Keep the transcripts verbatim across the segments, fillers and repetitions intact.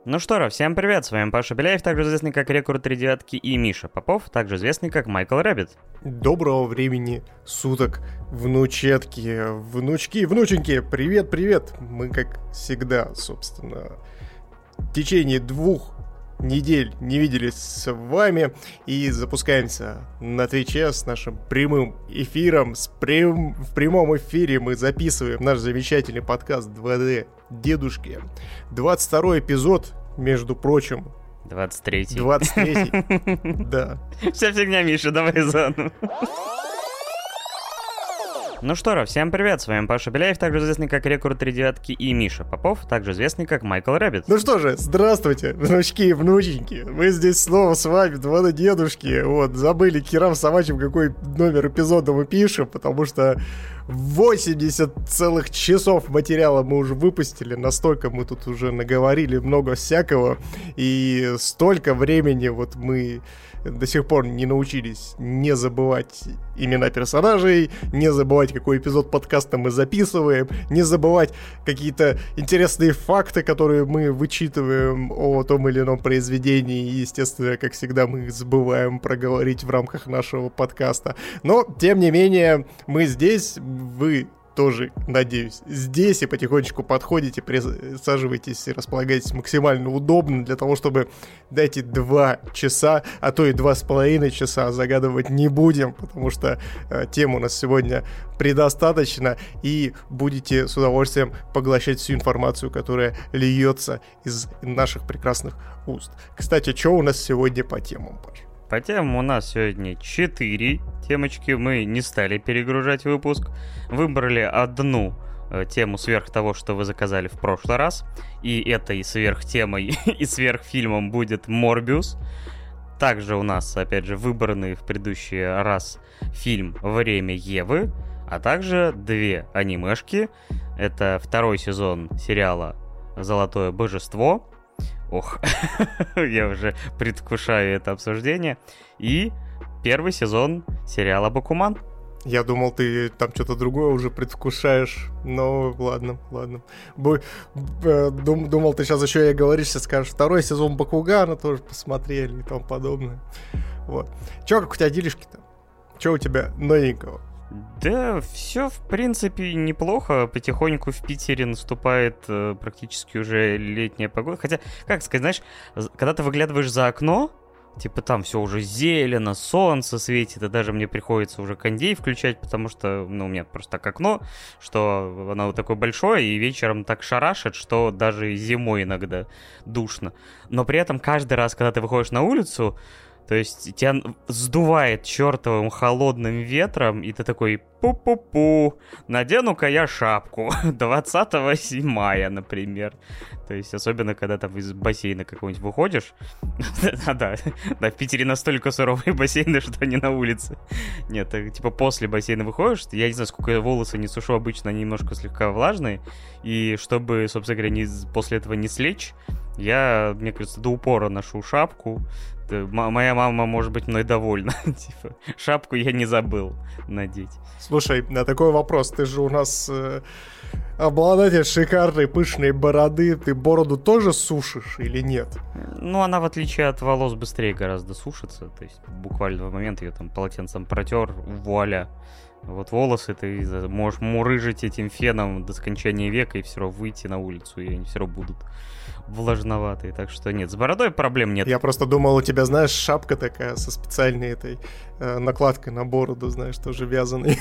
Ну что ж, всем привет, с вами Паша Беляев, также известный как Рекорд три девятки, и Миша Попов, также известный как Майкл Рэббит. Доброго времени суток, внучетки, внучки, внученьки, привет-привет! Мы, как всегда, собственно, в течение двух недель не виделись с вами и запускаемся на Твиче с нашим прямым эфиром. С прям... В прямом эфире мы записываем наш замечательный подкаст два дэ Дедушки. двадцать второй эпизод, между прочим. двадцать третий. двадцать третий, да. Вся фигня, Миша, давай заново. Ну что ж, всем привет, с вами Паша Беляев, также известный как Рекорд три девятки, и Миша Попов, также известный как Майкл Рэббит. Ну что же, здравствуйте, внучки и внученьки. Мы здесь снова с вами, два дэ Дедушки. Вот, забыли Кирам Собачьим, какой номер эпизода мы пишем, потому что восемьдесят целых часов материала мы уже выпустили, настолько мы тут уже наговорили много всякого, и столько времени вот мы до сих пор не научились не забывать имена персонажей, не забывать, какой эпизод подкаста мы записываем, не забывать какие-то интересные факты, которые мы вычитываем о том или ином произведении, и, естественно, как всегда, мы их забываем проговорить в рамках нашего подкаста. Но, тем не менее, мы здесь, вы тоже, надеюсь, здесь и потихонечку подходите, присаживайтесь и располагайтесь максимально удобно для того, чтобы дайте два часа, а то и два с половиной часа загадывать не будем, потому что э, тем у нас сегодня предостаточно, и будете с удовольствием поглощать всю информацию, которая льется из наших прекрасных уст. Кстати, что у нас сегодня по темам, Паш? По темам у нас сегодня четыре темочки, мы не стали перегружать выпуск, выбрали одну э, тему сверх того, что вы заказали в прошлый раз, и этой сверхтемой и сверхфильмом будет Морбиус. Также у нас, опять же, выбранный в предыдущий раз фильм «Время Евы», а также две анимешки. Это второй сезон сериала «Золотое божество». Ох, я уже предвкушаю это обсуждение. И первый сезон сериала «Бакуман». Я думал, ты там что-то другое уже предвкушаешь. Но ладно, ладно. Бу- э, дум- думал, ты сейчас еще и оговоришься, скажешь, второй сезон «Бакугана» тоже посмотрели и тому подобное. Вот. Че, как у тебя делишки-то? Че у тебя новенького? Да, все, в принципе, неплохо. Потихоньку в Питере наступает э, практически уже летняя погода. Хотя, как сказать, знаешь, когда ты выглядываешь за окно, типа там все уже зелено, солнце светит, и даже мне приходится уже кондей включать, потому что, ну, у меня просто так окно, что оно вот такое большое, и вечером так шарашит, что даже зимой иногда душно. Но при этом каждый раз, когда ты выходишь на улицу, то есть тебя сдувает чертовым холодным ветром, и ты такой: пу-пу-пу, надену-ка я шапку двадцатого мая, например. То есть особенно, когда там из бассейна какого-нибудь выходишь. Да-да, да, в Питере настолько суровые бассейны, что они на улице. Нет, типа после бассейна выходишь, я не знаю, сколько я волосы не сушу, обычно они немножко слегка влажные, и чтобы, собственно говоря, не, после этого не слечь, я, мне кажется, до упора ношу шапку. Моя мама может быть мной довольна. Типа, шапку я не забыл надеть. Слушай, на такой вопрос. Ты же у нас э, обладатель шикарной пышной бороды. Ты бороду тоже сушишь или нет? Ну, она, в отличие от волос, быстрее гораздо сушится. То есть буквально в момент ее там полотенцем протер, вуаля. Вот волосы ты можешь мурыжить этим феном до скончания века и все равно выйти на улицу, и они все равно будут влажноватые. Так что нет, с бородой проблем нет. Я просто думал, у тебя, знаешь, шапка такая со специальной этой э, накладкой на бороду, знаешь, тоже вязаной,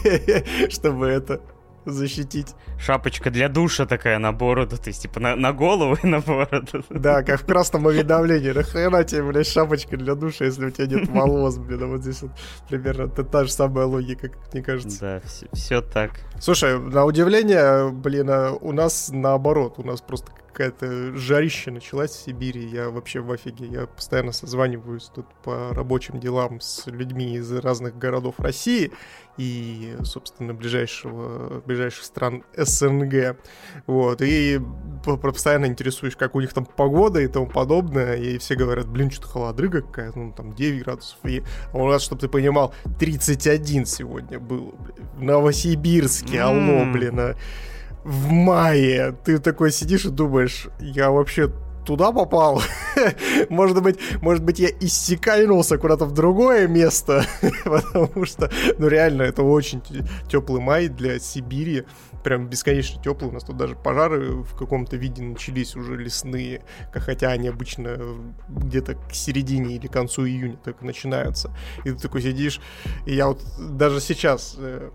чтобы это защитить. Шапочка для душа такая на бороду, то есть типа на, на голову и на бороду. Да, как в красном уведомлении. Нахрена тебе, блядь, шапочка для душа, если у тебя нет волос, блин. А вот здесь вот примерно это та же самая логика, как мне кажется. Да, все, все так. Слушай, на удивление, блин, у нас наоборот, у нас просто какая-то жарища началась в Сибири. Я вообще в офиге. Я постоянно созваниваюсь тут по рабочим делам с людьми из разных городов России и, собственно, ближайшего, ближайших стран СНГ. Вот. И постоянно интересуюсь, как у них там погода и тому подобное. И все говорят, блин, что-то холодрыга какая-то, ну, там девять градусов. И у нас, чтобы ты понимал, тридцать один сегодня было, блин. В Новосибирске, mm. алло, блин, а в мае. Ты такой сидишь и думаешь, я вообще туда попал. Может быть, может быть, я иссякайнулся куда-то в другое место, потому что, ну, реально, это очень теплый май для Сибири. Прям бесконечно теплый. У нас тут даже пожары в каком-то виде начались уже лесные, хотя они обычно где-то к середине или к концу июня только начинаются. И ты такой сидишь, и я вот даже сейчас...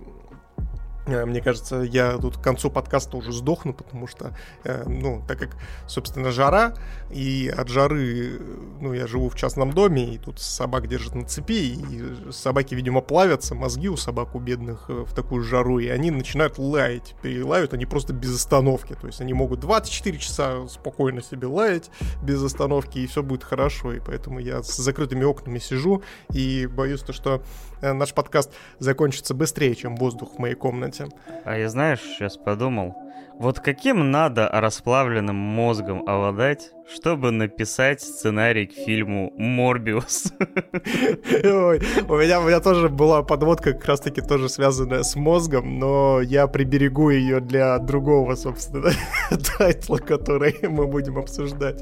Мне кажется, я тут к концу подкаста уже сдохну, потому что, ну, так как, собственно, жара, и от жары, ну, я живу в частном доме, и тут собак держат на цепи, и собаки, видимо, плавятся, мозги у собак у бедных в такую жару, и они начинают лаять. И лают они просто без остановки, то есть они могут двадцать четыре часа спокойно себе лаять без остановки, и все будет хорошо, и поэтому я с закрытыми окнами сижу, и боюсь, то, что наш подкаст закончится быстрее, чем воздух в моей комнате. А я, знаешь, сейчас подумал, вот каким надо расплавленным мозгом обладать, чтобы написать сценарий к фильму «Морбиус». Ой, у меня, у меня тоже была подводка, как раз-таки тоже связанная с мозгом, но я приберегу ее для другого, собственно, тайтла, который мы будем обсуждать.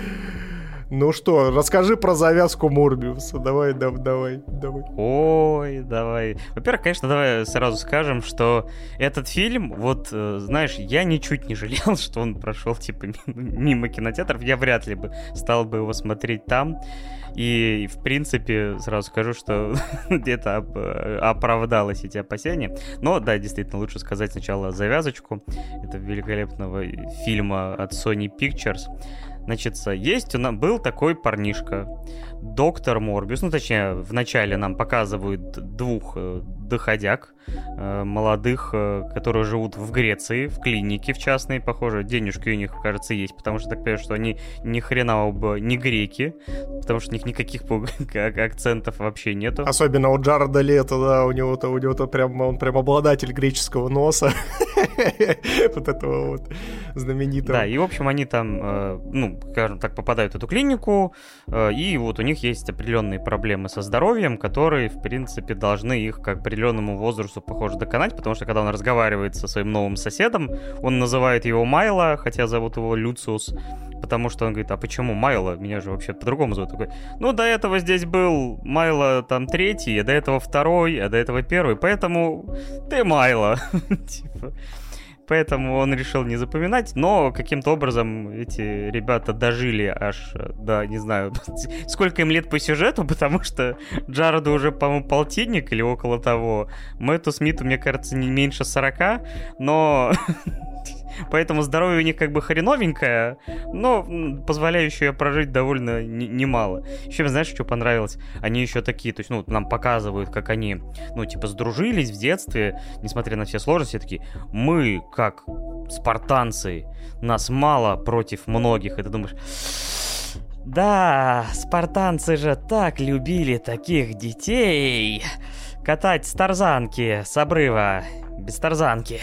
Ну что, расскажи про завязку Морбиуса. Давай, да, давай, давай. Ой, давай. Во-первых, конечно, давай сразу скажем, что этот фильм, вот, знаешь, я ничуть не жалел, что он прошел, типа, мимо кинотеатров. Я вряд ли бы стал бы его смотреть там. И, в принципе, сразу скажу, что где-то оправдалось эти опасения. Но, да, действительно, лучше сказать сначала завязочку этого великолепного фильма от Sony Pictures. Значит, есть у нас был такой парнишка, доктор Морбиус, ну, точнее, вначале нам показывают двух э, доходяг, э, молодых, э, которые живут в Греции, в клинике в частной, похоже, денежки у них, кажется, есть, потому что так понимаю, что они ни хрена оба не греки, потому что у них никаких акцентов вообще нету. Особенно у Джареда Лето, да, у него-то, у него-то прям, он прям обладатель греческого носа, вот этого вот знаменитого. Да, и, в общем, они там, ну, скажем так, попадают в эту клинику, и вот у них есть определенные проблемы со здоровьем, которые, в принципе, должны их к определенному возрасту, похоже, доконать, потому что, когда он разговаривает со своим новым соседом, он называет его Майло, хотя зовут его Люциус, потому что он говорит, а почему Майло? Меня же вообще по-другому зовут. Такой, ну, до этого здесь был Майло там третий, а до этого второй, а до этого первый, поэтому ты Майло. Типа... Поэтому он решил не запоминать, но каким-то образом эти ребята дожили аж до, не знаю, сколько им лет по сюжету, потому что Джареду уже, по-моему, полтинник или около того. Мэтту Смиту, мне кажется, не меньше сорока, но... Поэтому здоровье у них как бы хреновенькое, но позволяющее прожить довольно немало. Еще, знаешь, что понравилось? Они еще такие, то есть, ну, нам показывают, как они, ну, типа, сдружились в детстве, несмотря на все сложности, такие, мы, как спартанцы, нас мало против многих. И ты думаешь... Да, спартанцы же так любили таких детей. Катать с тарзанки, с обрыва, без тарзанки.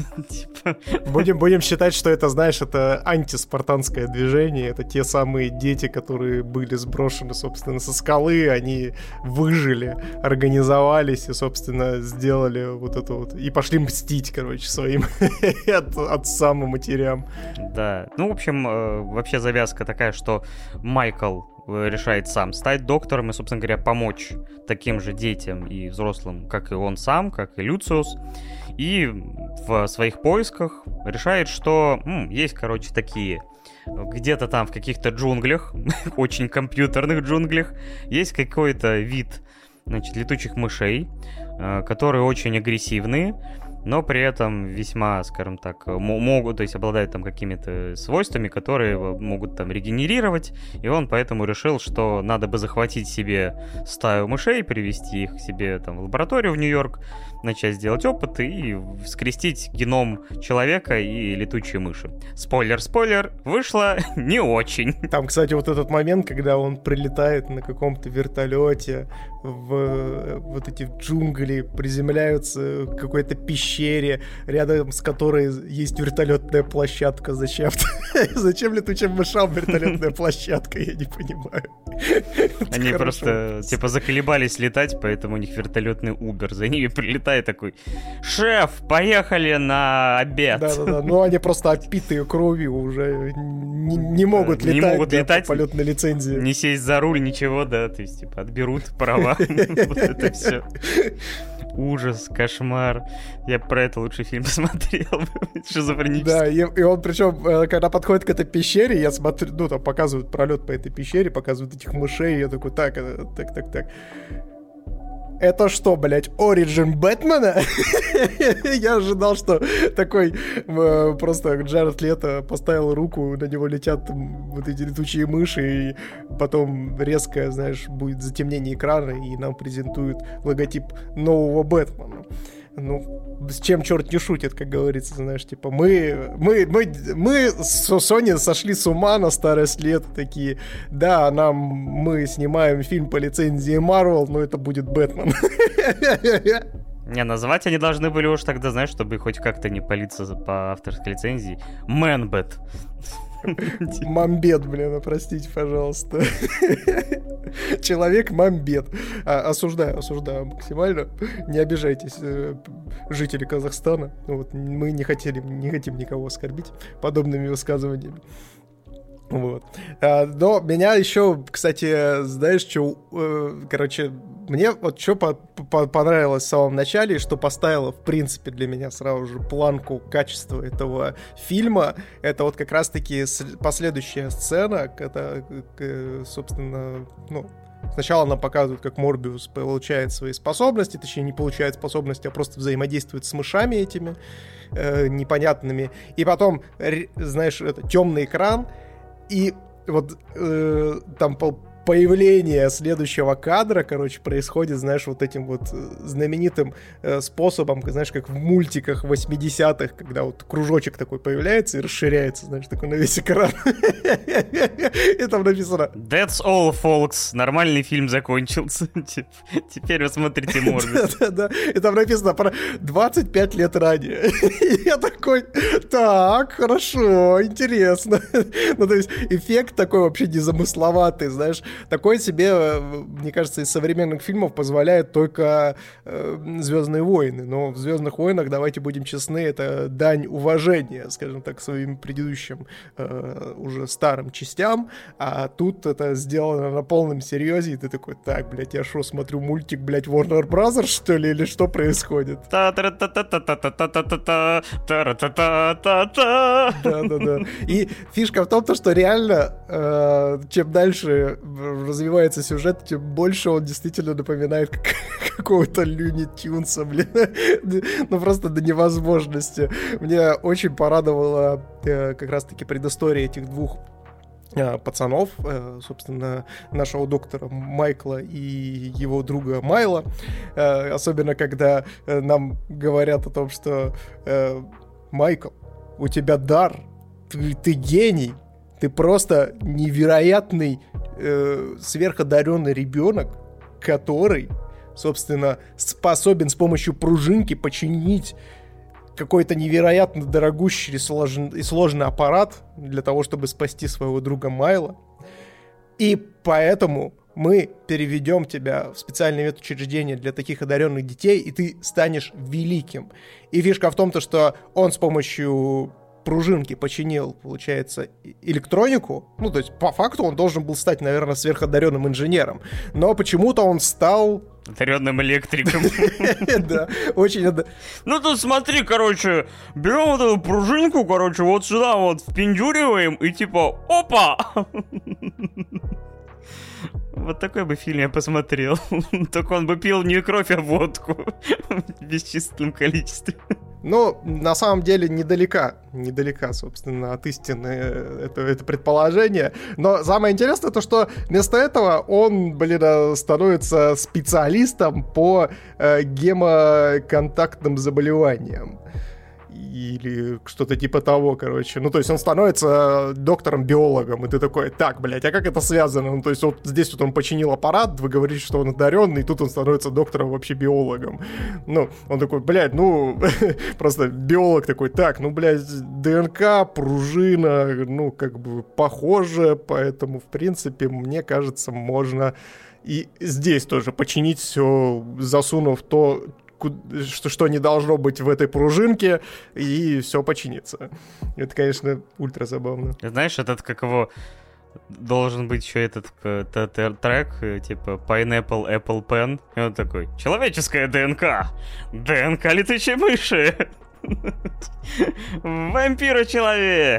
Будем, будем считать, что это, знаешь, это антиспартанское движение. Это те самые дети, которые были сброшены, собственно, со скалы. Они выжили, организовались и, собственно, сделали вот это вот. И пошли мстить, короче, своим от, отцам и матерям. Да. Ну, в общем, э, вообще завязка такая, что Майкл решает сам стать доктором и, собственно говоря, помочь таким же детям и взрослым, как и он сам, как и Люциус. И в своих поисках решает, что м, есть, короче, такие... Где-то там в каких-то джунглях, очень компьютерных джунглях, есть какой-то вид, значит, летучих мышей, которые очень агрессивные, но при этом весьма, скажем так, могут, то есть обладают там какими-то свойствами, которые могут там регенерировать, и он поэтому решил, что надо бы захватить себе стаю мышей, привести их к себе там в лабораторию в Нью-Йорк, начать делать опыты и скрестить геном человека и летучей мыши. Спойлер, спойлер, вышло не очень. Там, кстати, вот этот момент, когда он прилетает на каком-то вертолете в вот эти джунгли, приземляются в какой-то пещере, пещере, рядом с которой есть вертолетная площадка. Зачем? Зачем летучим мышам вертолетная площадка? Я не понимаю. Они просто, типа, заколебались летать, поэтому у них вертолетный Uber. За ними прилетает такой: шеф, поехали на обед. Да-да-да, но они просто опитые кровью уже не, не могут не летать, могут да, летать по полетной лицензии. Не сесть за руль, ничего, да, то есть, типа, отберут права. Вот это все. Ужас, кошмар. Я про это лучший фильм посмотрел. Шизофренический. Да, и, и он, причем, когда подходит к этой пещере, я смотрю, ну, там показывают пролет по этой пещере, показывают этих мышей, и я такой: так, так, так, так. Это что, блядь, Origin Бэтмена? Я ожидал, что такой э, просто Джаред Лето поставил руку, на него летят там, вот эти летучие мыши, и потом резко, знаешь, будет затемнение экрана, и нам презентуют логотип нового Бэтмена. Ну, с чем черт не шутит, как говорится, знаешь, типа, мы, мы, мы, мы с Sony сошли с ума на старость лет, такие: да, нам, мы снимаем фильм по лицензии Marvel, но это будет Бэтмен. Не, назвать они должны были уж тогда, знаешь, чтобы хоть как-то не палиться по авторской лицензии. Мэнбэт. Мамбет, блин, простите, пожалуйста. Человек-мамбет. А, осуждаю, осуждаю максимально. Не обижайтесь, жители Казахстана. Вот, мы не хотели, не хотим никого оскорбить подобными высказываниями. Вот. А, но меня еще, кстати, знаешь, что, э, короче, мне вот что по- по- понравилось в самом начале, и что поставило, в принципе, для меня сразу же планку качества этого фильма, это вот как раз-таки с- последующая сцена, когда, э, собственно, ну, сначала нам показывают, как Морбиус получает свои способности, точнее, не получает способности, а просто взаимодействует с мышами этими э, непонятными, и потом, р- знаешь, это темный экран. И вот э, там по появление следующего кадра, короче, происходит, знаешь, вот этим вот знаменитым э, способом, знаешь, как в мультиках восьмидесятых, когда вот кружочек такой появляется и расширяется, знаешь, такой на весь экран. И там написано: That's all, folks. Нормальный фильм закончился. Теперь вы смотрите Морбиус. Да-да-да. И там написано про двадцать пять лет ранее. Я такой: так, хорошо, интересно. Ну, то есть эффект такой вообще незамысловатый, знаешь. Такой себе, мне кажется, из современных фильмов позволяет только э, «Звездные войны». Но в «Звездных войнах», давайте будем честны, это дань уважения, скажем так, своим предыдущим э, уже старым частям. А тут это сделано на полном серьезе, и ты такой: так, блядь, я шо, смотрю мультик, блядь, Warner Brothers, что ли, или что происходит? Да-да-да. И фишка в том, что реально, э, чем дальше развивается сюжет, тем больше он действительно напоминает как, какого-то Луни Тюнса, блин. Ну просто до невозможности. Мне очень порадовала э, как раз-таки предыстория этих двух э, пацанов, э, собственно, нашего доктора Майкла и его друга Майла. Э, особенно, когда э, нам говорят о том, что э, Майкл, у тебя дар, ты, ты гений, ты просто невероятный э, сверходаренный ребенок, который, собственно, способен с помощью пружинки починить какой-то невероятно дорогущий и сложный, и сложный аппарат для того, чтобы спасти своего друга Майла. И поэтому мы переведем тебя в специальное медучреждение для таких одаренных детей, и ты станешь великим. И фишка в том, что он с помощью пружинки починил, получается, электронику. Ну, то есть, по факту он должен был стать, наверное, сверходаренным инженером. Но почему-то он стал... одаренным электриком. Да, очень... Ну, тут смотри, короче, берем вот эту пружинку, короче, вот сюда вот впендюриваем, и типа, опа! Вот такой бы фильм я посмотрел. Только он бы пил не кровь, а водку. В бесчисленном количестве. Ну, на самом деле, недалека, недалека, собственно, от истины это, это предположение. Но самое интересное то, что вместо этого он, блин, становится специалистом по э, гемоконтактным заболеваниям. или что-то типа того, короче. Ну, то есть он становится доктором-биологом, и ты такой, так, блядь, а как это связано? Ну, то есть вот здесь вот он починил аппарат, вы говорите, что он одаренный, и тут он становится доктором вообще биологом. Ну, он такой, блядь, ну, просто биолог такой, так, ну, блядь, ДНК, пружина, ну, как бы похоже, поэтому, в принципе, мне кажется, можно и здесь тоже починить все, засунув то, что, что не должно быть в этой пружинке, и все починится. Это, конечно, ультра забавно. Знаешь, этот, как его, должен быть еще этот трек, типа Pineapple Apple Pen, и он такой, человеческая ДНК, ДНК летучей мыши. Вампира-человек.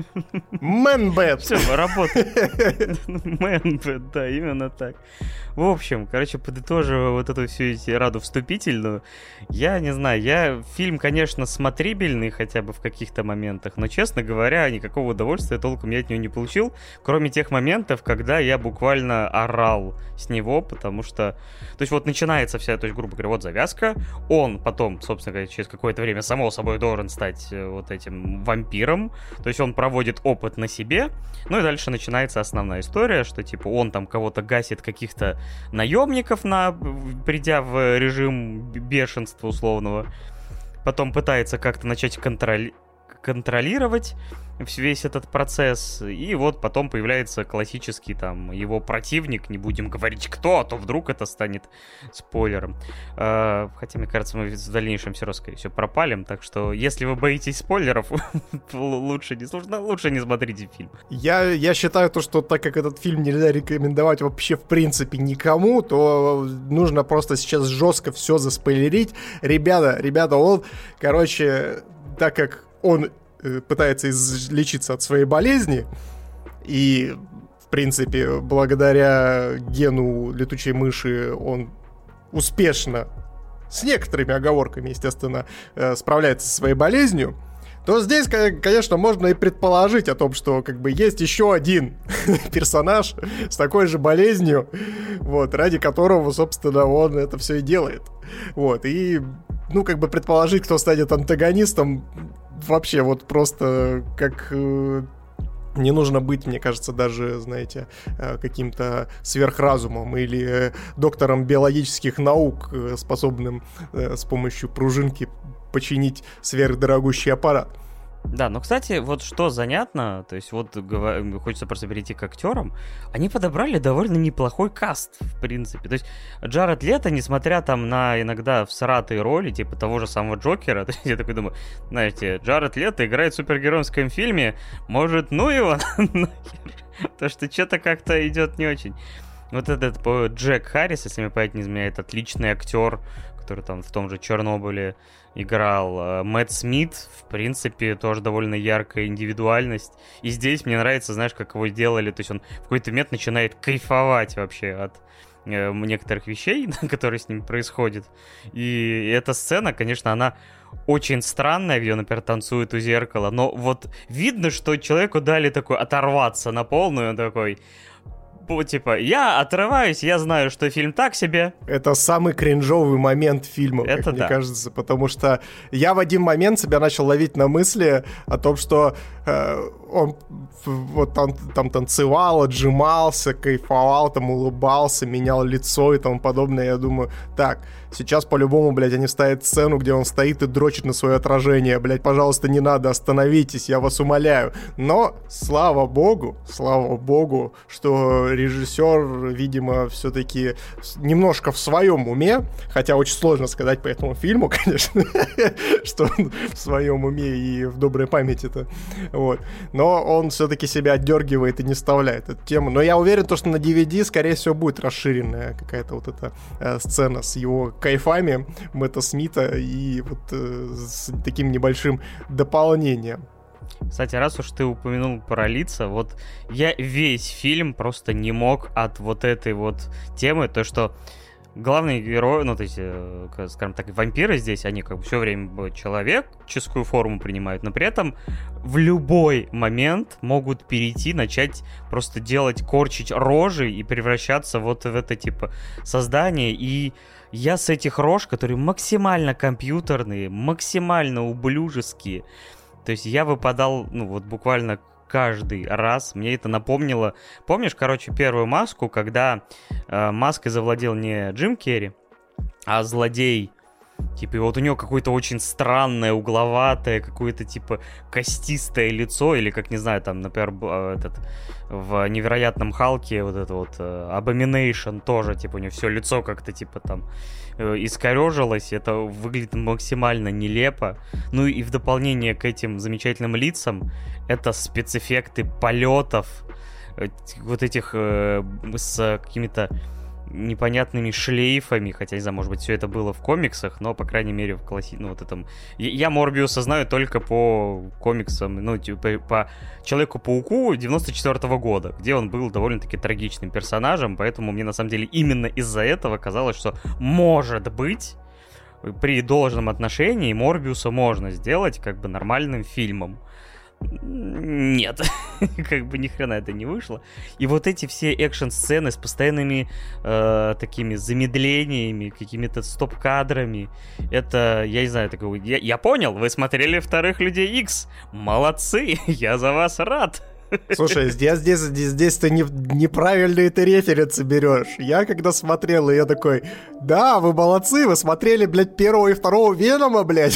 Мэнбэт. Все, работает. Мэнбэт, да, именно так. В общем, короче, подытоживая вот эту всю раду вступительную, я не знаю, я фильм, конечно, смотрибельный хотя бы в каких-то моментах, но, честно говоря, никакого удовольствия толком я от него не получил, кроме тех моментов, когда я буквально орал с него, потому что, то есть вот начинается вся, то есть, грубо говоря, вот завязка, он потом, собственно говоря, через какое-то время само собой должен стать вот этим вампиром, то есть он проводит опыт на себе, ну и дальше начинается основная история, что типа он там кого-то гасит, каких-то наемников, на, придя в режим бешенства условного, потом пытается как-то начать контроли- контролировать весь этот процесс, и вот потом появляется классический там его противник, не будем говорить кто, а то вдруг это станет спойлером. Э, хотя, мне кажется, мы в дальнейшем все равно, скорее всего, пропалим, так что, если вы боитесь спойлеров, лучше не слушайте, лучше не смотрите фильм. Я, я считаю то, что так как этот фильм нельзя рекомендовать вообще в принципе никому, то нужно просто сейчас жестко все заспойлерить. Ребята, ребята, он, короче, так как он пытается излечиться от своей болезни, и, в принципе, благодаря гену летучей мыши он успешно, с некоторыми оговорками, естественно, справляется со своей болезнью, то здесь, конечно, можно и предположить о том, что как бы есть еще один персонаж с такой же болезнью, вот, ради которого, собственно, он это все и делает. Вот, и, ну, как бы предположить, кто станет антагонистом, вообще вот просто как... Э, не нужно быть, мне кажется, даже, знаете, э, каким-то сверхразумом или э, доктором биологических наук, э, способным э, с помощью пружинки починить сверхдорогущий аппарат. Да, но, кстати, вот что занятно, то есть вот гова- хочется просто перейти к актерам, они подобрали довольно неплохой каст, в принципе. То есть Джаред Лето, несмотря там на иногда всратые роли, типа того же самого Джокера, то есть я такой думаю, знаете, Джаред Лето играет в супергеройском фильме, может, ну его нахер, потому что что-то как-то идет не очень. Вот этот Джек Харрис, если мне память не изменяет, отличный актер, который там в том же Чернобыле играл. Мэтт Смит, в принципе, тоже довольно яркая индивидуальность. И здесь мне нравится, знаешь, как его делали. То есть он в какой-то момент начинает кайфовать вообще от э, некоторых вещей, которые с ним происходят. И эта сцена, конечно, она очень странная, где он, например, танцует у зеркала. Но вот видно, что человеку дали такой оторваться на полную. Он такой... Типа, я отрываюсь, я знаю, что фильм так себе. Это самый кринжовый момент фильма, это как да. мне кажется, потому что я в один момент себя начал ловить на мысли о том, что э, он вот там, там танцевал, отжимался, кайфовал, там улыбался, менял лицо и тому подобное. Я думаю, так, сейчас по-любому, блядь, они ставят сцену, где он стоит и дрочит на свое отражение. Блядь, пожалуйста, не надо, остановитесь, я вас умоляю. Но, слава богу, слава богу, что режиссер, видимо, все-таки немножко в своем уме, хотя очень сложно сказать по этому фильму, конечно, что он в своем уме и в доброй памяти-то, вот. Но он все-таки себя отдергивает и не вставляет эту тему. Но я уверен, что на ди ви ди, скорее всего, будет расширенная какая-то вот эта э, сцена с его кайфами Мэтта Смита и вот э, с таким небольшим дополнением. Кстати, раз уж ты упомянул про лица, вот я весь фильм просто не мог от вот этой вот темы, то что главный герой, ну, то есть, э, скажем так, вампиры здесь, они как бы все время человеческую форму принимают, но при этом в любой момент могут перейти, начать просто делать, корчить рожи и превращаться вот в это, типа, создание. И я с этих рож, которые максимально компьютерные, максимально ублюжеские, то есть я выпадал, ну, вот буквально каждый раз. Мне это напомнило... Помнишь, короче, первую маску, когда э, маской завладел не Джим Керри, а злодей. Типа, и вот у него какое-то очень странное, угловатое, какое-то, типа, костистое лицо, или, как, не знаю, там, например, этот, в «Невероятном Халке» вот это вот Abomination тоже, типа, у него все лицо как-то, типа, там, искорежилось, это выглядит максимально нелепо. Ну и в дополнение к этим замечательным лицам, это спецэффекты полетов, вот этих э, с какими-то непонятными шлейфами, хотя, не знаю, может быть, все это было в комиксах, но, по крайней мере, в класси... ну, вот этом... Я Морбиуса знаю только по комиксам, ну, типа, по Человеку-пауку девяносто четвёртого года, где он был довольно-таки трагичным персонажем, поэтому мне, на самом деле, именно из-за этого казалось, что, может быть, при должном отношении Морбиуса можно сделать, как бы, нормальным фильмом. Нет, как бы ни хрена это не вышло. И вот эти все экшн-сцены с постоянными э, такими замедлениями, какими-то стоп-кадрами, это, я не знаю, такого... Я, я понял, вы смотрели «Вторых Людей Икс». Молодцы, я за вас рад. Слушай, здесь, здесь, здесь, здесь ты не, неправильные ты референсы берешь. Я когда смотрел, я такой, да, вы молодцы, вы смотрели, блядь, первого и второго Венома, блядь.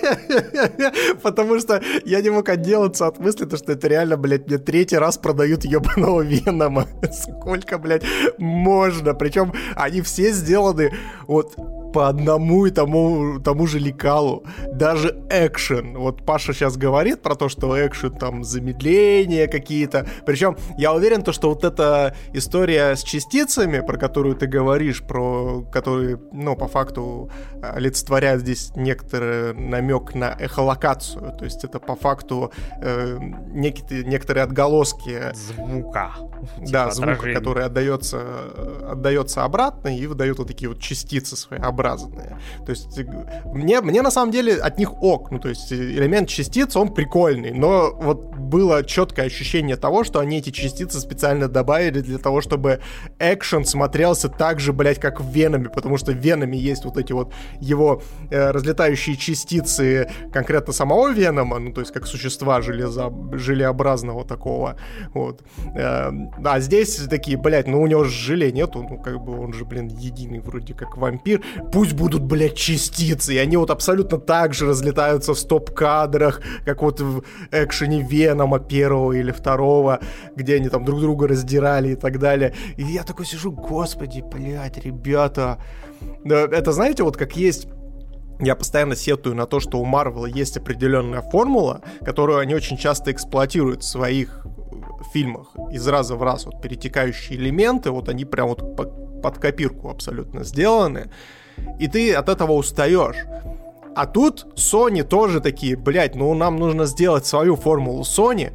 Потому что я не мог отделаться от мысли, что это реально, блядь, мне третий раз продают ебаного Венома. Сколько, блядь, можно? Причем они все сделаны вот... по одному и тому, тому же лекалу. Даже экшен. Вот Паша сейчас говорит про то, что экшен, там, замедления какие-то. Причем я уверен, то, что вот эта история с частицами, про которую ты говоришь, про которые, ну, по факту олицетворяют здесь некоторый намек на эхолокацию. То есть это по факту э, некие, некоторые отголоски звука. Да, типа звука, который отдается, отдается обратно и выдает вот такие вот частицы своеобразные. То есть мне, мне на самом деле от них ок. Ну, то есть элемент частиц, он прикольный, но вот было четкое ощущение того, что они эти частицы специально добавили для того, чтобы экшен смотрелся так же, блядь, как в Веноме, потому что в Веноме есть вот эти вот его э, разлетающие частицы конкретно самого Венома, ну, то есть как существа железо, желеобразного такого, вот. Э, а здесь такие, блядь, ну, у него же желе нету, ну, как бы он же, блин, единый вроде как вампир. Пусть будут, блядь, частицы, и они вот абсолютно так же разлетаются в стоп-кадрах, как вот в экшене Венома первого или второго, где они там друг друга раздирали и так далее. И я такой сижу, господи, блядь, ребята. Это, знаете, вот как есть... Я постоянно сетую на то, что у Марвела есть определенная формула, которую они очень часто эксплуатируют в своих фильмах из раза в раз. Вот перетекающие элементы, вот они прям вот под копирку абсолютно сделаны. И ты от этого устаешь. А тут Sony тоже такие, блядь, ну нам нужно сделать свою формулу Sony.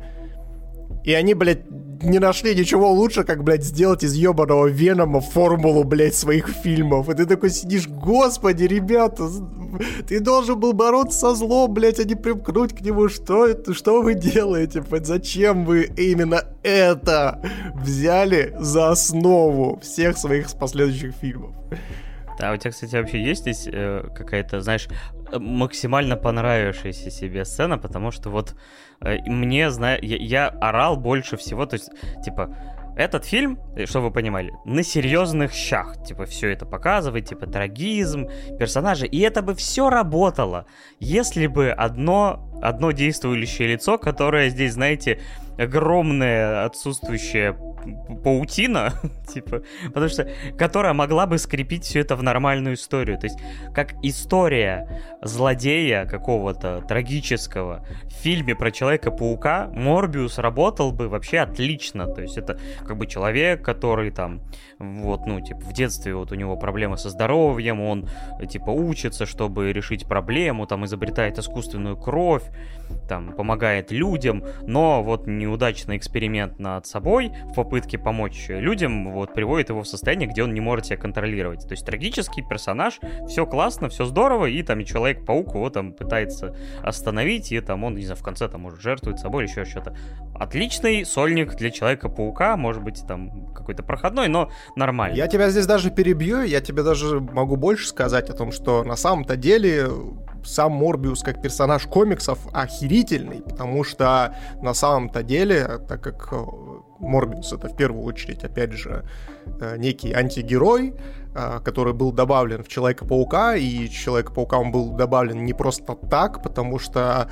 И они, блядь, не нашли ничего лучше, как, блядь, сделать из ебаного Венома формулу, блядь, своих фильмов. И ты такой сидишь, господи, ребята, ты должен был бороться со злом, блядь, а не примкнуть к нему. Что это, что вы делаете, блядь, зачем вы именно это взяли за основу всех своих последующих фильмов? А у тебя, кстати, вообще есть здесь э, какая-то, знаешь, максимально понравившаяся себе сцена, потому что вот э, мне, знаю, я, я орал больше всего, то есть, типа, этот фильм, чтобы вы понимали, на серьезных щах, типа, все это показывает, типа, трагизм, персонажи, и это бы все работало, если бы одно, одно действующее лицо, которое здесь, знаете, огромное отсутствующее паутина, типа, потому что, которая могла бы скрепить все это в нормальную историю. То есть, как история злодея какого-то трагического в фильме про Человека-паука, Морбиус работал бы вообще отлично. То есть, это как бы человек, который там, вот, ну, типа, в детстве вот у него проблемы со здоровьем, он, типа, учится, чтобы решить проблему, там, изобретает искусственную кровь, там, помогает людям, но вот неудачный эксперимент над собой в попытке помочь людям, вот, приводит его в состояние, где он не может себя контролировать. То есть трагический персонаж, все классно, все здорово, и там и Человек-паук его там пытается остановить, и там он, не знаю, в конце там может жертвует собой или еще что-то. Отличный сольник для Человека-паука, может быть, там какой-то проходной, но нормально. Я тебя здесь даже перебью, я тебе даже могу больше сказать о том, что на самом-то деле сам Морбиус как персонаж комиксов охерительный, потому что на самом-то деле, так как Морбиус — это в первую очередь, опять же, некий антигерой, который был добавлен в Человека-паука, и Человека-паука он был добавлен не просто так, потому что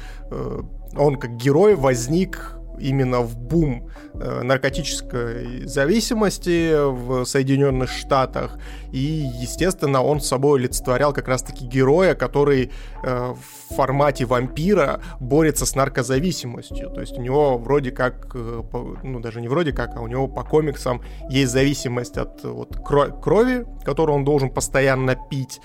он как герой возник именно в бум э, наркотической зависимости в Соединенных Штатах. И, естественно, он собой олицетворял как раз-таки героя, который э, в формате вампира борется с наркозависимостью. То есть у него вроде как, э, по, ну даже не вроде как, а у него по комиксам есть зависимость от вот, крови, которую он должен постоянно пить.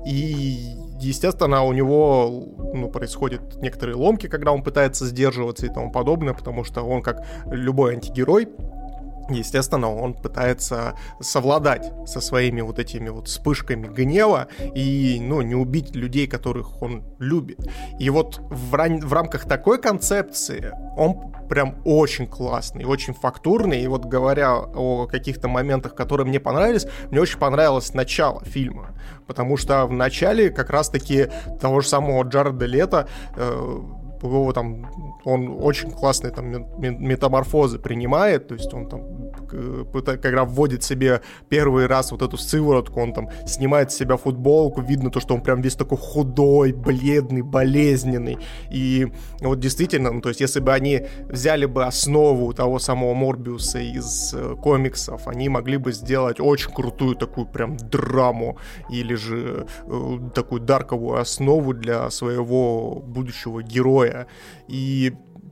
И, естественно, у него ну, происходят некоторые ломки, когда он пытается сдерживаться и тому подобное, потому что он, как любой антигерой, естественно, он пытается совладать со своими вот этими вот вспышками гнева и, ну, не убить людей, которых он любит. И вот в, ран- в рамках такой концепции он прям очень классный, очень фактурный. И вот говоря о каких-то моментах, которые мне понравились, мне очень понравилось начало фильма. Потому что в начале как раз-таки того же самого Джареда Лето э, его там, он очень классные там метаморфозы принимает, то есть он там, когда вводит себе первый раз вот эту сыворотку, он там снимает с себя футболку, видно то, что он прям весь такой худой, бледный, болезненный, и вот действительно, ну, то есть если бы они взяли бы основу того самого Морбиуса из э, комиксов, они могли бы сделать очень крутую такую прям драму, или же э, такую дарковую основу для своего будущего героя. И,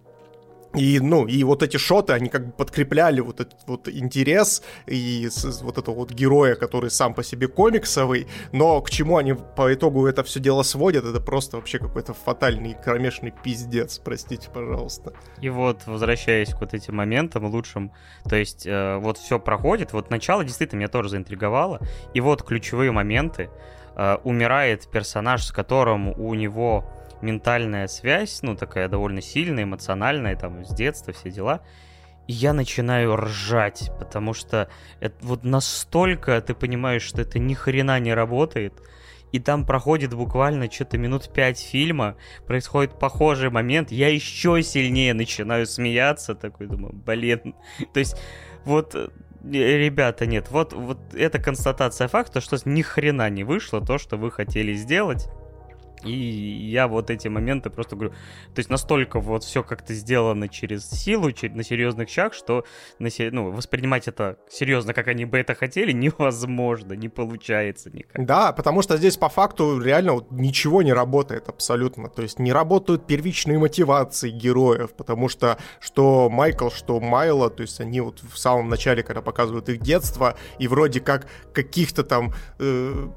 и, ну, и вот эти шоты, они как бы подкрепляли вот этот вот интерес и с, вот этого вот героя, который сам по себе комиксовый, но к чему они по итогу это все дело сводят, это просто вообще какой-то фатальный кромешный пиздец, простите, пожалуйста. И вот, возвращаясь к вот этим моментам лучшим, то есть э, вот все проходит, вот начало действительно меня тоже заинтриговало, и вот ключевые моменты, э, умирает персонаж, с которым у него ментальная связь, ну, такая довольно сильная, эмоциональная, там, с детства, все дела. И я начинаю ржать, потому что это вот настолько ты понимаешь, что это ни хрена не работает, и там проходит буквально что-то минут пять фильма, происходит похожий момент, я еще сильнее начинаю смеяться, такой думаю, блин, то есть вот... Ребята, нет, вот, вот это констатация факта, что ни хрена не вышло то, что вы хотели сделать. И я вот эти моменты просто говорю, то есть настолько вот все как-то сделано через силу, на серьезных щах, что на, ну, воспринимать это серьезно, как они бы это хотели, невозможно, не получается никак. Да, потому что здесь по факту реально вот ничего не работает абсолютно, то есть не работают первичные мотивации героев, потому что что Майкл, что Майло, то есть они вот в самом начале, когда показывают их детство, и вроде как каких-то там... Э-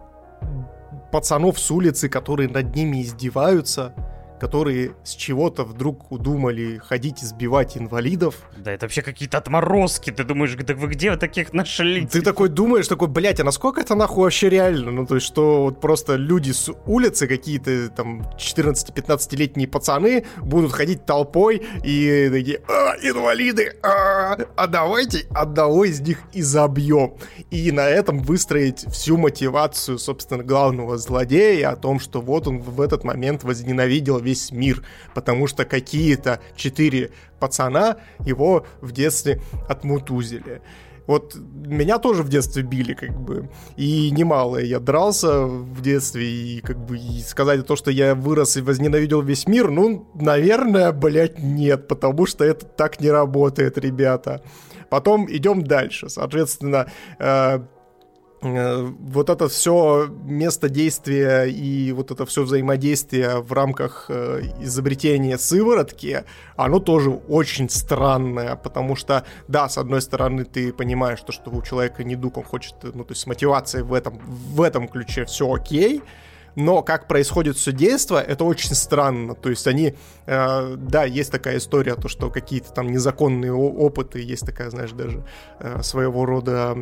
пацанов с улицы, которые над ними издеваются, которые с чего-то вдруг удумали ходить и сбивать инвалидов. Да, это вообще какие-то отморозки. Ты думаешь, да вы где вы таких нашли? Ты такой думаешь, такой, блядь, а насколько это нахуй вообще реально? Ну, то есть, что вот просто люди с улицы, какие-то там четырнадцати-пятнадцатилетние пацаны будут ходить толпой и такие, а, инвалиды, а, а давайте одного из них и забьем. И на этом выстроить всю мотивацию, собственно, главного злодея о том, что вот он в этот момент возненавидел весь мир, потому что какие-то четыре пацана его в детстве отмутузили. Вот меня тоже в детстве били, как бы, и немало я дрался в детстве, и как бы и сказать то, что я вырос и возненавидел весь мир, ну, наверное, блядь, нет, потому что это так не работает, ребята. Потом идем дальше, соответственно, э- вот это все место действия и вот это все взаимодействие в рамках э, изобретения сыворотки, оно тоже очень странное, потому что, да, с одной стороны, ты понимаешь, что, что у человека недуг, он хочет, ну, то есть с мотивацией в этом, в этом ключе все окей, но как происходит все действо, это очень странно. То есть они, э, да, есть такая история, то, что какие-то там незаконные опыты, есть такая, знаешь, даже э, своего рода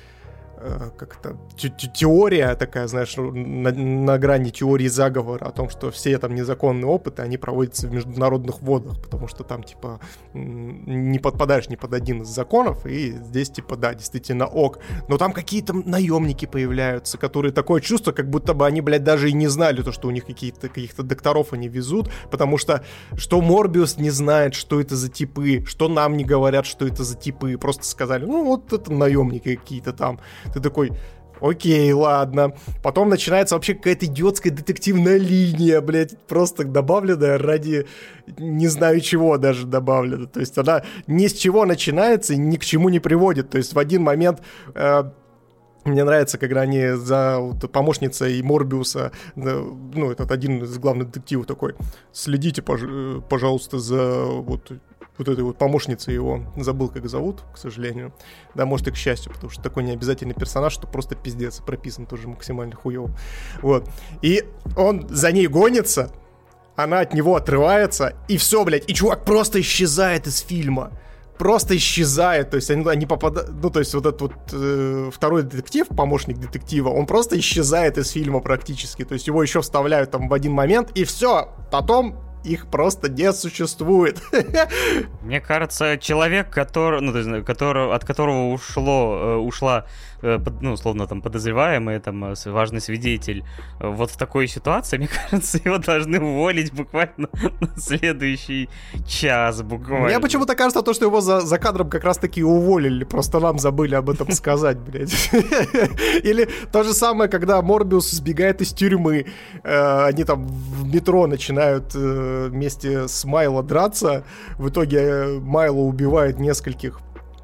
как-то теория такая, знаешь, на, на грани теории заговора о том, что все там незаконные опыты, они проводятся в международных водах, потому что там, типа, не подпадаешь ни под один из законов, и здесь, типа, да, действительно ок. Но там какие-то наемники появляются, которые такое чувство, как будто бы они, блядь, даже и не знали то, что у них какие-то, каких-то докторов они везут, потому что что Морбиус не знает, что это за типы, что нам не говорят, что это за типы, просто сказали, ну, вот это наемники какие-то там. Ты такой, окей, ладно. Потом начинается вообще какая-то идиотская детективная линия, блядь, просто добавленная ради не знаю чего даже добавлена. То есть она ни с чего начинается и ни к чему не приводит. То есть в один момент... Э, Мне нравится, когда они за вот, помощницей Морбиуса, ну, этот один из главных детективов такой, следите, пож- пожалуйста, за вот, вот этой вот помощницей его. Забыл, как зовут, к сожалению. Да, может, и к счастью, потому что такой необязательный персонаж, что просто пиздец, прописан тоже максимально хуёво. Вот. И он за ней гонится, она от него отрывается, и все, блядь, и чувак просто исчезает из фильма. Просто исчезает, то есть они, они попадают, ну, то есть вот этот вот э, второй детектив, помощник детектива, он просто исчезает из фильма практически, то есть его еще вставляют там в один момент, и все, потом их просто не существует. Мне кажется, человек, который, ну, то есть, который, от которого ушло, э, ушла, э, под, ну, условно, там, подозреваемый, там, важный свидетель, э, вот в такой ситуации, мне кажется, его должны уволить буквально на следующий час, буквально. Мне почему-то кажется, то, что его за, за кадром как раз-таки уволили, просто нам забыли об этом сказать, блядь. Или то же самое, когда Морбиус сбегает из тюрьмы, э, они там в метро начинают... Э, вместе с Майло драться. В итоге Майло убивает нескольких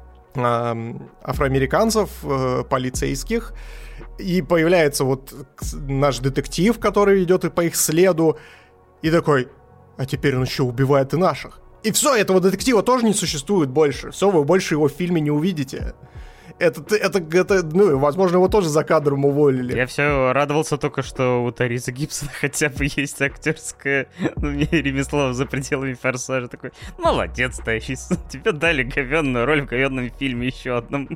э, афроамериканцев, э, полицейских. И появляется вот наш детектив, который идет и по их следу. И такой, а теперь он еще убивает и наших. И все, этого детектива тоже не существует больше. Все, вы больше его в фильме не увидите. Это, это, это, ну, возможно, его тоже за кадром уволили. Я все радовался только, что у Тариза Гибсона хотя бы есть актерское ну, ремесло за пределами «Форсажа». Такой, молодец, Тарис, тебе дали говенную роль в говенном фильме еще одном.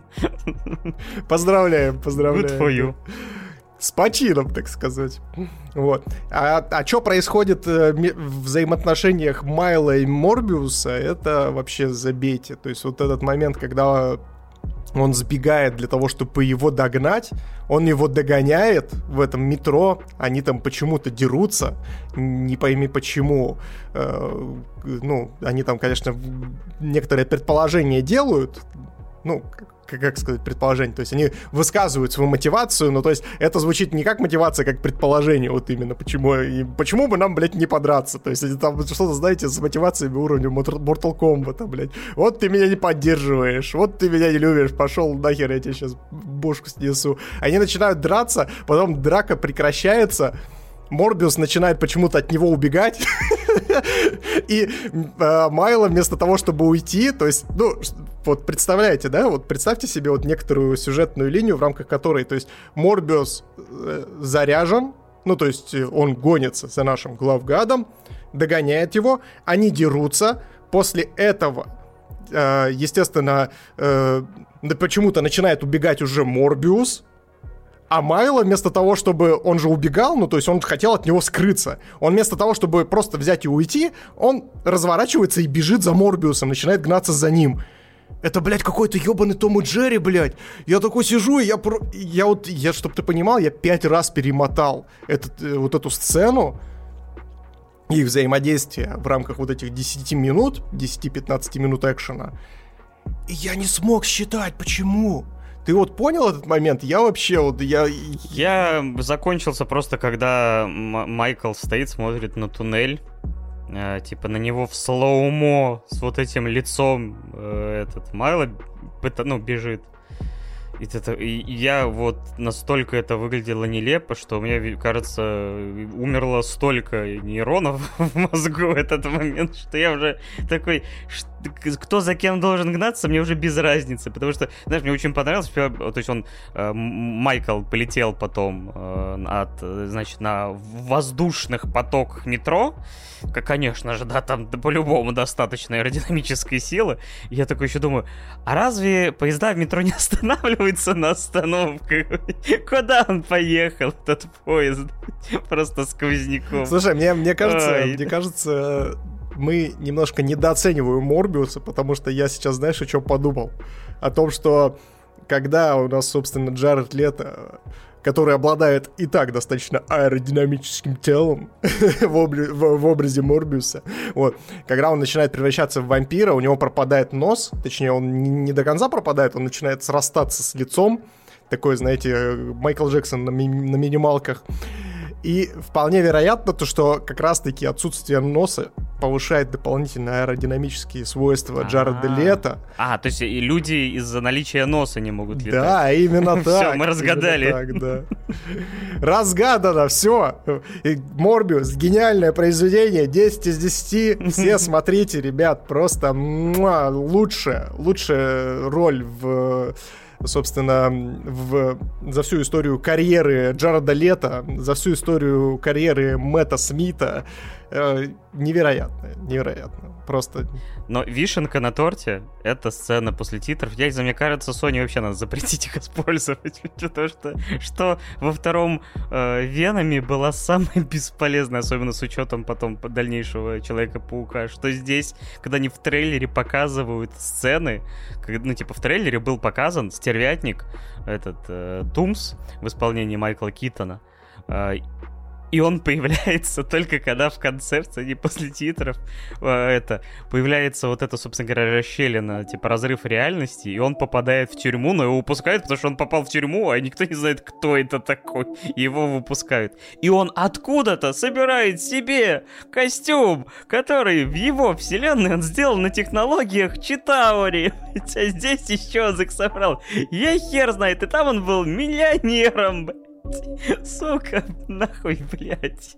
Поздравляем, поздравляем. Good for you. С почином, так сказать. Вот. А, а что происходит э, в взаимоотношениях Майла и Морбиуса, это вообще забейте. То есть вот этот момент, когда... он сбегает для того, чтобы его догнать. Он его догоняет в этом метро. Они там почему-то дерутся. Не пойми почему. Э, ну, они там, конечно, некоторые предположения делают. Ну, как, как сказать, предположение. То есть они высказывают свою мотивацию, но то есть это звучит не как мотивация, как предположение. Вот именно почему. И почему бы нам, блядь, не подраться? То есть они там что-то, знаете, с мотивациями уровня Mortal Kombat, блядь. Вот ты меня не поддерживаешь, вот ты меня не любишь, пошел нахер, я тебе сейчас бошку снесу. Они начинают драться, потом драка прекращается. Морбиус начинает почему-то от него убегать. И э, Майло вместо того, чтобы уйти, то есть, ну, вот представляете, да, вот представьте себе вот некоторую сюжетную линию, в рамках которой, то есть, Морбиус э, заряжен, ну, то есть, он гонится за нашим главгадом, догоняет его, они дерутся, после этого, э, естественно, э, почему-то начинает убегать уже Морбиус. А Майло вместо того, чтобы... Он же убегал, ну, то есть он хотел от него скрыться. Он вместо того, чтобы просто взять и уйти, он разворачивается и бежит за Морбиусом, начинает гнаться за ним. Это, блядь, какой-то ебаный Том и Джерри, блядь. Я такой сижу, и я... Про... Я вот, я, чтоб ты понимал, я пять раз перемотал этот, вот эту сцену и взаимодействие в рамках вот этих десяти минут, десять-пятнадцать минут экшена. И я не смог считать, почему... Ты вот понял этот момент? Я вообще вот... Я, я закончился просто, когда М- Майкл стоит, смотрит на туннель. Э, типа на него в слоумо с вот этим лицом э, этот Майло ну, бежит. И, это, и я вот настолько это выглядело нелепо, что мне кажется, умерло столько нейронов в мозгу в этот момент, что я уже такой, кто за кем должен гнаться, мне уже без разницы, потому что, знаешь, мне очень понравилось, то есть он, Майкл полетел потом от, значит, на воздушных потоках метро, как, конечно же, да, там по-любому достаточно аэродинамической силы, и я такой еще думаю, а разве поезда в метро не останавливаются на остановках? Куда он поехал, этот поезд? Просто сквозняком. Слушай, мне, мне кажется, Ой. мне кажется, мы немножко недооцениваем Морбиуса, потому что я сейчас, знаешь, о чем подумал? О том, что когда у нас, собственно, Джаред Лето, который обладает и так достаточно аэродинамическим телом в, обре- в, в образе Морбиуса, вот, когда он начинает превращаться в вампира, у него пропадает нос, точнее, он не, не до конца пропадает, он начинает срастаться с лицом, такой, знаете, Майкл Джексон на, ми- на минималках. И вполне вероятно то, что как раз-таки отсутствие носа повышает дополнительно аэродинамические свойства Джареда Лето. А, то есть и люди из-за наличия носа не могут летать. Да, именно так. Все, мы разгадали. Так, да. Разгадано, все. Морбиус, гениальное произведение, десять из десяти. Все смотрите, ребят, просто муа, лучше, лучшая роль в... собственно, в, за всю историю карьеры Джареда Лето, за всю историю карьеры Мэтта Смита. Э, невероятно, невероятно. Просто... Но вишенка на торте — это сцена после титров. Я, мне кажется, Sony вообще надо запретить их использовать. Потому что, что во втором э, Веноме была самая бесполезная, особенно с учетом потом дальнейшего Человека-паука, что здесь, когда они в трейлере показывают сцены, когда, ну, типа, в трейлере был показан стервятник, этот э, Тумс в исполнении Майкла Китона, э, и он появляется только когда в конце, в сцене после титров, э, это, появляется вот эта, собственно говоря, расщелина, типа разрыв реальности, и он попадает в тюрьму, но его выпускают, потому что он попал в тюрьму, а никто не знает, кто это такой, и его выпускают. И он откуда-то собирает себе костюм, который в его вселенной он сделал на технологиях Читаури. А здесь еще он их собрал. Я хер знает, и там он был миллионером, блядь. Сука, нахуй, блядь.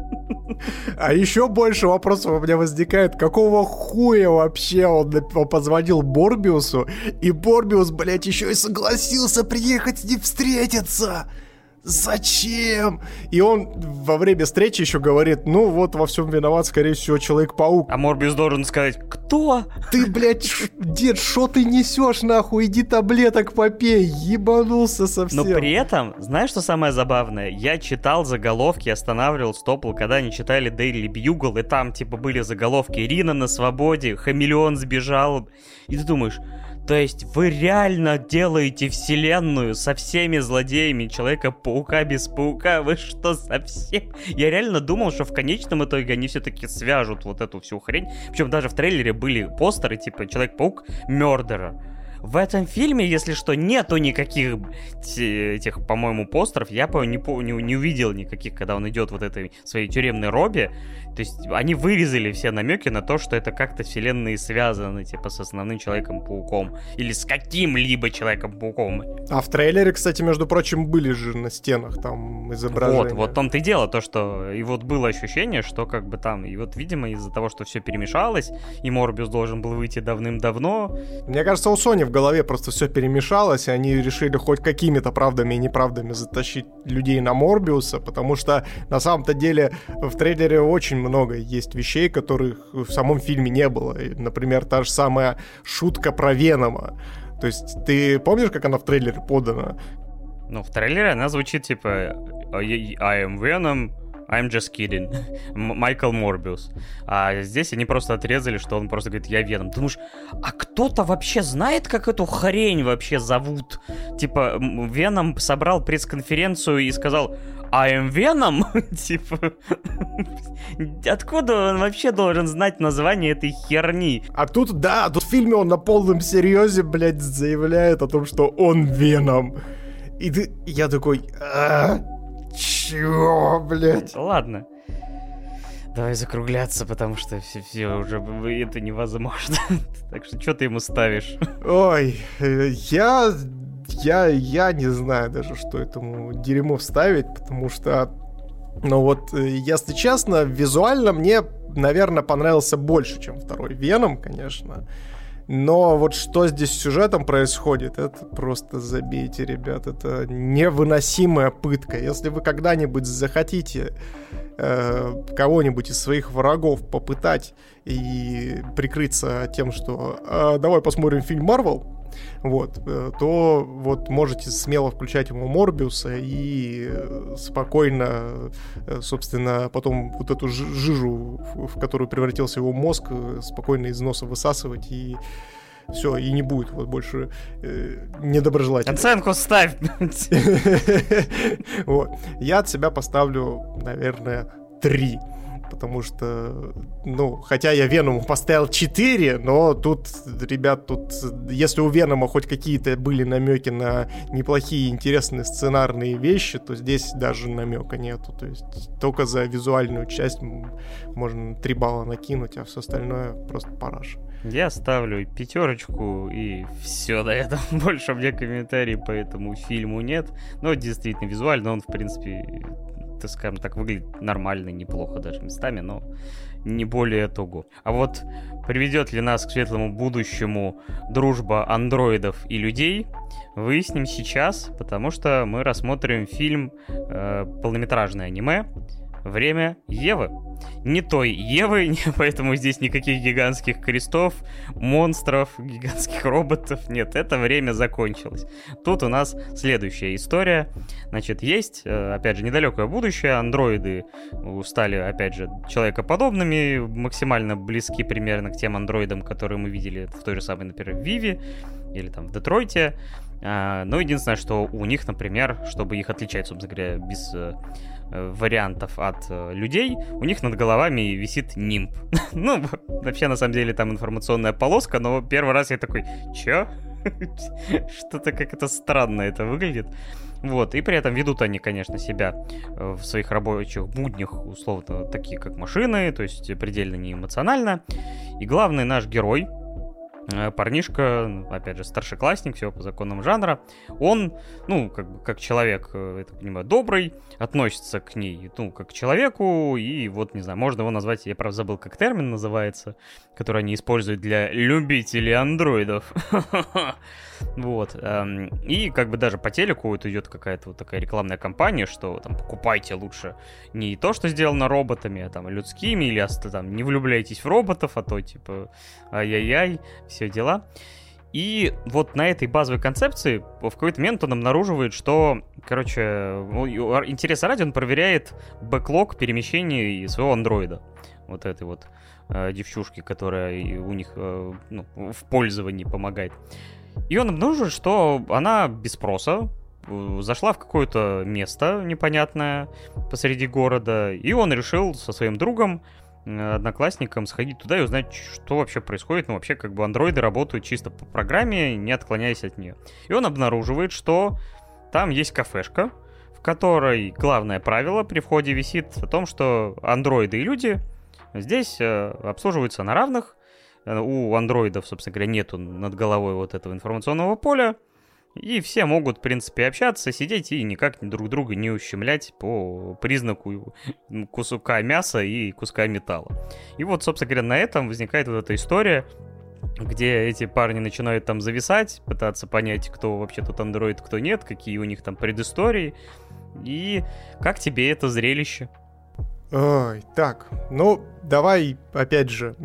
А еще больше вопросов у меня возникает. Какого хуя вообще он позвонил Морбиусу, и Морбиус, блядь, еще и согласился приехать с ним встретиться? Зачем? И он во время встречи еще говорит, ну вот во всем виноват, скорее всего, Человек-паук. А Морбиус должен сказать, кто? Ты, блядь, ш- дед, шо ты несешь, нахуй? Иди таблеток попей, ебанулся совсем. Но при этом, знаешь, что самое забавное? Я читал заголовки, останавливал, стопал, когда они читали Daily Bugle, и там, типа, были заголовки «Рина на свободе», «Хамелеон сбежал». И ты думаешь... То есть вы реально делаете вселенную со всеми злодеями Человека-паука без паука? Вы что, совсем? Я реально думал, что в конечном итоге они все-таки свяжут вот эту всю хрень. Причем даже в трейлере были постеры типа Человек-паук Мёрдера. В этом фильме, если что, нету никаких этих, по-моему, постеров. Я, по-моему, не, не, не увидел никаких, когда он идет вот этой своей тюремной робе. То есть они вырезали все намеки на то, что это как-то вселенные связаны, типа, с основным Человеком-пауком. Или с каким-либо Человеком-пауком. А в трейлере, кстати, между прочим, были же на стенах там изображения. Вот, вот в том-то и дело, то, что... И вот было ощущение, что как бы там... И вот, видимо, из-за того, что все перемешалось, и Морбиус должен был выйти давным-давно... Мне кажется, у Sony в голове просто все перемешалось, и они решили хоть какими-то правдами и неправдами затащить людей на Морбиуса, потому что на самом-то деле в трейлере очень много есть вещей, которых в самом фильме не было. Например, та же самая шутка про Венома. То есть ты помнишь, как она в трейлере подана? Ну, в трейлере она звучит типа I am Venom, I'm just kidding. Майкл Морбиус. А здесь они просто отрезали, что он просто говорит, я Веном. Ты думаешь, а кто-то вообще знает, как эту хрень вообще зовут? Типа, Веном собрал пресс-конференцию и сказал, I am Venom? Типа, откуда он вообще должен знать название этой херни? А тут, да, тут в фильме он на полном серьезе, блядь, заявляет о том, что он Веном. И ты, я такой, а чё, блядь? Ладно. Давай закругляться, потому что все, все уже это невозможно. Так что что ты ему ставишь? Ой, я я, я не знаю даже, что этому дерьму вставить, потому что, ну вот, если честно, визуально мне, наверное, понравился больше, чем второй Веном, конечно. Но вот что здесь с сюжетом происходит, это просто забейте, ребят, это невыносимая пытка. Если вы когда-нибудь захотите э, кого-нибудь из своих врагов попытать и прикрыться тем, что э, давай посмотрим фильм Марвел, вот, то вот можете смело включать ему Морбиуса и спокойно, собственно, потом вот эту жижу, в которую превратился его мозг, спокойно из носа высасывать, и все, и не будет вот больше э, недоброжелателей. Оценку ставь! Вот. Я от себя поставлю, наверное, три. Потому что, ну, хотя я Веному поставил четыре, но тут, ребят, тут, если у Венома хоть какие-то были намеки на неплохие, интересные сценарные вещи, то здесь даже намека нету. То есть только за визуальную часть можно три балла накинуть, а все остальное просто параш. Я ставлю пятерочку, и все на этом. Больше у меня комментариев по этому фильму нет. Но действительно, визуально он, в принципе, скажем так, выглядит нормально, неплохо даже местами, но не более того. А вот приведет ли нас к светлому будущему дружба андроидов и людей, выясним сейчас, потому что мы рассмотрим фильм э, полнометражное аниме «Время Евы». Не той Евы, поэтому здесь никаких гигантских крестов, монстров, гигантских роботов. Нет, это время закончилось. Тут у нас следующая история. Значит, есть, опять же, недалекое будущее. Андроиды стали, опять же, человекоподобными, максимально близки примерно к тем андроидам, которые мы видели в той же самой, например, Виве или там в Детройте. Но единственное, что у них, например, чтобы их отличать, собственно говоря, без вариантов от людей, у них над головами висит нимб. Ну, вообще, на самом деле, там информационная полоска, но первый раз я такой, чё? Что-то как-то странно это выглядит. Вот, и при этом ведут они, конечно, себя в своих рабочих буднях, условно, такие как машины, то есть предельно неэмоционально. И главный наш герой, парнишка, опять же, старшеклассник, все по законам жанра, он, ну, как бы, как человек, я так понимаю, добрый, относится к ней, ну, как к человеку, и вот, не знаю, можно его назвать, я, правда, забыл, как термин называется, который они используют для любителей андроидов. Вот. И как бы даже по телеку вот идет какая-то вот такая рекламная кампания, что там покупайте лучше не то, что сделано роботами, а там людскими, или там не влюбляйтесь в роботов, а то типа ай-яй-яй, все дела. И вот на этой базовой концепции в какой-то момент он обнаруживает, что, короче, интереса ради он проверяет бэклог перемещений своего андроида. Вот этой вот э, девчушки, которая у них э, ну, в пользовании помогает. И он обнаружил, что она без спроса зашла в какое-то место непонятное посреди города, и он решил со своим другом, одноклассником, сходить туда и узнать, что вообще происходит. Ну, вообще, как бы андроиды работают чисто по программе, не отклоняясь от нее. И он обнаруживает, что там есть кафешка, в которой главное правило при входе висит о том, что андроиды и люди здесь обслуживаются на равных. У андроидов, собственно говоря, нету над головой вот этого информационного поля, и все могут, в принципе, общаться, сидеть и никак друг друга не ущемлять по признаку куска мяса и куска металла. И вот, собственно говоря, на этом возникает вот эта история, где эти парни начинают там зависать, пытаться понять, кто вообще тут андроид, кто нет, какие у них там предыстории, и как тебе это зрелище? Ой, так, ну, давай, опять же,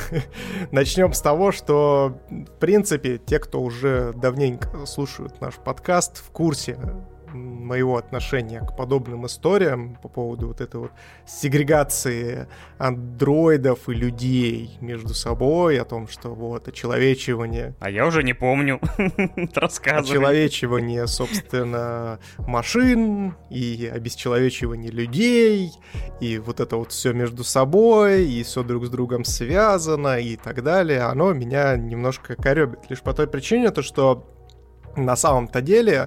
начнем с того, что, в принципе, те, кто уже давненько слушают наш подкаст, в курсе моего отношения к подобным историям по поводу вот этой вот сегрегации андроидов и людей между собой, о том, что вот очеловечивание... А я уже не помню. Рассказывай. Очеловечивание, собственно, машин и обесчеловечивание людей, и вот это вот все между собой, и все друг с другом связано, и так далее, оно меня немножко корёбит. Лишь по той причине, то, что на самом-то деле...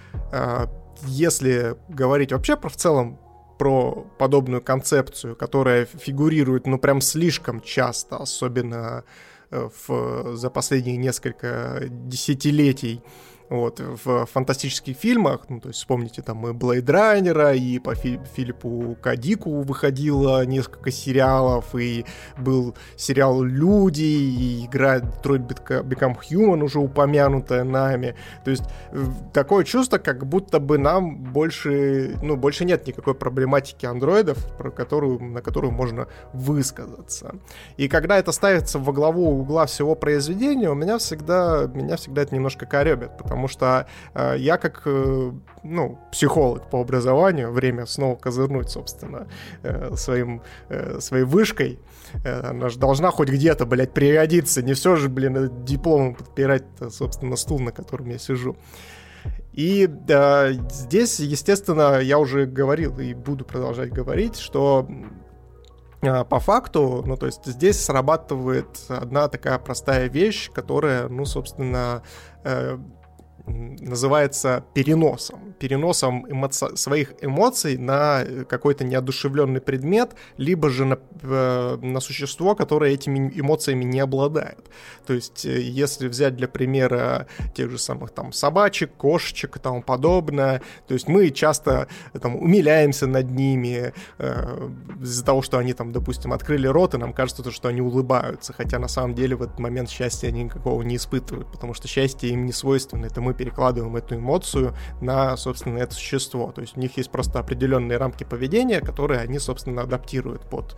Если говорить вообще про в целом про подобную концепцию, которая фигурирует, ну, прям слишком часто, особенно в, за последние несколько десятилетий вот, в фантастических фильмах, ну, то есть вспомните там и Блейд Раннера, и по Фи- Филиппу К. Дику выходило несколько сериалов, и был сериал «Люди», и игра Detroit Become Human, уже упомянутая нами. То есть такое чувство, как будто бы нам больше, ну, больше нет никакой проблематики андроидов, про которую, на которую можно высказаться. И когда это ставится во главу угла всего произведения, у меня всегда, меня всегда это немножко корёбит, потому Потому что э, я как, э, ну, психолог по образованию, время снова козырнуть, собственно, э, своим, э, своей вышкой, э, она же должна хоть где-то, блядь, пригодиться, не все же, блин, дипломом подпирать, собственно, стул, на котором я сижу. И э, здесь, естественно, я уже говорил и буду продолжать говорить, что по факту, ну, то есть здесь срабатывает одна такая простая вещь, которая, ну, собственно, э, называется переносом. Переносом эмоци- своих эмоций на какой-то неодушевленный предмет, либо же на, э, на существо, которое этими эмоциями не обладает. То есть, если взять для примера тех же самых там собачек, кошечек и тому подобное, то есть мы часто там умиляемся над ними э, из-за того, что они там, допустим, открыли рот, и нам кажется, что они улыбаются, хотя на самом деле в этот момент счастья они никакого не испытывают, потому что счастье им не свойственно, это мы перекладываем эту эмоцию на, собственно, это существо. То есть у них есть просто определенные рамки поведения, которые они, собственно, адаптируют под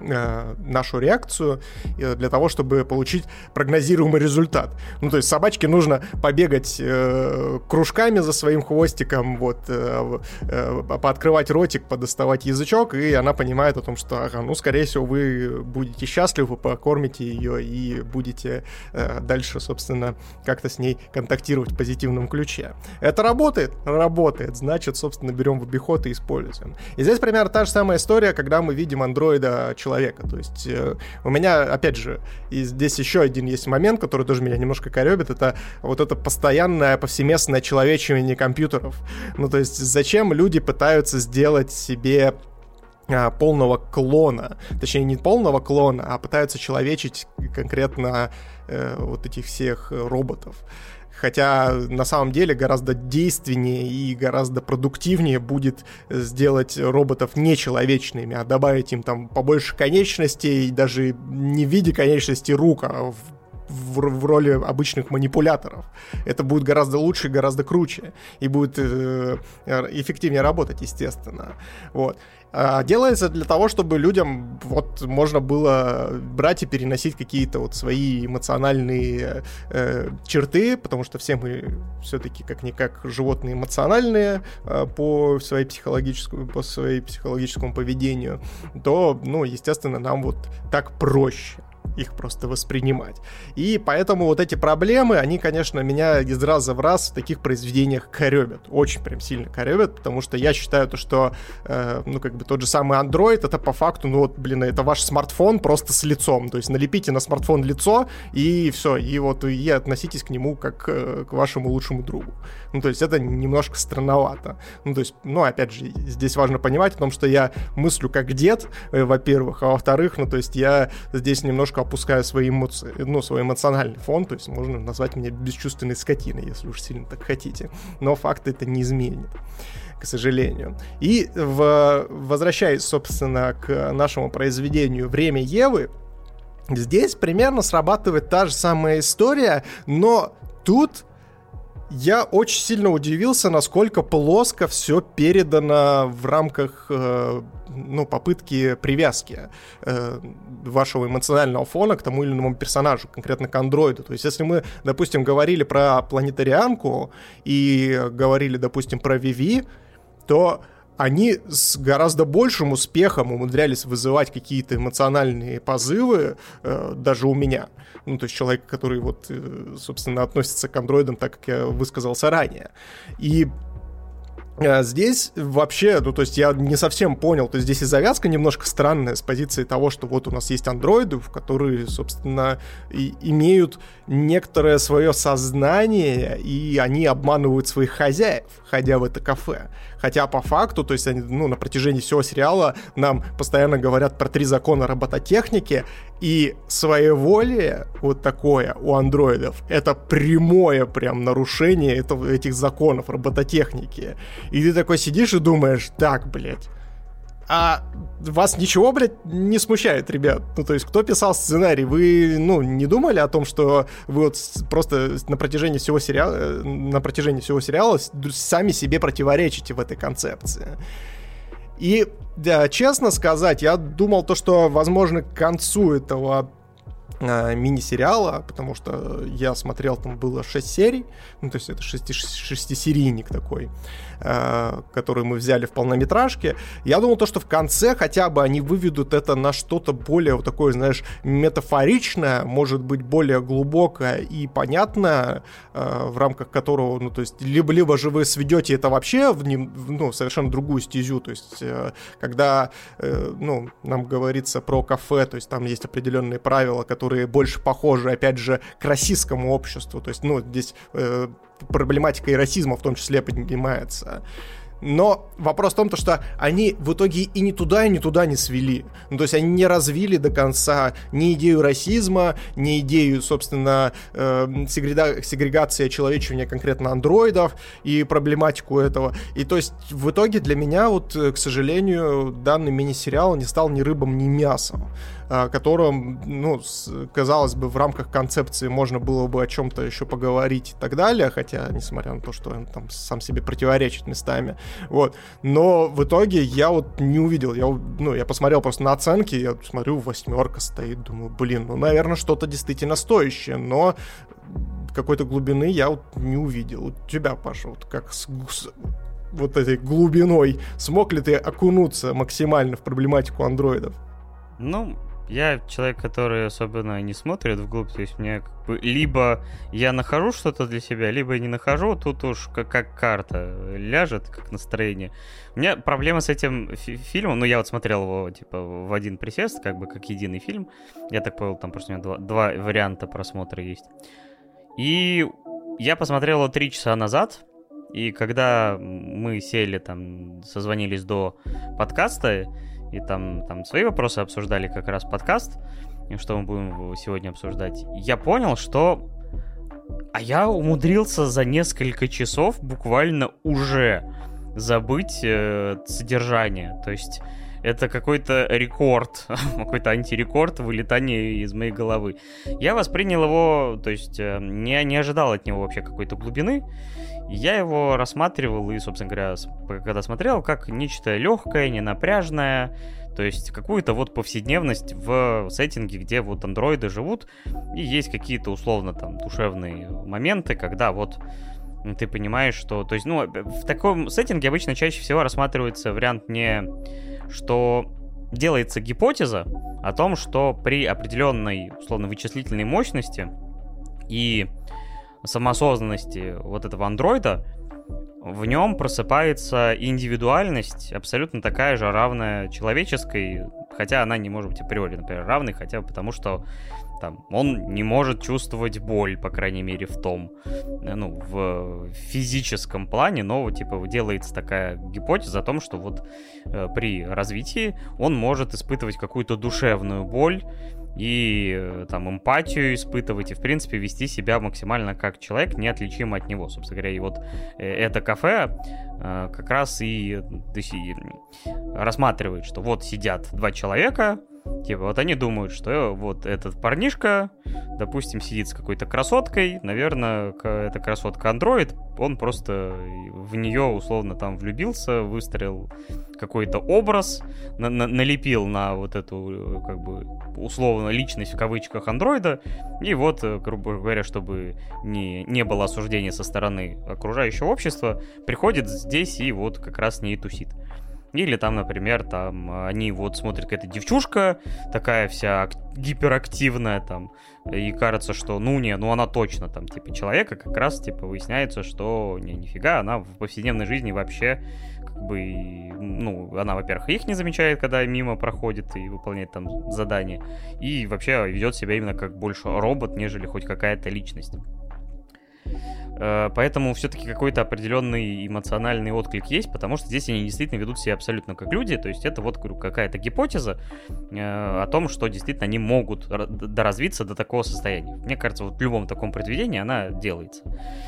э, нашу реакцию э, для того, чтобы получить прогнозируемый результат. Ну, то есть собачке нужно побегать э, кружками за своим хвостиком, вот, э, э, пооткрывать ротик, подоставать язычок, и она понимает о том, что, ага, ну, скорее всего, вы будете счастливы, покормите ее и будете э, дальше, собственно, как-то с ней контактировать в позитивном ключе. Это работает? Работает. Значит, собственно, берем в обиход и используем. И здесь примерно та же самая история, когда мы видим андроида-человека. То есть э, у меня, опять же, и здесь еще один есть момент, который тоже меня немножко корёбит, это вот это постоянное повсеместное человечивание компьютеров. Ну, то есть зачем люди пытаются сделать себе полного клона, точнее не полного клона, а пытаются человечить конкретно э, вот этих всех роботов. Хотя на самом деле гораздо действеннее и гораздо продуктивнее будет сделать роботов нечеловечными, а добавить им там побольше конечностей, даже не в виде конечностей рук, а в В, в роли обычных манипуляторов. Это будет гораздо лучше и гораздо круче. И будет э, эффективнее работать, естественно. Вот. А делается для того, чтобы людям вот можно было брать и переносить какие-то вот свои эмоциональные э, черты, потому что все мы все-таки как-никак животные эмоциональные э, по своей психологическому, по своей психологическому поведению, то, ну, естественно, нам вот так проще их просто воспринимать. И поэтому вот эти проблемы, они, конечно, меня из раза в раз в таких произведениях корёбят. Очень прям сильно корёбят, потому что я считаю то, что э, ну, как бы тот же самый Android, это по факту, ну вот, блин, это ваш смартфон просто с лицом. То есть налепите на смартфон лицо, и все, и вот и относитесь к нему как э, к вашему лучшему другу. Ну, то есть это немножко странновато. Ну, то есть, ну, опять же, здесь важно понимать о том, что я мыслю как дед, э, во-первых, а во-вторых, ну, то есть я здесь немножко опускаю свои эмоции, ну, свой эмоциональный фон, то есть можно назвать меня бесчувственной скотиной, если уж сильно так хотите. Но факт это не изменит, к сожалению. И в, возвращаясь, собственно, к нашему произведению «Время Евы», здесь примерно срабатывает та же самая история, но тут я очень сильно удивился, насколько плоско все передано в рамках э, ну, попытки привязки э, вашего эмоционального фона к тому или иному персонажу, конкретно к андроиду. То есть если мы, допустим, говорили про планетарианку и говорили, допустим, про Виви, то они с гораздо большим успехом умудрялись вызывать какие-то эмоциональные позывы э, даже у меня. Ну, то есть человек, который вот, э, собственно, относится к андроидам так, как я высказался ранее. И э, здесь вообще, ну, то есть я не совсем понял, то есть здесь и завязка немножко странная с позиции того, что вот у нас есть андроиды, которые, собственно, и имеют некоторое свое сознание, и они обманывают своих хозяев, ходя в это кафе. Хотя по факту, то есть они, ну, на протяжении всего сериала нам постоянно говорят про три закона робототехники. И своеволие вот такое у андроидов — это прямое прям нарушение этого, этих законов робототехники. И ты такой сидишь и думаешь: так, блядь, а вас ничего, блядь, не смущает, ребят? Ну, то есть, кто писал сценарий? Вы, ну, не думали о том, что вы вот просто на протяжении всего сериала, на протяжении всего сериала сами себе противоречите в этой концепции? И, да, честно сказать, я думал то, что, возможно, к концу этого э, мини-сериала, потому что я смотрел, там было шесть серий, ну, то есть это шести, шестисерийник такой, э, который мы взяли в полнометражке. Я думал то, что в конце хотя бы они выведут это на что-то более вот такое, знаешь, метафоричное, может быть, более глубокое и понятное, э, в рамках которого, ну, то есть, либо, либо же вы сведете это вообще в, ну, совершенно другую стезю, то есть, э, когда, э, ну, нам говорится про кафе, то есть, там есть определенные правила, которые больше похожи, опять же, к российскому обществу, то есть, ну, здесь э, проблематика и расизма в том числе поднимается. Но вопрос в том, что они в итоге и не туда, и не туда не свели. Ну, то есть они не развили до конца ни идею расизма, ни идею, собственно, э, сегрега- сегрегации, очеловечивания конкретно андроидов и проблематику этого. И то есть в итоге для меня, вот, к сожалению, данный мини-сериал не стал ни рыбом, ни мясом, о котором, ну, казалось бы, в рамках концепции можно было бы о чем-то еще поговорить и так далее, хотя, несмотря на то, что он там сам себе противоречит местами. Вот. Но в итоге я вот не увидел. Я, ну, я посмотрел просто на оценки, я смотрю, восьмерка стоит, думаю, блин, ну, наверное, что-то действительно стоящее, но какой-то глубины я вот не увидел. У тебя, Паша, вот как с, с вот этой глубиной смог ли ты окунуться максимально в проблематику андроидов? Ну, я человек, который особенно не смотрит вглубь, то есть мне как бы либо я нахожу что-то для себя, либо я не нахожу, тут уж как, как карта ляжет, как настроение. У меня проблема с этим фи- фильмом, ну я вот смотрел его типа в один присест, как бы как единый фильм, я так понял, там просто у меня два, два варианта просмотра есть. И я посмотрел его три часа назад, и когда мы сели там, созвонились до подкаста, и там, там свои вопросы обсуждали, как раз подкаст, что мы будем сегодня обсуждать, я понял, что... А я умудрился за несколько часов буквально уже забыть э, содержание. То есть это какой-то рекорд, какой-то антирекорд вылетания из моей головы. Я воспринял его, то есть э, не, не ожидал от него вообще какой-то глубины. Я его рассматривал и, собственно говоря, когда смотрел, как нечто легкое, ненапряжное, то есть какую-то вот повседневность в сеттинге, где вот андроиды живут, и есть какие-то условно там душевные моменты, когда вот ты понимаешь, что... То есть, ну, в таком сеттинге обычно чаще всего рассматривается вариант не, что делается гипотеза о том, что при определенной, условно, вычислительной мощности и самоосознанности вот этого андроида, в нем просыпается индивидуальность абсолютно такая же, равная человеческой, хотя она не может быть априори, например, равной, хотя бы потому, что там, он не может чувствовать боль, по крайней мере, в том, ну, в физическом плане, но, типа, делается такая гипотеза о том, что вот э, при развитии он может испытывать какую-то душевную боль, и там эмпатию испытывать, и, в принципе, вести себя максимально как человек, неотличимо от него, собственно говоря. И вот это кафе э, как раз и, и рассматривает, что вот сидят два человека, типа, вот они думают, что вот этот парнишка, допустим, сидит с какой-то красоткой, наверное, эта красотка-андроид, он просто в нее условно там влюбился, выстроил какой-то образ, на- на- налепил на вот эту, как бы, условно, личность в кавычках андроида, и вот, грубо говоря, чтобы не, не было осуждения со стороны окружающего общества, приходит здесь и вот как раз с ней тусит. Или там, например, там они вот смотрят, какая-то девчушка, такая вся ак- гиперактивная там, и кажется, что ну не, ну она точно там типа человека, как раз типа выясняется, что не, нифига, она в повседневной жизни вообще как бы, ну, она, во-первых, их не замечает, когда мимо проходит и выполняет там задания, и вообще ведет себя именно как больше робот, нежели хоть какая-то личность. Поэтому все-таки какой-то определенный эмоциональный отклик есть, потому что здесь они действительно ведут себя абсолютно как люди. То есть это вот, говорю, какая-то гипотеза о том, что действительно они могут доразвиться до такого состояния. Мне кажется, вот в любом таком произведении она делается.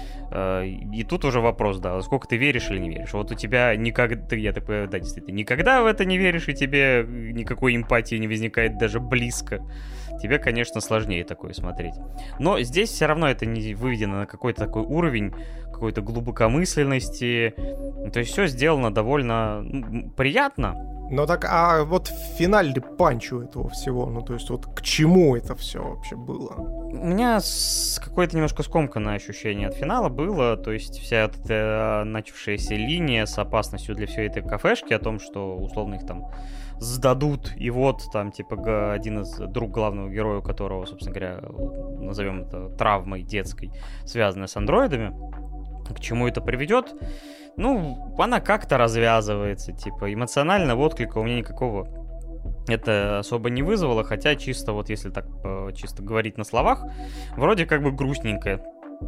И тут уже вопрос, да, сколько ты веришь или не веришь. Вот у тебя никогда, я так понимаю, да, действительно, никогда в это не веришь, и тебе никакой эмпатии не возникает даже близко. Тебе, конечно, сложнее такое смотреть. Но здесь все равно это не выведено на какой-то такой уровень какой-то глубокомысленности. То есть все сделано довольно ну, приятно. Ну так, а вот финальный панч у этого всего, ну то есть вот к чему это все вообще было? У меня с какое-то немножко скомканное ощущение от финала было, то есть вся эта начавшаяся линия с опасностью для всей этой кафешки о том, что условно их там сдадут, и вот там типа один из друг главного героя, у которого, собственно говоря, назовем это травмой детской, связанной с андроидами, к чему это приведет? Ну, она как-то развязывается, типа, эмоционального отклика у меня никакого это особо не вызвало, хотя чисто вот если так чисто говорить на словах, вроде как бы грустненькая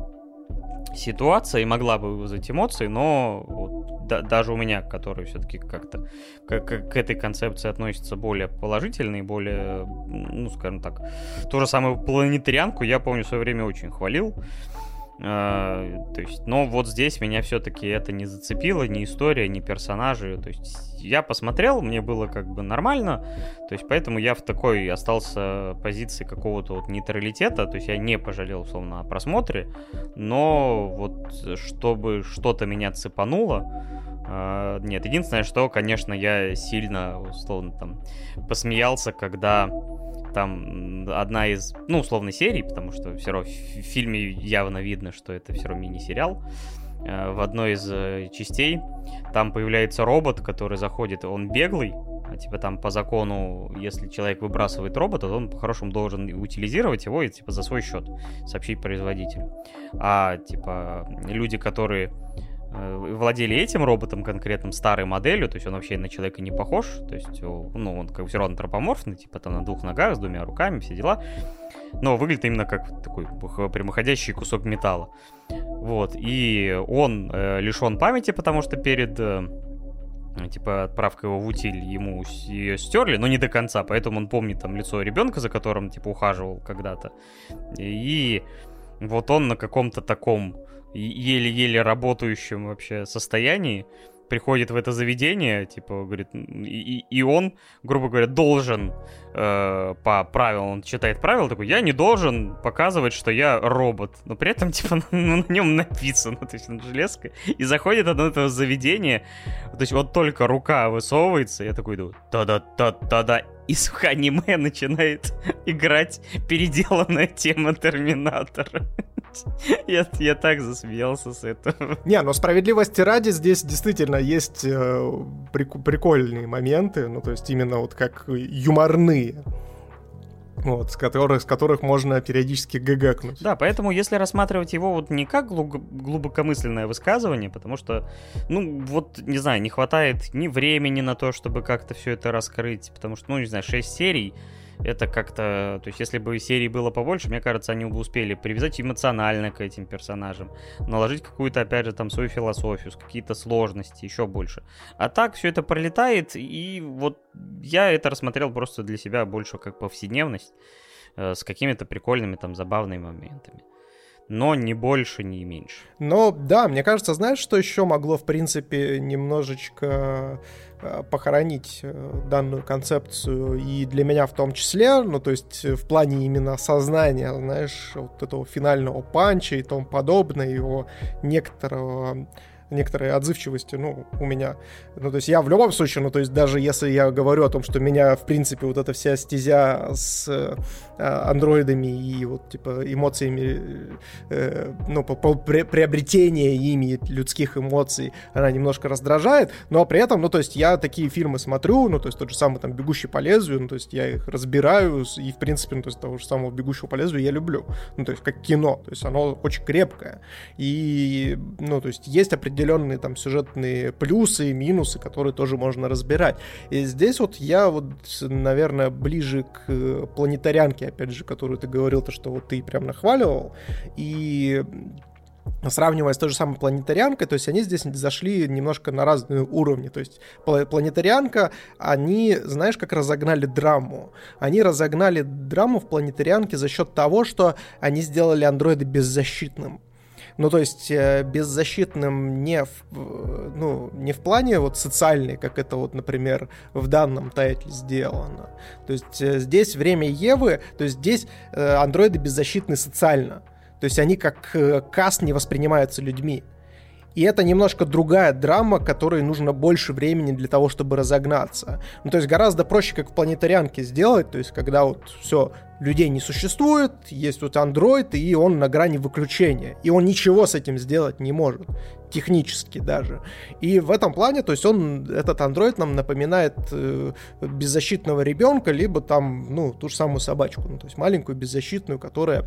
ситуация и могла бы вызвать эмоции, но вот, да, даже у меня, который все-таки как-то к, к, к этой концепции относится более положительно и более, ну, скажем так, ту же самую планетарианку я, помню, в свое время очень хвалил. Uh, то есть, но вот здесь меня все-таки это не зацепило, ни история, ни персонажи. То есть я посмотрел, мне было как бы нормально. То есть поэтому я в такой остался позиции какого-то вот нейтралитета. То есть я не пожалел, условно, о просмотре. Но вот чтобы что-то меня цепануло, uh, нет. Единственное, что, конечно, я сильно, условно, там посмеялся, когда там одна из, ну, условно, серий, потому что все равно в фильме явно видно, что это все равно мини-сериал. В одной из частей там появляется робот, который заходит, он беглый, а типа там по закону, если человек выбрасывает робота, то он по-хорошему должен утилизировать его и типа за свой счет сообщить производителю. А типа люди, которые владели этим роботом конкретным, старой моделью, то есть он вообще на человека не похож, то есть, ну, он как бы все равно антропоморфный, типа там на двух ногах, с двумя руками, все дела, но выглядит именно как такой прямоходящий кусок металла. Вот, и он э, лишен памяти, потому что перед э, типа отправкой его в утиль ему ее стерли, но не до конца, поэтому он помнит там лицо ребенка, за которым типа ухаживал когда-то, и вот он на каком-то таком еле-еле работающем вообще состоянии приходит в это заведение, типа, говорит, и, и он, грубо говоря, должен э, по правилам, он читает правила, такой, я не должен показывать, что я робот, но при этом, типа, на, на нем написано, то есть он железка, и заходит от этого заведения, то есть вот только рука высовывается, я такой иду, да-да-да-да-да, и, сука, аниме начинает играть переделанная тема Терминатора. Я, я так засмеялся с этого. Не, но справедливости ради здесь действительно есть э, прик- прикольные моменты, ну, то есть именно вот как юморные, вот, с которых, с которых можно периодически гэгакнуть. Да, поэтому если рассматривать его вот не как глуб- глубокомысленное высказывание, потому что, ну, вот, не знаю, не хватает ни времени на то, чтобы как-то все это раскрыть, потому что, ну, не знаю, шесть серий, это как-то... То есть, если бы серий было побольше, мне кажется, они бы успели привязать эмоционально к этим персонажам, наложить какую-то, опять же, там, свою философию, какие-то сложности, еще больше. А так все это пролетает, и вот я это рассмотрел просто для себя больше как повседневность, э, с какими-то прикольными, там, забавными моментами. Но ни больше, ни меньше. Но, да, мне кажется, знаешь, что еще могло, в принципе, немножечко похоронить данную концепцию, и для меня в том числе, ну, то есть в плане именно сознания, знаешь, вот этого финального панча и тому подобное, его некоторого... некоторой отзывчивости, ну, у меня. Ну, то есть я в любом случае, ну, то есть даже если я говорю о том, что меня, в принципе, вот эта вся стезя с э, андроидами и вот, типа, эмоциями, э, ну, по, по при, приобретение ими людских эмоций, она немножко раздражает, но при этом, ну, то есть я такие фильмы смотрю, ну, то есть тот же самый, там, «Бегущий по лезвию», ну, то есть я их разбираю, и, в принципе, ну, то есть того же самого «Бегущего по лезвию» я люблю, ну, то есть как кино, то есть оно очень крепкое, и, ну, то есть есть определенные определенные там сюжетные плюсы и минусы, которые тоже можно разбирать. И здесь вот я вот, наверное, ближе к планетарианке, опять же, которую ты говорил, то, что вот ты прям нахваливал. И сравнивая с той же самой планетарианкой, то есть они здесь зашли немножко на разные уровни. То есть планетарианка, они, знаешь, как разогнали драму? Они разогнали драму в планетарианке за счет того, что они сделали андроида беззащитным. Ну, то есть э, беззащитным не в, ну, не в плане вот социальной, как это вот, например, в данном тайтле сделано. То есть э, здесь время Евы, то есть здесь э, андроиды беззащитны социально. То есть они как э, каст не воспринимаются людьми. И это немножко другая драма, которой нужно больше времени для того, чтобы разогнаться. Ну, то есть гораздо проще, как в планетарианке сделать, то есть когда вот все, людей не существует, есть вот андроид, и он на грани выключения. И он ничего с этим сделать не может, технически даже. И в этом плане, то есть он, этот андроид нам напоминает э, беззащитного ребенка, либо там, ну, ту же самую собачку, ну, то есть маленькую беззащитную, которая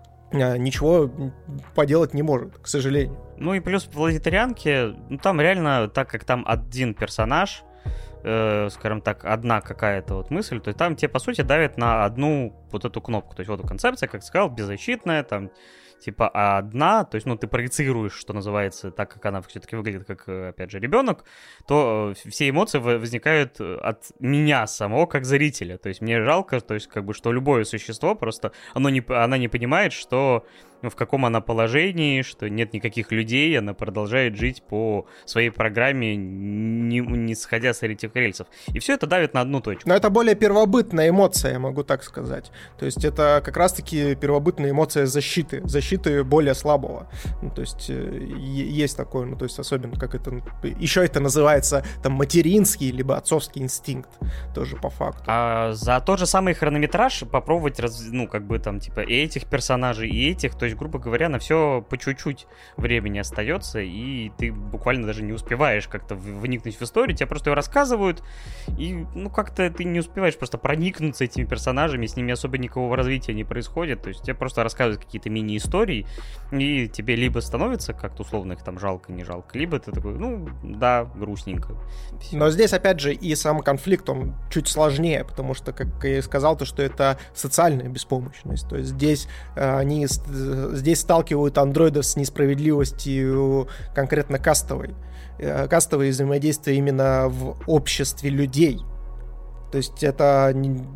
ничего поделать не может, к сожалению. Ну и плюс в планетарианке, ну там реально, так как там один персонаж, э, скажем так, одна какая-то вот мысль, то есть там тебе, по сути, давят на одну вот эту кнопку. То есть вот концепция, как сказал, беззащитная, там, типа, одна, то есть, ну, ты проецируешь, что называется, так как она все-таки выглядит как, опять же, ребенок, то все эмоции возникают от меня самого, как зрителя. То есть мне жалко, то есть, как бы, что любое существо просто, оно не, она не понимает, что, ну, в каком она положении, что нет никаких людей, она продолжает жить по своей программе, не, не сходя с этих рельсов. И все это давит на одну точку. Но это более первобытная эмоция, я могу так сказать. То есть это как раз-таки первобытная эмоция защиты, защиты более слабого. Ну, то есть есть такое, ну, то есть особенно как это, еще это называется там материнский либо отцовский инстинкт, тоже по факту. А за тот же самый хронометраж попробовать, раз, ну, как бы там, типа, и этих персонажей, и этих, то есть, грубо говоря, на все по чуть-чуть времени остается, и ты буквально даже не успеваешь как-то вникнуть в историю, тебе просто ее рассказывают, и, ну, как-то ты не успеваешь просто проникнуться этими персонажами, с ними особо никакого развития не происходит, то есть тебе просто рассказывают какие-то мини-истории, и тебе либо становится как-то условно их там жалко, не жалко, либо ты такой, ну, да, грустненько. Всё. Но здесь, опять же, и сам конфликт, он чуть сложнее, потому что, как я и сказал, то, что это социальная беспомощность, то есть здесь э, они здесь сталкивают андроидов с несправедливостью конкретно кастовой. Кастовое взаимодействие именно в обществе людей. То есть это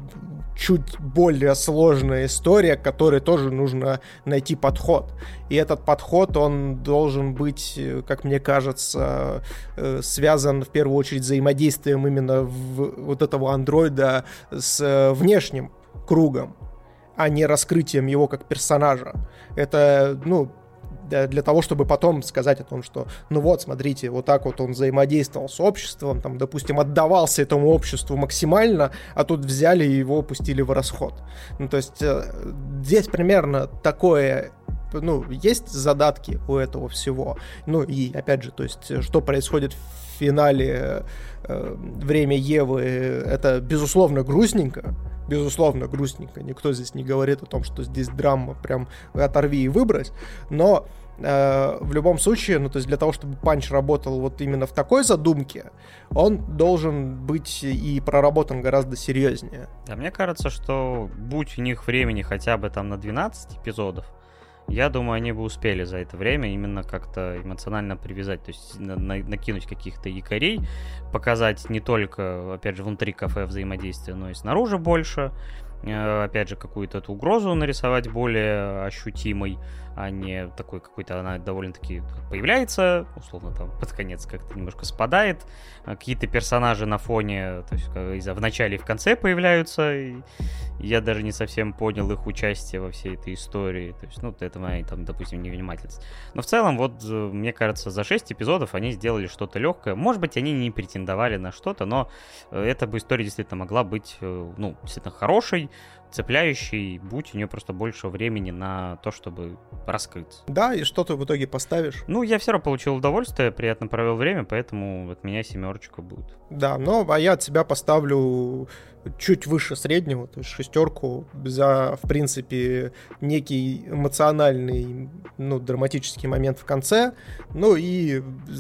чуть более сложная история, к которой тоже нужно найти подход. И этот подход, он должен быть, как мне кажется, связан в первую очередь взаимодействием именно в, вот этого андроида с внешним кругом, а не раскрытием его как персонажа. Это, ну, для того, чтобы потом сказать о том, что, ну вот, смотрите, вот так вот он взаимодействовал с обществом, там, допустим, отдавался этому обществу максимально, а тут взяли и его пустили в расход. Ну, то есть здесь примерно такое, ну, есть задатки у этого всего. Ну, и, опять же, то есть, что происходит в финале э, «Время Евы», это, безусловно, грустненько, безусловно, грустненько. Никто здесь не говорит о том, что здесь драма прям оторви и выбрось. Но э, в любом случае, ну, то есть для того, чтобы панч работал вот именно в такой задумке, он должен быть и проработан гораздо серьезнее. Да, мне кажется, что будь у них времени хотя бы там на двенадцать эпизодов, я думаю, они бы успели за это время именно как-то эмоционально привязать, то есть на- на- накинуть каких-то якорей, показать не только, опять же, внутри кафе взаимодействие, но и снаружи больше, э, опять же, какую-то эту угрозу нарисовать более ощутимой, а не такой какой-то, она довольно-таки появляется, условно там под конец как-то немножко спадает, какие-то персонажи на фоне, то есть в начале и в конце появляются, и я даже не совсем понял их участие во всей этой истории, то есть, ну, это моя, там, допустим, невнимательность. Но в целом, вот, мне кажется, за шесть эпизодов они сделали что-то легкое, может быть, они не претендовали на что-то, но эта бы история действительно могла быть, ну, действительно хорошей, цепляющий, будь у нее просто больше времени на то, чтобы раскрыться. Да, и что ты в итоге поставишь? Ну, я все равно получил удовольствие, приятно провел время, поэтому от меня семерочка будет. Да, ну, а я от себя поставлю чуть выше среднего, то есть шестерку за, в принципе, некий эмоциональный, ну, драматический момент в конце, ну и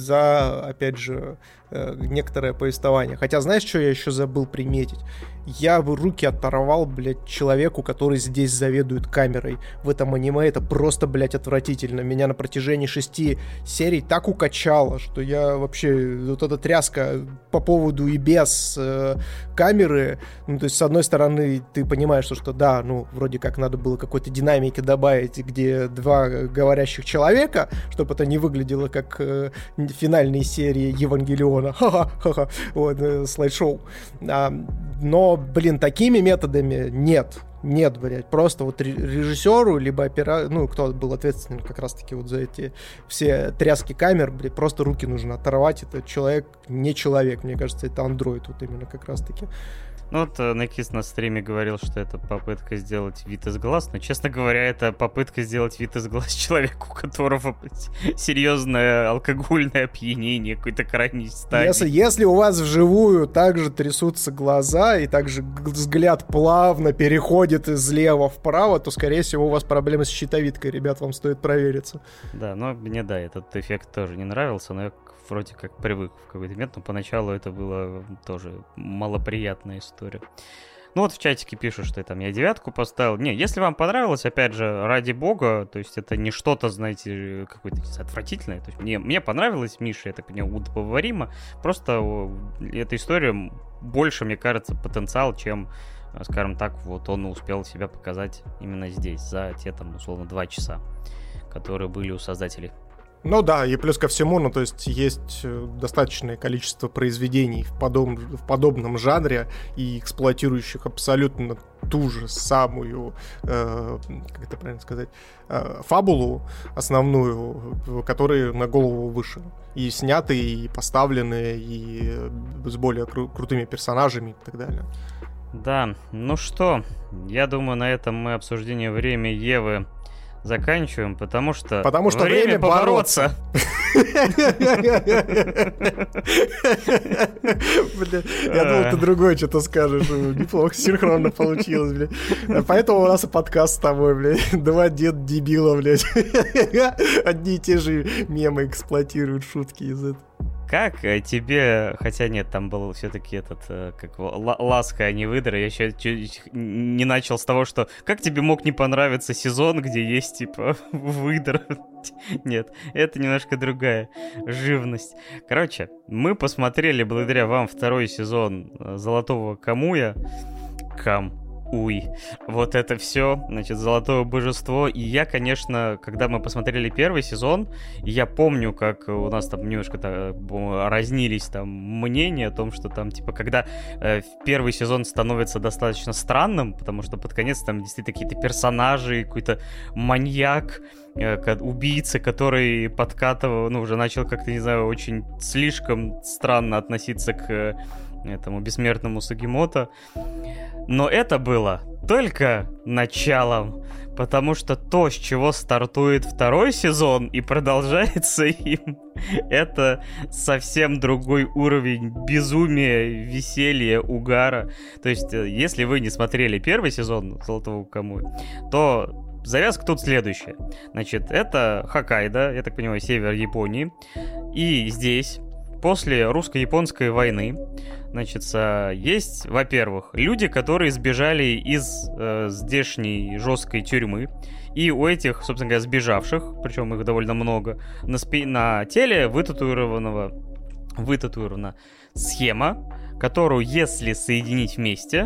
за, опять же, некоторое повествование. Хотя, знаешь, что я еще забыл приметить? Я бы руки оторвал, блядь, человеку, который здесь заведует камерой в этом аниме. Это просто, блядь, отвратительно. Меня на протяжении шести серий так укачало, что я вообще... Вот эта тряска по поводу и без э, камеры, ну, то есть, с одной стороны, ты понимаешь, что, что да, ну, вроде как надо было какой-то динамики добавить, где два говорящих человека, чтобы это не выглядело как э, финальные серии Евангелиона. Ха-ха-ха-ха. Вот, э, слайд-шоу. А, но, блин, такими методами нет. Нет, блядь, просто вот режиссеру, либо опера... ну, кто был ответственен как раз-таки вот за эти все тряски камер, блядь, просто руки нужно оторвать. Это человек, не человек, мне кажется, это андроид вот именно как раз-таки. Ну вот Некис на стриме говорил, что это попытка сделать вид из глаз, но, честно говоря, это попытка сделать вид из глаз человеку, у которого серьезное алкогольное опьянение какой-то крайней стадии. Если, если у вас вживую также трясутся глаза и также взгляд плавно переходит из лева вправо, то, скорее всего, у вас проблемы с щитовидкой, ребят, вам стоит провериться. Да, но мне, да, этот эффект тоже не нравился, но я вроде как привык в какой-то момент, но поначалу это было тоже малоприятная история. Ну вот в чатике пишут, что там я девятку поставил. Не, если вам понравилось, опять же, ради бога, то есть это не что-то, знаете, какое-то отвратительное. То есть мне, мне понравилось, Миша, я так понимаю, удобоваримо. Просто эта история больше, мне кажется, потенциал, чем, скажем так, вот он успел себя показать именно здесь, за те там, условно, два часа, которые были у создателей. Ну да, и плюс ко всему, ну то есть есть достаточное количество произведений в, подоб... в подобном жанре и эксплуатирующих абсолютно ту же самую, э, как это правильно сказать, э, фабулу основную, которые на голову выше. И сняты, и поставлены, и с более кру- крутыми персонажами и так далее. Да, ну что, я думаю, на этом мы обсуждение «Время Евы» заканчиваем, потому что, потому что время, время бороться. Бля, я думал, ты другое что-то скажешь. Неплохо, синхронно получилось, бля. Поэтому у нас и подкаст с тобой, бля. Два деда дебила, блядь. Одни и те же мемы эксплуатируют, шутки из этого. Как тебе, хотя нет, там был все-таки этот, как ласка, а не выдра, я еще не начал с того, что как тебе мог не понравиться сезон, где есть, типа, выдра? Нет, это немножко другая живность. Короче, мы посмотрели благодаря вам второй сезон Золотого Камуя. Кам. Уй, вот это все, значит, Золотое Божество. И я, конечно, когда мы посмотрели первый сезон, я помню, как у нас там немножко разнились там мнения о том, что там, типа, когда э, первый сезон становится достаточно странным, потому что под конец там действительно какие-то персонажи, какой-то маньяк, э, убийца, который подкатывал, ну, уже начал как-то, не знаю, очень слишком странно относиться к э, этому бессмертному Сугимото. Но это было только началом, потому что то, с чего стартует второй сезон и продолжается им, это совсем другой уровень безумия, веселья, угара. То есть, если вы не смотрели первый сезон Золотого Камуя, то завязка тут следующая. Значит, это Хоккайдо, я так понимаю, север Японии, и здесь... После русско-японской войны, значит, есть, во-первых, люди, которые сбежали из э, здешней жесткой тюрьмы, и у этих, собственно говоря, сбежавших, причем их довольно много, на, спи- на теле вытатуированного, вытатуирована схема, которую, если соединить вместе,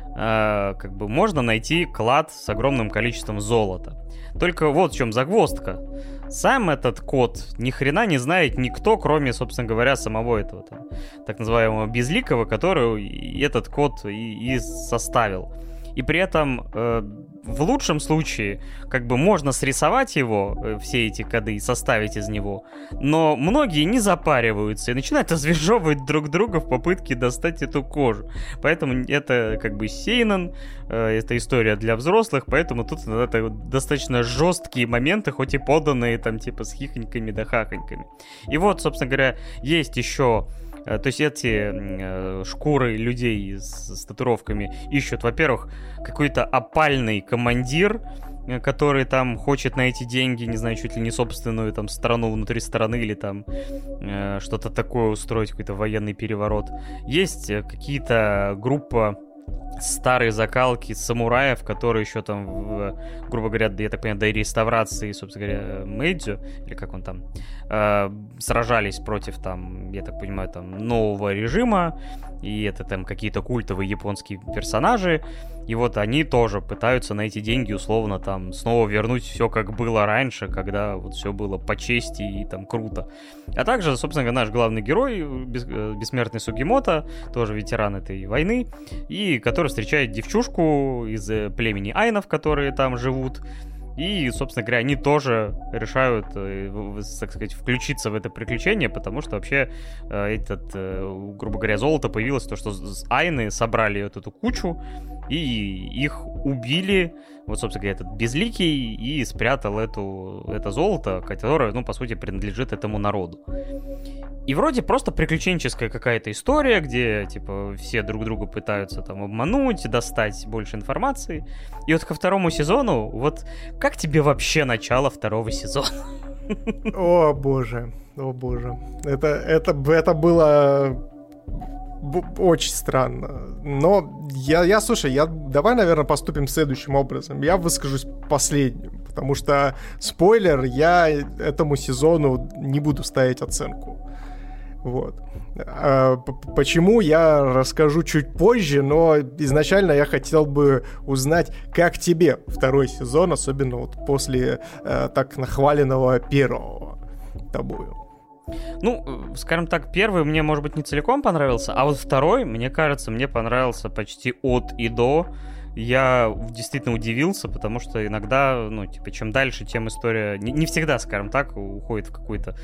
э, как бы можно найти клад с огромным количеством золота. Только вот в чем загвоздка. Сам этот код ни хрена не знает никто, кроме, собственно говоря, самого этого там, так называемого Безликого, который этот код и, и составил. И при этом э, в лучшем случае как бы можно срисовать его, э, все эти коды, и составить из него, но многие не запариваются и начинают озвержевывать друг друга в попытке достать эту кожу. Поэтому это как бы сейнэн, э, это история для взрослых, поэтому тут это достаточно жесткие моменты, хоть и поданные там типа с хихоньками да хахоньками. И вот, собственно говоря, есть еще... То есть эти э, шкуры людей с, с татуировками ищут, во-первых, какой-то опальный командир, который там хочет на эти деньги, не знаю, чуть ли не собственную там страну внутри страны или там э, что-то такое устроить, какой-то военный переворот. Есть какие-то группа старые закалки самураев, которые еще там, в, грубо говоря, я так понимаю, до реставрации, собственно говоря, Мэйдзю, или как он там, э, сражались против, там, я так понимаю, там, нового режима, и это там какие-то культовые японские персонажи, и вот они тоже пытаются на эти деньги, условно, там, снова вернуть все, как было раньше, когда вот все было по чести и там круто. А также, собственно говоря, наш главный герой, бес, бессмертный Сугимото, тоже ветеран этой войны, и который встречает девчушку из племени айнов, которые там живут. И, собственно говоря, они тоже решают, так сказать, включиться в это приключение, потому что вообще этот, грубо говоря, золото появилось, то, что айны собрали вот эту кучу, и их убили, вот, собственно говоря, этот Безликий, и спрятал эту, это золото, которое, ну, по сути, принадлежит этому народу. И вроде просто приключенческая какая-то история, где, типа, все друг друга пытаются там обмануть, достать больше информации. И вот ко второму сезону, вот как тебе вообще начало второго сезона? О, боже, о, боже. Это, это, это было очень странно. Но я, я, слушай, я, давай, наверное, поступим следующим образом. Я выскажусь последним, потому что, спойлер, я этому сезону не буду ставить оценку. Вот. А, почему, я расскажу чуть позже, но изначально я хотел бы узнать, как тебе второй сезон, особенно вот после а, так нахваленного первого тобою. Ну, скажем так, первый мне, может быть, не целиком понравился, а вот второй, мне кажется, мне понравился почти от и до. Я действительно удивился, потому что иногда, ну, типа, чем дальше, тем история не, не всегда, скажем так, уходит в какую-то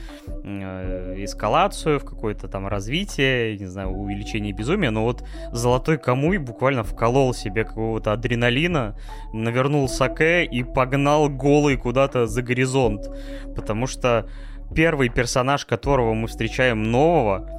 э, эскалацию, в какое-то там развитие, не знаю, увеличение безумия, но вот Золотой Камуй буквально вколол себе какого-то адреналина, навернул саке и погнал голый куда-то за горизонт, потому что первый персонаж, которого мы встречаем нового,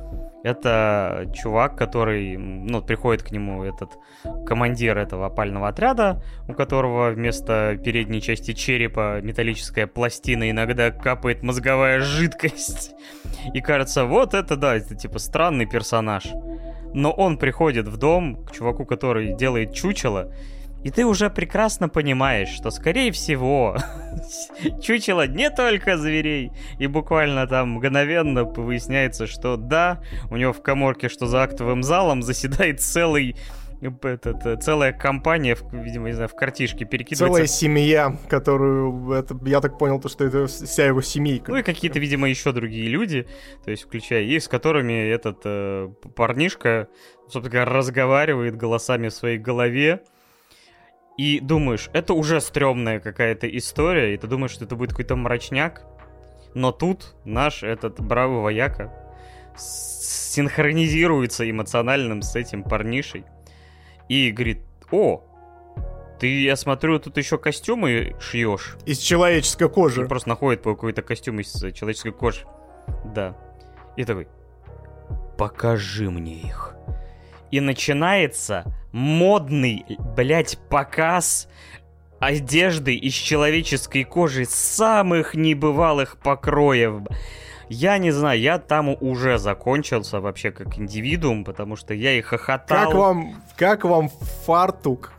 это чувак, который, ну, приходит к нему этот командир этого опального отряда, у которого вместо передней части черепа металлическая пластина, иногда капает мозговая жидкость. И кажется, вот это, да, это типа странный персонаж. Но он приходит в дом к чуваку, который делает чучело, и ты уже прекрасно понимаешь, что, скорее всего, чучело не только зверей. И буквально там мгновенно выясняется, что да, у него в каморке, что за актовым залом, заседает целый... Этот, целая компания, видимо, не знаю, в картишке перекидывается. Целая семья, которую, это, я так понял, то, что это вся его семейка. Ну и какие-то, видимо, еще другие люди, то есть включая их, с которыми этот э, парнишка, собственно говоря, разговаривает голосами в своей голове. И думаешь, это уже стрёмная какая-то история, и ты думаешь, что это будет какой-то мрачняк. Но тут наш этот бравый вояка синхронизируется эмоциональным с этим парнишей. И говорит, о, ты, я смотрю, тут еще костюмы шьешь. Из человеческой кожи. И просто находит по какой-то костюм из человеческой кожи. Да. И такой, покажи мне их. И начинается модный, блять, показ одежды из человеческой кожи самых небывалых покроев. Я не знаю, я там уже закончился вообще как индивидуум, потому что я и хохотал. Как вам, как вам фартук,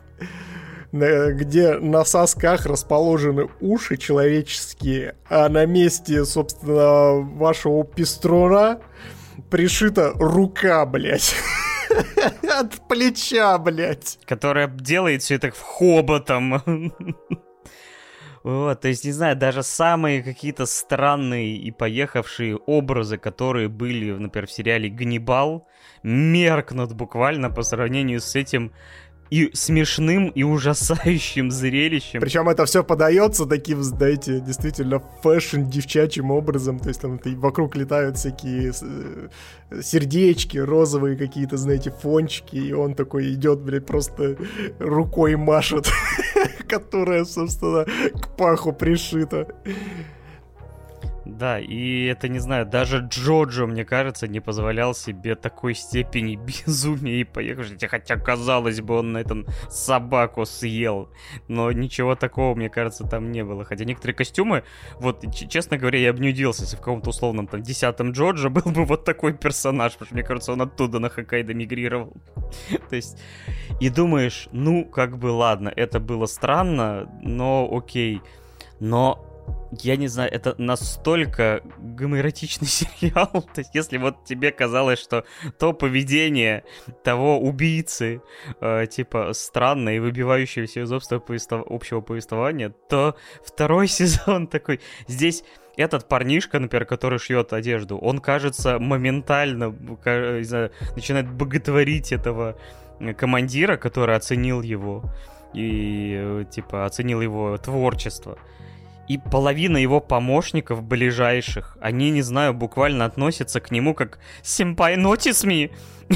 где на сосках расположены уши человеческие, а на месте, собственно, вашего пеструна пришита рука, блять. От плеча, блять. Которая делает все это хоботом. Вот, то есть, не знаю, даже самые какие-то странные и поехавшие образы, которые были, например, в сериале «Ганнибал», меркнут буквально по сравнению с этим и смешным, и ужасающим зрелищем. Причем это все подается таким, знаете, действительно фэшн девчачьим образом. То есть там вокруг летают всякие сердечки, розовые какие-то, знаете, фончики. И он такой идет, блядь, просто рукой машет, которая, собственно, к паху пришита. Да, и это, не знаю, даже Джоджо, мне кажется, не позволял себе такой степени безумия и поехать, хотя, казалось бы, он на этом собаку съел, но ничего такого, мне кажется, там не было. Хотя некоторые костюмы, вот, честно говоря, я бы не удивился, если в каком-то условном там десятом Джоджо был бы вот такой персонаж, потому что, мне кажется, он оттуда на Хоккайдо мигрировал. То есть, и думаешь, ну, как бы, ладно, это было странно, но окей, но... Я не знаю, это настолько гомоэротичный сериал. То есть, если вот тебе казалось, что то поведение того убийцы, э, типа, странное и выбивающее все из общего, повествов... общего повествования, то второй сезон такой... Здесь этот парнишка, например, который шьет одежду, он, кажется, моментально не знаю, начинает боготворить этого командира, который оценил его и, типа, оценил его творчество. И половина его помощников ближайших, они, не знаю, буквально относятся к нему как «Сэмпай, notice me!»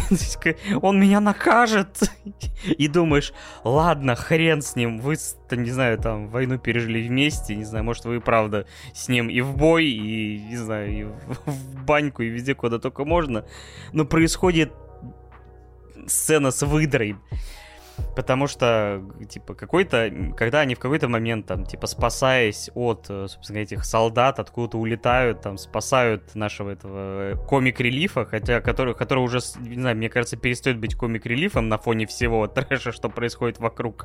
Он меня накажет! И думаешь, ладно, хрен с ним, вы, не знаю, там, войну пережили вместе, не знаю, может, вы и правда с ним и в бой, и, не знаю, и в баньку, и везде, куда только можно. Но происходит сцена с выдрой. Потому что, типа, какой-то... Когда они в какой-то момент, там, типа, спасаясь от, собственно, этих солдат, откуда-то улетают, там, спасают нашего этого комик-релифа, хотя, который, который уже, не знаю, мне кажется, перестает быть комик-релифом на фоне всего трэша, что происходит вокруг.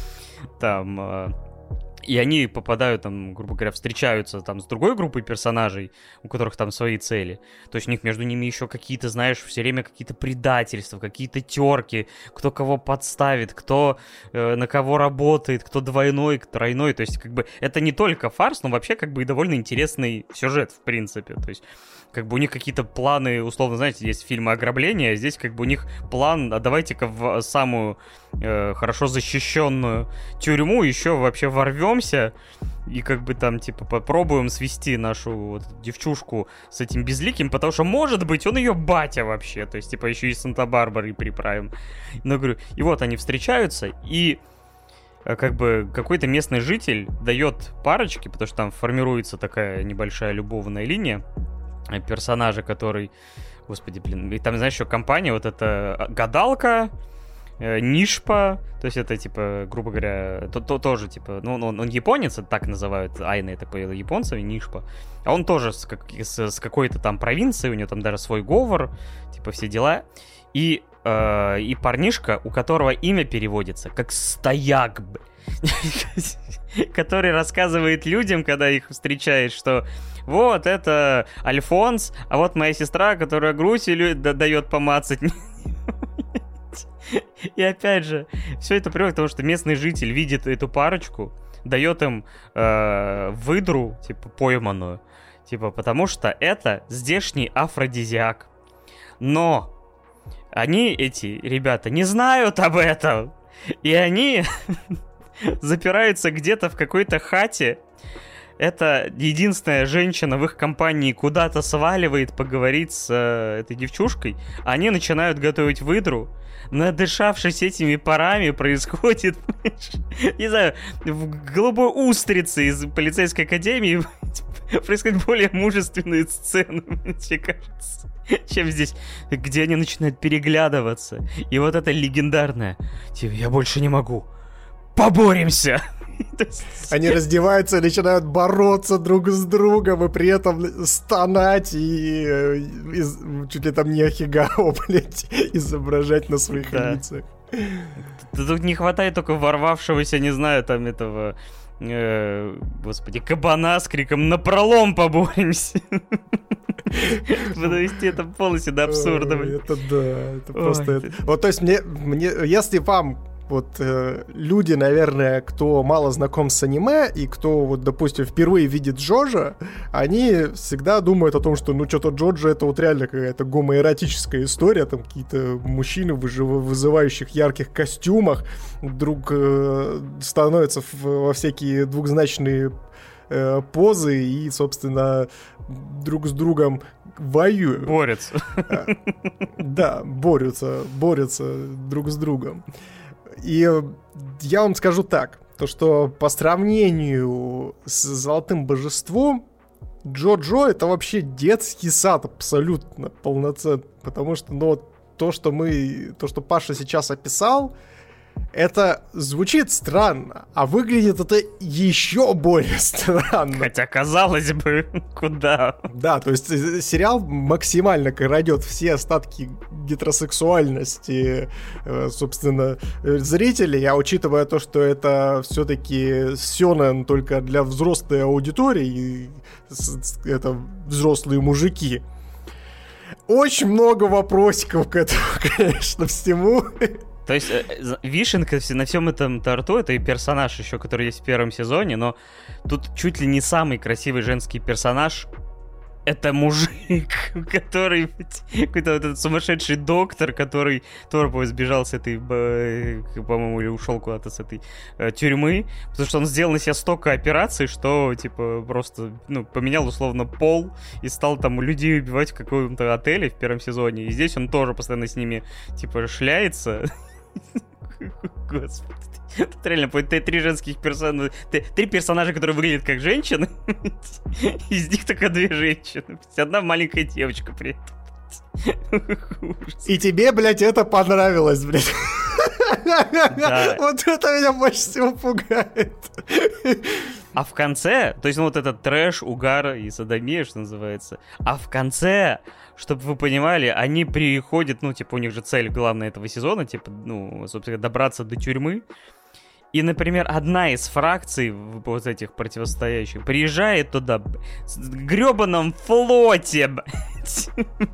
Там... И они попадают, там, грубо говоря, встречаются там с другой группой персонажей, у которых там свои цели. То есть у них между ними еще какие-то, знаешь, все время какие-то предательства, какие-то терки, кто кого подставит, кто э, на кого работает, кто двойной, тройной. То есть как бы это не только фарс, но вообще как бы и довольно интересный сюжет, в принципе. То есть как бы у них какие-то планы, условно, знаете, есть фильмы ограбления, а здесь как бы у них план, а давайте-ка в самую э, хорошо защищенную тюрьму еще вообще ворвемся и как бы там, типа, попробуем свести нашу вот, девчушку с этим безликим, потому что, может быть, он ее батя вообще, то есть, типа, еще и Санта-Барбары приправим. Но, говорю, и вот они встречаются, и как бы какой-то местный житель дает парочке, потому что там формируется такая небольшая любовная линия, персонажа, который... Господи, блин, и там, знаешь, еще компания, вот эта гадалка, э, Нишпа, то есть это, типа, грубо говоря, то, то тоже, типа, ну, он, он японец, это так называют, Айна, это по японцами, Нишпа, а он тоже с, как, с, с какой-то там провинции, у него там даже свой говор, типа, все дела, и, э, и парнишка, у которого имя переводится как «Стояк», который рассказывает людям, когда их встречает, что вот, это Альфонс, а вот моя сестра, которая грудь дает помацать. И опять же, все это приводит к тому, что местный житель видит эту парочку, дает им э, выдру, типа, пойманную, типа, потому что это здешний афродизиак. Но они, эти ребята, не знают об этом. И они запираются где-то в какой-то хате. Это единственная женщина в их компании куда-то сваливает поговорить с э, этой девчушкой. Они начинают готовить выдру. Надышавшись этими парами, происходит, не знаю, в голубой устрице из полицейской академии происходят более мужественные сцены, мне кажется, чем здесь, где они начинают переглядываться. И вот это легендарное, типа, я больше не могу, поборемся! Они раздеваются и начинают бороться друг с другом, и при этом стонать и, и, и чуть ли там не ахигао, блядь, изображать на своих да. лицах. Тут не хватает только ворвавшегося, не знаю, там этого, э, господи, кабана с криком «Напролом поборемся!» Довести это полностью до абсурда. Это да, это просто... Вот, то есть мне, если вам вот э, люди, наверное, кто мало знаком с аниме и кто, вот, допустим, впервые видит Джоджо, они всегда думают о том, что, ну, что-то Джоджо — это вот реально какая-то гомоэротическая история, там какие-то мужчины в вызывающих ярких костюмах вдруг э, становятся в, во всякие двухзначные э, позы и, собственно, друг с другом воюют. Борются. Да, борются, борются друг с другом. И я вам скажу так, то что по сравнению с «Золотым божеством», Джо-Джо — это вообще детский сад абсолютно полноценный, потому что, ну, то, что мы, то, что Паша сейчас описал, это звучит странно, а выглядит это еще более странно. Хотя, казалось бы, куда? Да, то есть сериал максимально крадет все остатки гетеросексуальности, собственно, зрителей, а учитывая то, что это все-таки сёнэн только для взрослой аудитории, это взрослые мужики. Очень много вопросиков к этому, конечно, всему. То есть вишенка на всем этом торту — это и персонаж еще, который есть в первом сезоне, но тут чуть ли не самый красивый женский персонаж — это мужик, который какой-то вот этот сумасшедший доктор, который тоже сбежал с этой, по-моему, или ушел куда-то с этой э, тюрьмы, потому что он сделал на себя столько операций, что, типа, просто, ну, поменял условно пол и стал там людей убивать в каком-то отеле в первом сезоне. И здесь он тоже постоянно с ними, типа, шляется. Господи. Тут реально три женских персонажа, три персонажа, которые выглядят как женщины, из них только две женщины, одна маленькая девочка при этом. И тебе, блядь, это понравилось, блядь. Да. Вот это меня больше всего пугает. А в конце, то есть, ну, вот этот трэш, угар и садомия, что называется, а в конце, чтобы вы понимали, они приходят, ну, типа, у них же цель главная этого сезона, типа, ну, собственно, добраться до тюрьмы. И, например, одна из фракций вот этих противостоящих приезжает туда в гребаном флоте, блядь.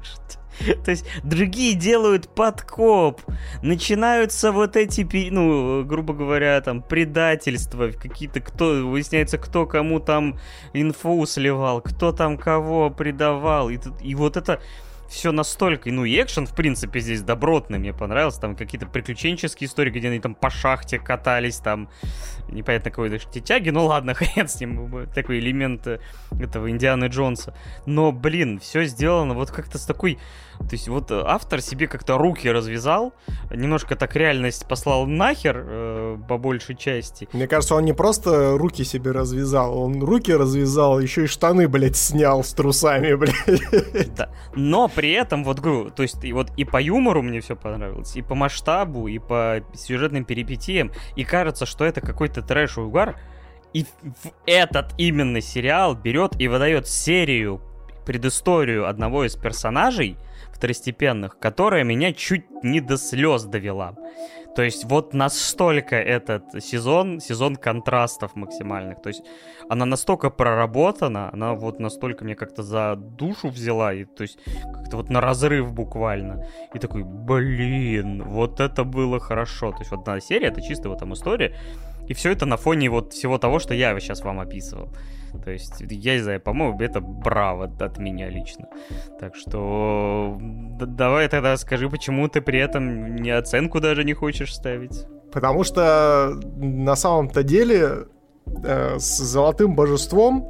То есть другие делают подкоп, начинаются вот эти, ну, грубо говоря, там, предательства, какие-то, кто, выясняется, кто кому там инфу сливал, кто там кого предавал, и, и вот это все настолько, ну и экшен, в принципе, здесь добротный, мне понравился, там какие-то приключенческие истории, где они там по шахте катались, там, непонятно какой даже тяги, ну ладно, хрен с ним, такой элемент этого Индианы Джонса, но, блин, все сделано вот как-то с такой, то есть вот автор себе как-то руки развязал, немножко так реальность послал нахер, э, по большей части. Мне кажется, он не просто руки себе развязал, он руки развязал, еще и штаны, блядь, снял с трусами, блядь. Да, но при этом, вот, говорю, то есть и вот и по юмору мне все понравилось, и по масштабу, и по сюжетным перипетиям, и кажется, что это какой-то трэш и угар, и в этот именно сериал берет и выдает серию, предысторию одного из персонажей второстепенных, которая меня чуть не до слез довела. То есть вот настолько этот сезон, сезон контрастов максимальных. То есть она настолько проработана, она вот настолько меня как-то за душу взяла, и то есть как-то вот на разрыв буквально. И такой, блин, вот это было хорошо. То есть вот одна серия, это чисто вот там история, и все это на фоне вот всего того, что я сейчас вам описывал. То есть, я не знаю, по-моему, это браво от меня лично. Так что давай тогда скажи, почему ты при этом ни оценку даже не хочешь ставить? Потому что на самом-то деле э, с «Золотым божеством»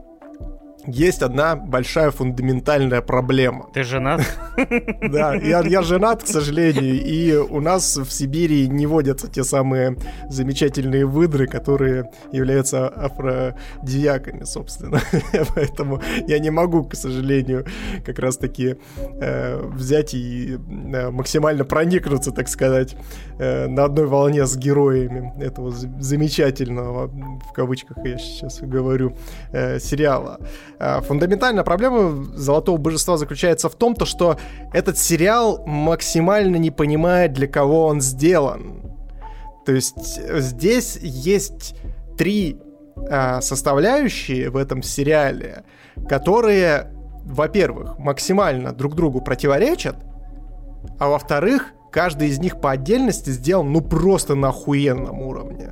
есть одна большая фундаментальная проблема. Ты женат? Да, я, я женат, к сожалению, и у нас в Сибири не водятся те самые замечательные выдры, которые являются афродиаками, собственно. Поэтому я не могу, к сожалению, как раз-таки э, взять и э, максимально проникнуться, так сказать, э, на одной волне с героями этого замечательного, в кавычках я сейчас говорю, э, сериала. Фундаментальная проблема «Золотого божества» заключается в том, то, что этот сериал максимально не понимает, для кого он сделан. То есть здесь есть три э, составляющие в этом сериале, которые, во-первых, максимально друг другу противоречат, а во-вторых, каждый из них по отдельности сделан ну просто на охуенном уровне.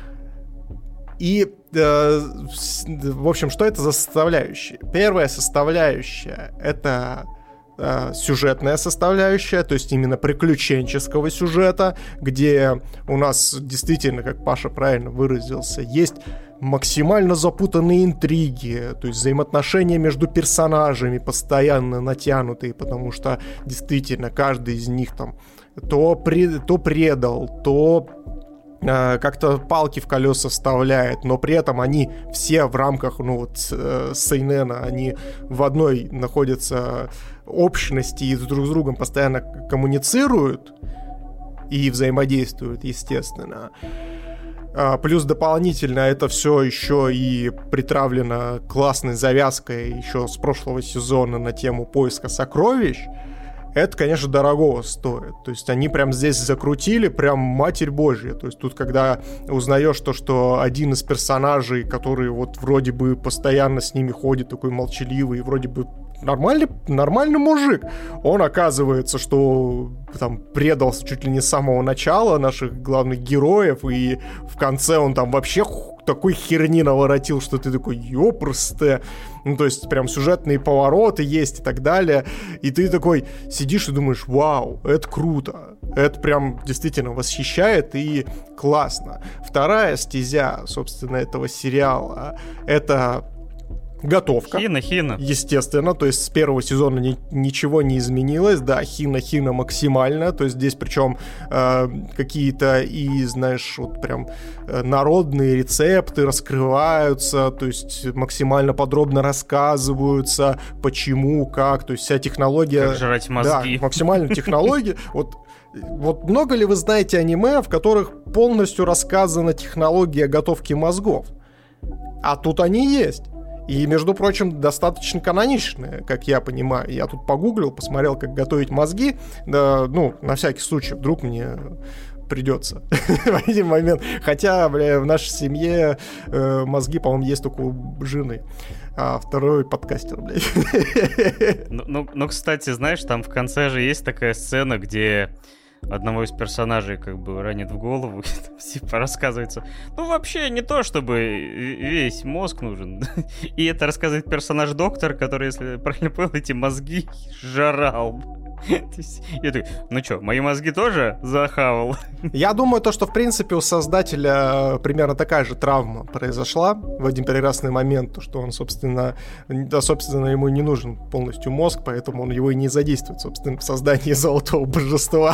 И, э, в общем, что это за составляющие? Первая составляющая — это э, сюжетная составляющая, то есть именно приключенческого сюжета, где у нас действительно, как Паша правильно выразился, есть максимально запутанные интриги, то есть взаимоотношения между персонажами постоянно натянутые, потому что действительно каждый из них там то, пред, то предал, то как-то палки в колеса вставляет, но при этом они все в рамках, ну вот, сейнэна, они в одной находятся общности и друг с другом постоянно коммуницируют и взаимодействуют, естественно. Плюс дополнительно это все еще и притравлено классной завязкой еще с прошлого сезона на тему поиска сокровищ. Это, конечно, дорогого стоит. То есть они прям здесь закрутили, прям Матерь Божья. То есть тут, когда узнаешь то, что один из персонажей, который вот вроде бы постоянно с ними ходит, такой молчаливый, вроде бы нормальный, нормальный мужик, он оказывается, что там предал чуть ли не с самого начала наших главных героев, и в конце он там вообще такой херни наворотил, что ты такой, ёпрсте. Ну, то есть прям сюжетные повороты есть и так далее. И ты такой сидишь и думаешь, вау, это круто. Это прям действительно восхищает и классно. Вторая стезя, собственно, этого сериала, это готовка. Хина, хина. Естественно, то есть с первого сезона ни, ничего не изменилось, да, хина, хина максимально, то есть здесь причем э, какие-то и, знаешь, вот прям э, народные рецепты раскрываются, то есть максимально подробно рассказываются, почему, как, то есть вся технология... Как жрать мозги. Да, максимально технология, вот. Вот много ли вы знаете аниме, в которых полностью рассказана технология готовки мозгов? А тут они есть. И, между прочим, достаточно каноничные, как я понимаю. Я тут погуглил, посмотрел, как готовить мозги. Да, ну, на всякий случай, вдруг мне придется в один момент. Хотя, бля, в нашей семье э, мозги, по-моему, есть только у жены. А второй подкастер, блядь. Ну, ну, ну, кстати, знаешь, там в конце же есть такая сцена, где одного из персонажей как бы ранит в голову, и типа рассказывается, ну вообще не то, чтобы весь мозг нужен. И это рассказывает персонаж-доктор, который, если правильно понял, эти мозги жрал. Я такой, ну что, мои мозги тоже захавал? Я думаю, то, что в принципе у создателя примерно такая же травма произошла в один прекрасный момент, то, что он, собственно, да, собственно, ему не нужен полностью мозг, поэтому он его и не задействует, собственно, в создании золотого божества.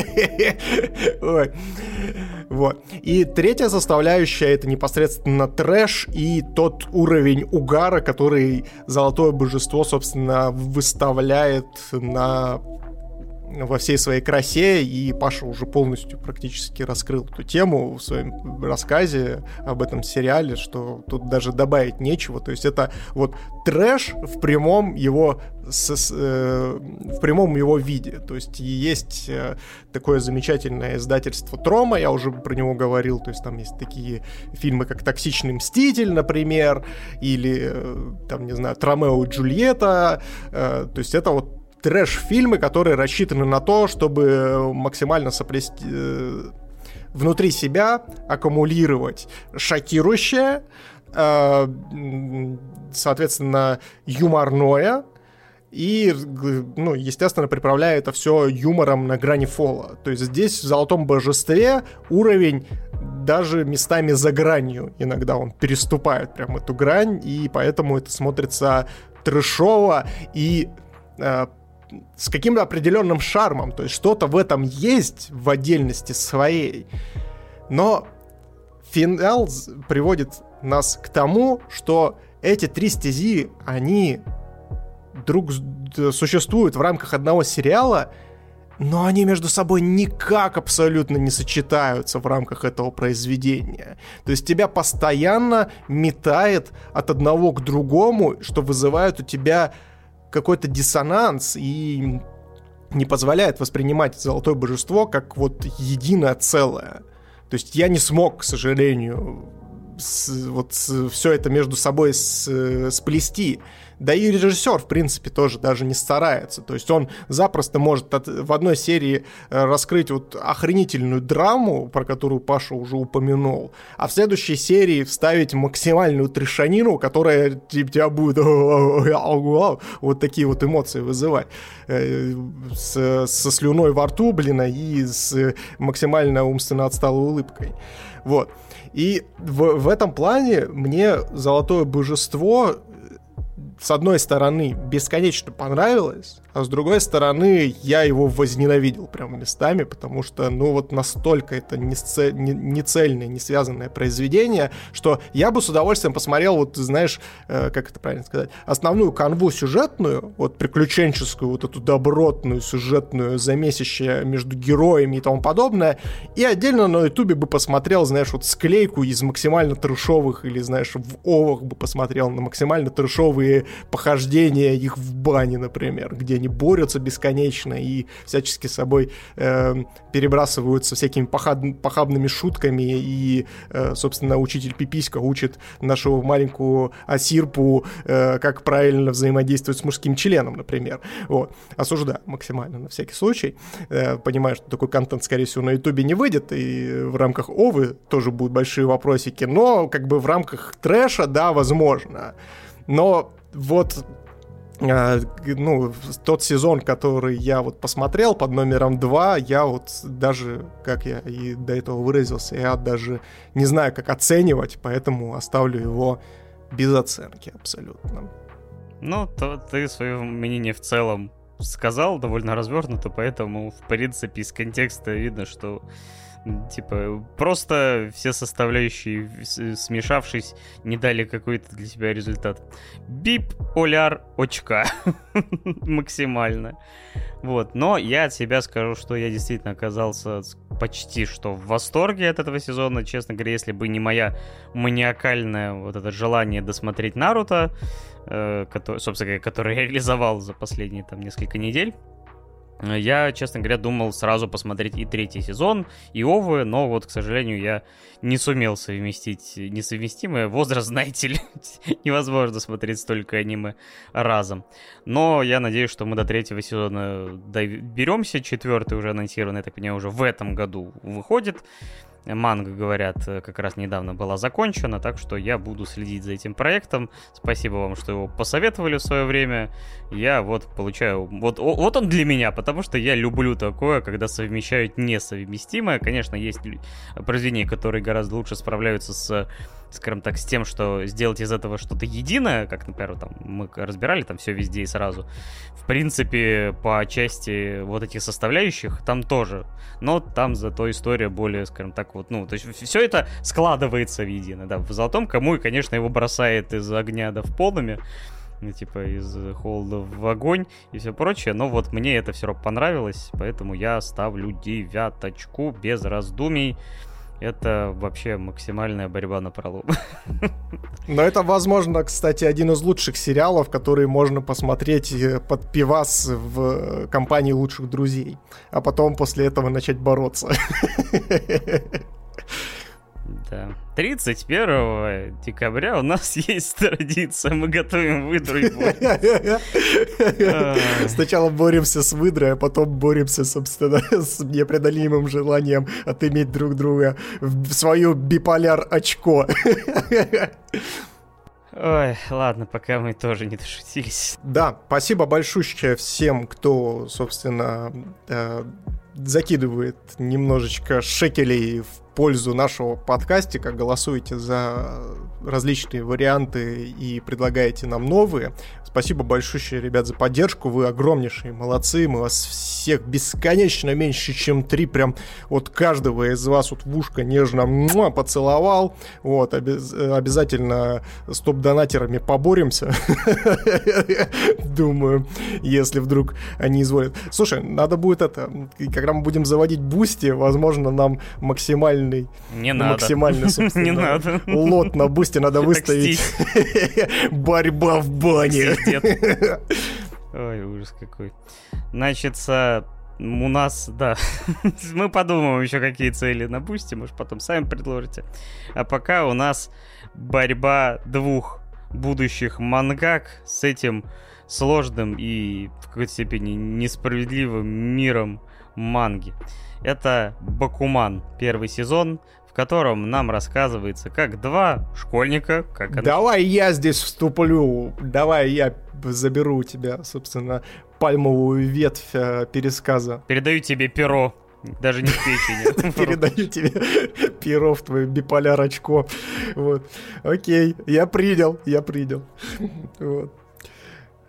Ой. Вот. И третья составляющая — это непосредственно трэш и тот уровень угара, который золотое божество, собственно, выставляет на... во всей своей красе, и Паша уже полностью практически раскрыл эту тему в своем рассказе об этом сериале, что тут даже добавить нечего. То есть это вот трэш в прямом его с, с, э, в прямом его виде. То есть есть э, такое замечательное издательство Трома, я уже про него говорил, то есть там есть такие фильмы, как «Токсичный мститель», например, или э, там, не знаю, «Ромео и Джульетта», э, то есть это вот трэш-фильмы, которые рассчитаны на то, чтобы максимально соплести, э, внутри себя аккумулировать шокирующее, э, соответственно, юморное, и, ну, естественно, приправляя это все юмором на грани фола. То есть здесь в «Золотом божестве» уровень даже местами за гранью. Иногда он переступает прям эту грань, и поэтому это смотрится трэшово и э, с каким-то определенным шармом. То есть что-то в этом есть в отдельности своей. Но финал приводит нас к тому, что эти три стези, они друг существуют в рамках одного сериала, но они между собой никак абсолютно не сочетаются в рамках этого произведения. То есть тебя постоянно метает от одного к другому, что вызывает у тебя какой-то диссонанс и не позволяет воспринимать «Золотое божество» как вот единое целое. То есть я не смог, к сожалению, с, вот с, все это между собой с, сплести. Да и режиссер, в принципе, тоже даже не старается. То есть он запросто может от, в одной серии раскрыть вот охренительную драму, про которую Паша уже упомянул, а в следующей серии вставить максимальную трешанину, которая тебя будет вот такие вот эмоции вызывать. С, со слюной во рту, блин, и с максимально умственно отсталой улыбкой. Вот. И в, в этом плане мне «Золотое божество» с одной стороны, бесконечно понравилось, а с другой стороны, я его возненавидел прямо местами, потому что, ну, вот настолько это не, сце- не, не цельное, не связанное произведение, что я бы с удовольствием посмотрел, вот, знаешь, э, как это правильно сказать, основную канву сюжетную, вот, приключенческую, вот эту добротную сюжетную, замесище между героями и тому подобное, и отдельно на ютубе бы посмотрел, знаешь, вот склейку из максимально трэшовых, или, знаешь, в овах бы посмотрел на максимально трэшовые похождения их в бане, например, где они борются бесконечно и всячески с собой э, перебрасываются всякими похаб, похабными шутками, и, э, собственно, учитель Пиписька учит нашу маленькую Асирпу, э, как правильно взаимодействовать с мужским членом, например. Вот. Осуждаю максимально на всякий случай. Э, понимаю, что такой контент, скорее всего, на ютубе не выйдет, и в рамках овы тоже будут большие вопросики, но как бы в рамках трэша, да, возможно. Но вот ну, тот сезон, который я вот посмотрел под номером два, я вот даже, как я и до этого выразился, я даже не знаю, как оценивать, поэтому оставлю его без оценки абсолютно. Ну, то ты свое мнение в целом сказал довольно развернуто, поэтому, в принципе, из контекста видно, что типа, просто все составляющие, смешавшись, не дали какой-то для тебя результат. Бип, оляр, очка. Максимально. Вот. Но я от себя скажу, что я действительно оказался почти что в восторге от этого сезона. Честно говоря, если бы не моя маниакальное вот это желание досмотреть Наруто, э, который, собственно, который я реализовал за последние там несколько недель, я, честно говоря, думал сразу посмотреть и третий сезон, и овы, но вот, к сожалению, я не сумел совместить несовместимое. Возраст, знаете ли, невозможно смотреть столько аниме разом. Но я надеюсь, что мы до третьего сезона доберемся. Четвертый уже анонсирован, я так понимаю, уже в этом году выходит. Манга, говорят, как раз недавно была закончена, так что я буду следить за этим проектом. Спасибо вам, что его посоветовали в свое время. Я вот получаю... Вот, вот он для меня, потому что я люблю такое, когда совмещают несовместимое. Конечно, есть произведения, которые гораздо лучше справляются с, скажем так, с тем, что сделать из этого что-то единое, как, например, там, мы разбирали там все везде и сразу. В принципе, по части вот этих составляющих там тоже. Но там зато история более, скажем так, вот, ну, то есть все это складывается в едино, да. В «Золотом кому» и, конечно, его бросает из огня да в полными, ну, типа из холода в огонь и все прочее, но вот мне это все равно понравилось, поэтому я ставлю девяточку без раздумий. Это вообще максимальная борьба напролом. Но это, возможно, кстати, один из лучших сериалов, которые можно посмотреть под пивас в компании лучших друзей, а потом после этого начать бороться. Да. тридцать первого декабря у нас есть традиция. Мы готовим выдру и боремся. Сначала боремся с выдрой, а потом боремся, собственно, с непреодолимым желанием отыметь друг друга в свою биполяр-очко. Ой, ладно, пока мы тоже не дошутились. Да, спасибо большущее всем, кто, собственно, э, закидывает немножечко шекелей в пользу нашего подкастика, голосуете за различные варианты и предлагаете нам новые. Спасибо большое, ребят, за поддержку. Вы огромнейшие молодцы. Мы вас всех бесконечно меньше, чем три. Прям вот каждого из вас вот в ушко нежно муа, поцеловал. Вот, обез- обязательно с топ-донатерами поборемся. Думаю, если вдруг они изволят. Слушай, надо будет это, когда мы будем заводить бусти, возможно, нам максимальный, не надо. максимальный, собственно, не надо. лот на бусти надо выставить. Борьба в бане. Ой, ужас какой. Значит, у нас, да, мы подумаем еще какие цели на бусти, может потом сами предложите. А пока у нас борьба двух будущих мангак с этим сложным и в какой-то степени несправедливым миром манги. Это Бакуман, первый сезон, в котором нам рассказывается, как два школьника... Как она... Давай я здесь вступлю, давай я заберу у тебя, собственно, пальмовую ветвь э, пересказа. Передаю тебе перо, даже не в печени. Передаю тебе перо в твое биполяр очко. Вот. Окей, я принял, я принял. Вот.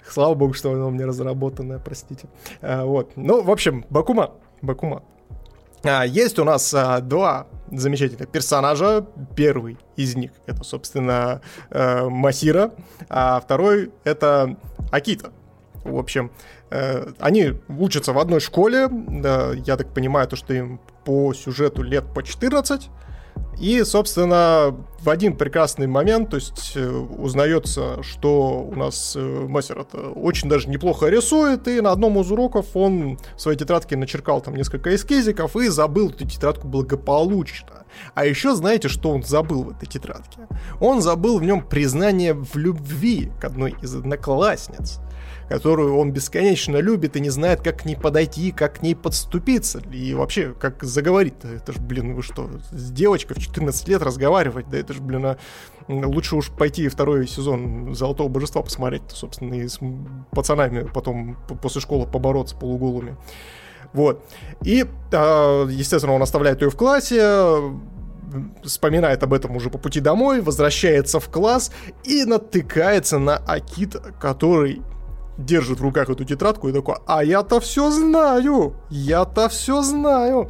Слава богу, что оно у меня разработанное, простите. А, вот. Ну, в общем, Бакуман. Бакуман. А, есть у нас а, два замечательных персонажа. Первый из них — это, собственно, э, Масира, а второй — это Акита. В общем, э, они учатся в одной школе. Да, я так понимаю, то, что им по сюжету лет по четырнадцать. И, собственно, в один прекрасный момент, то есть э, узнается, что у нас э, мастер это очень даже неплохо рисует, и на одном из уроков он в своей тетрадке начеркал там несколько эскизиков и забыл эту тетрадку благополучно. А еще знаете, что он забыл в этой тетрадке? Он забыл в нем признание в любви к одной из одноклассниц, которую он бесконечно любит и не знает, как к ней подойти, как к ней подступиться. И вообще, как заговорить. Это ж, блин, вы что, с девочкой в четырнадцать лет разговаривать? Да это ж, блин, а... лучше уж пойти второй сезон «Золотого божества» посмотреть, собственно, и с пацанами потом после школы побороться полуголыми. Вот. И, естественно, он оставляет ее в классе, вспоминает об этом уже по пути домой, возвращается в класс и натыкается на Акита, который держит в руках эту тетрадку и такой: а я-то все знаю, я-то все знаю.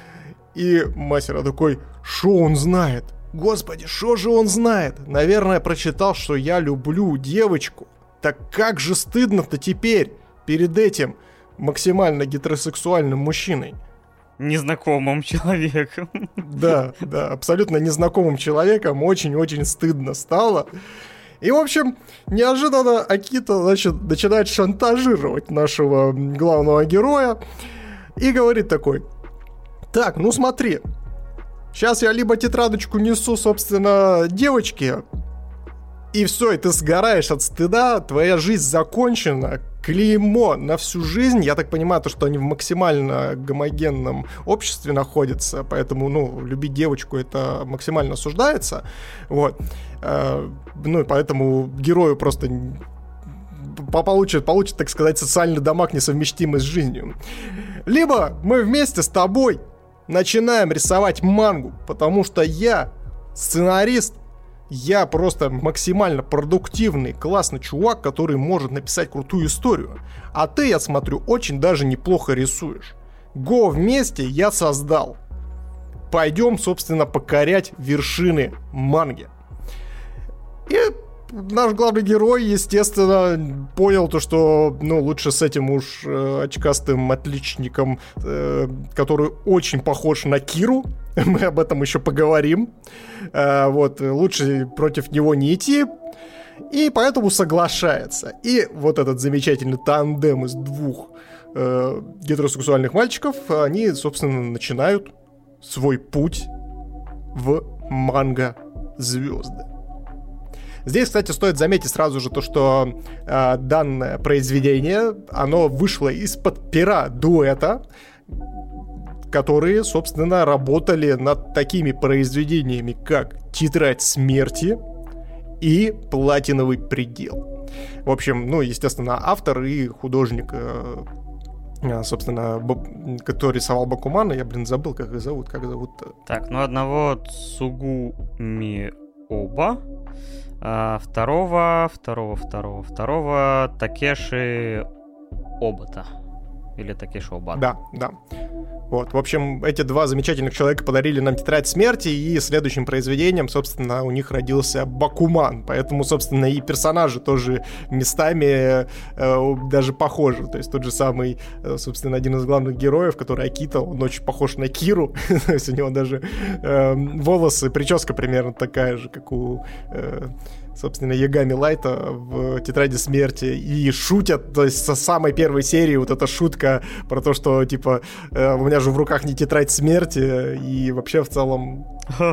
И мастер такой: шо он знает? Господи, шо же он знает? Наверное, прочитал, что я люблю девочку. Так как же стыдно-то теперь перед этим максимально гетеросексуальным мужчиной. Незнакомым человеком. Да, да, абсолютно незнакомым человеком очень-очень стыдно стало. И, в общем, неожиданно Акита, значит, начинает шантажировать нашего главного героя и говорит такой: так, ну смотри, сейчас я либо тетрадочку несу, собственно, девочке, и все, и ты сгораешь от стыда, твоя жизнь закончена, клеймо на всю жизнь. Я так понимаю, то, что они в максимально гомогенном обществе находятся, поэтому, ну, любить девочку — это максимально осуждается, вот. Ну, и поэтому герою просто получит, получит, так сказать, социальный дамаг, несовместимый с жизнью. Либо мы вместе с тобой начинаем рисовать мангу, потому что я сценарист, я просто максимально продуктивный, классный чувак, который может написать крутую историю. А ты, я смотрю, очень даже неплохо рисуешь. Го вместе я создал. Пойдем, собственно, покорять вершины манги. И наш главный герой, естественно, понял то, что, ну, лучше с этим уж э, очкастым отличником, э, который очень похож на Киру, мы об этом еще поговорим, э, вот, лучше против него не идти, и поэтому соглашается. И вот этот замечательный тандем из двух э, гетеросексуальных мальчиков, они, собственно, начинают свой путь в манго-звезды. Здесь, кстати, стоит заметить сразу же то, что э, данное произведение, оно вышло из-под пера дуэта, которые, собственно, работали над такими произведениями, как «Тетрадь смерти» и «Платиновый предел». В общем, ну, естественно, автор и художник, э, собственно, который рисовал Бакумана, я, блин, забыл, как их зовут, как зовут-то? Так, ну, одного Цугуми Оба, а второго, второго, второго, второго Такеши Обата. Или Такеши Обата. Да, да. Вот, в общем, эти два замечательных человека подарили нам «Тетрадь смерти», и следующим произведением, собственно, у них родился Бакуман. Поэтому, собственно, и персонажи тоже местами э, даже похожи. То есть тот же самый, э, собственно, один из главных героев, который Акита, он очень похож на Киру. То есть у него даже э, волосы, прическа примерно такая же, как у... Э, собственно, Ягами Лайта в «Тетради смерти», и шутят, то есть со самой первой серии вот эта шутка про то, что, типа, э, у меня же в руках не тетрадь смерти, и вообще в целом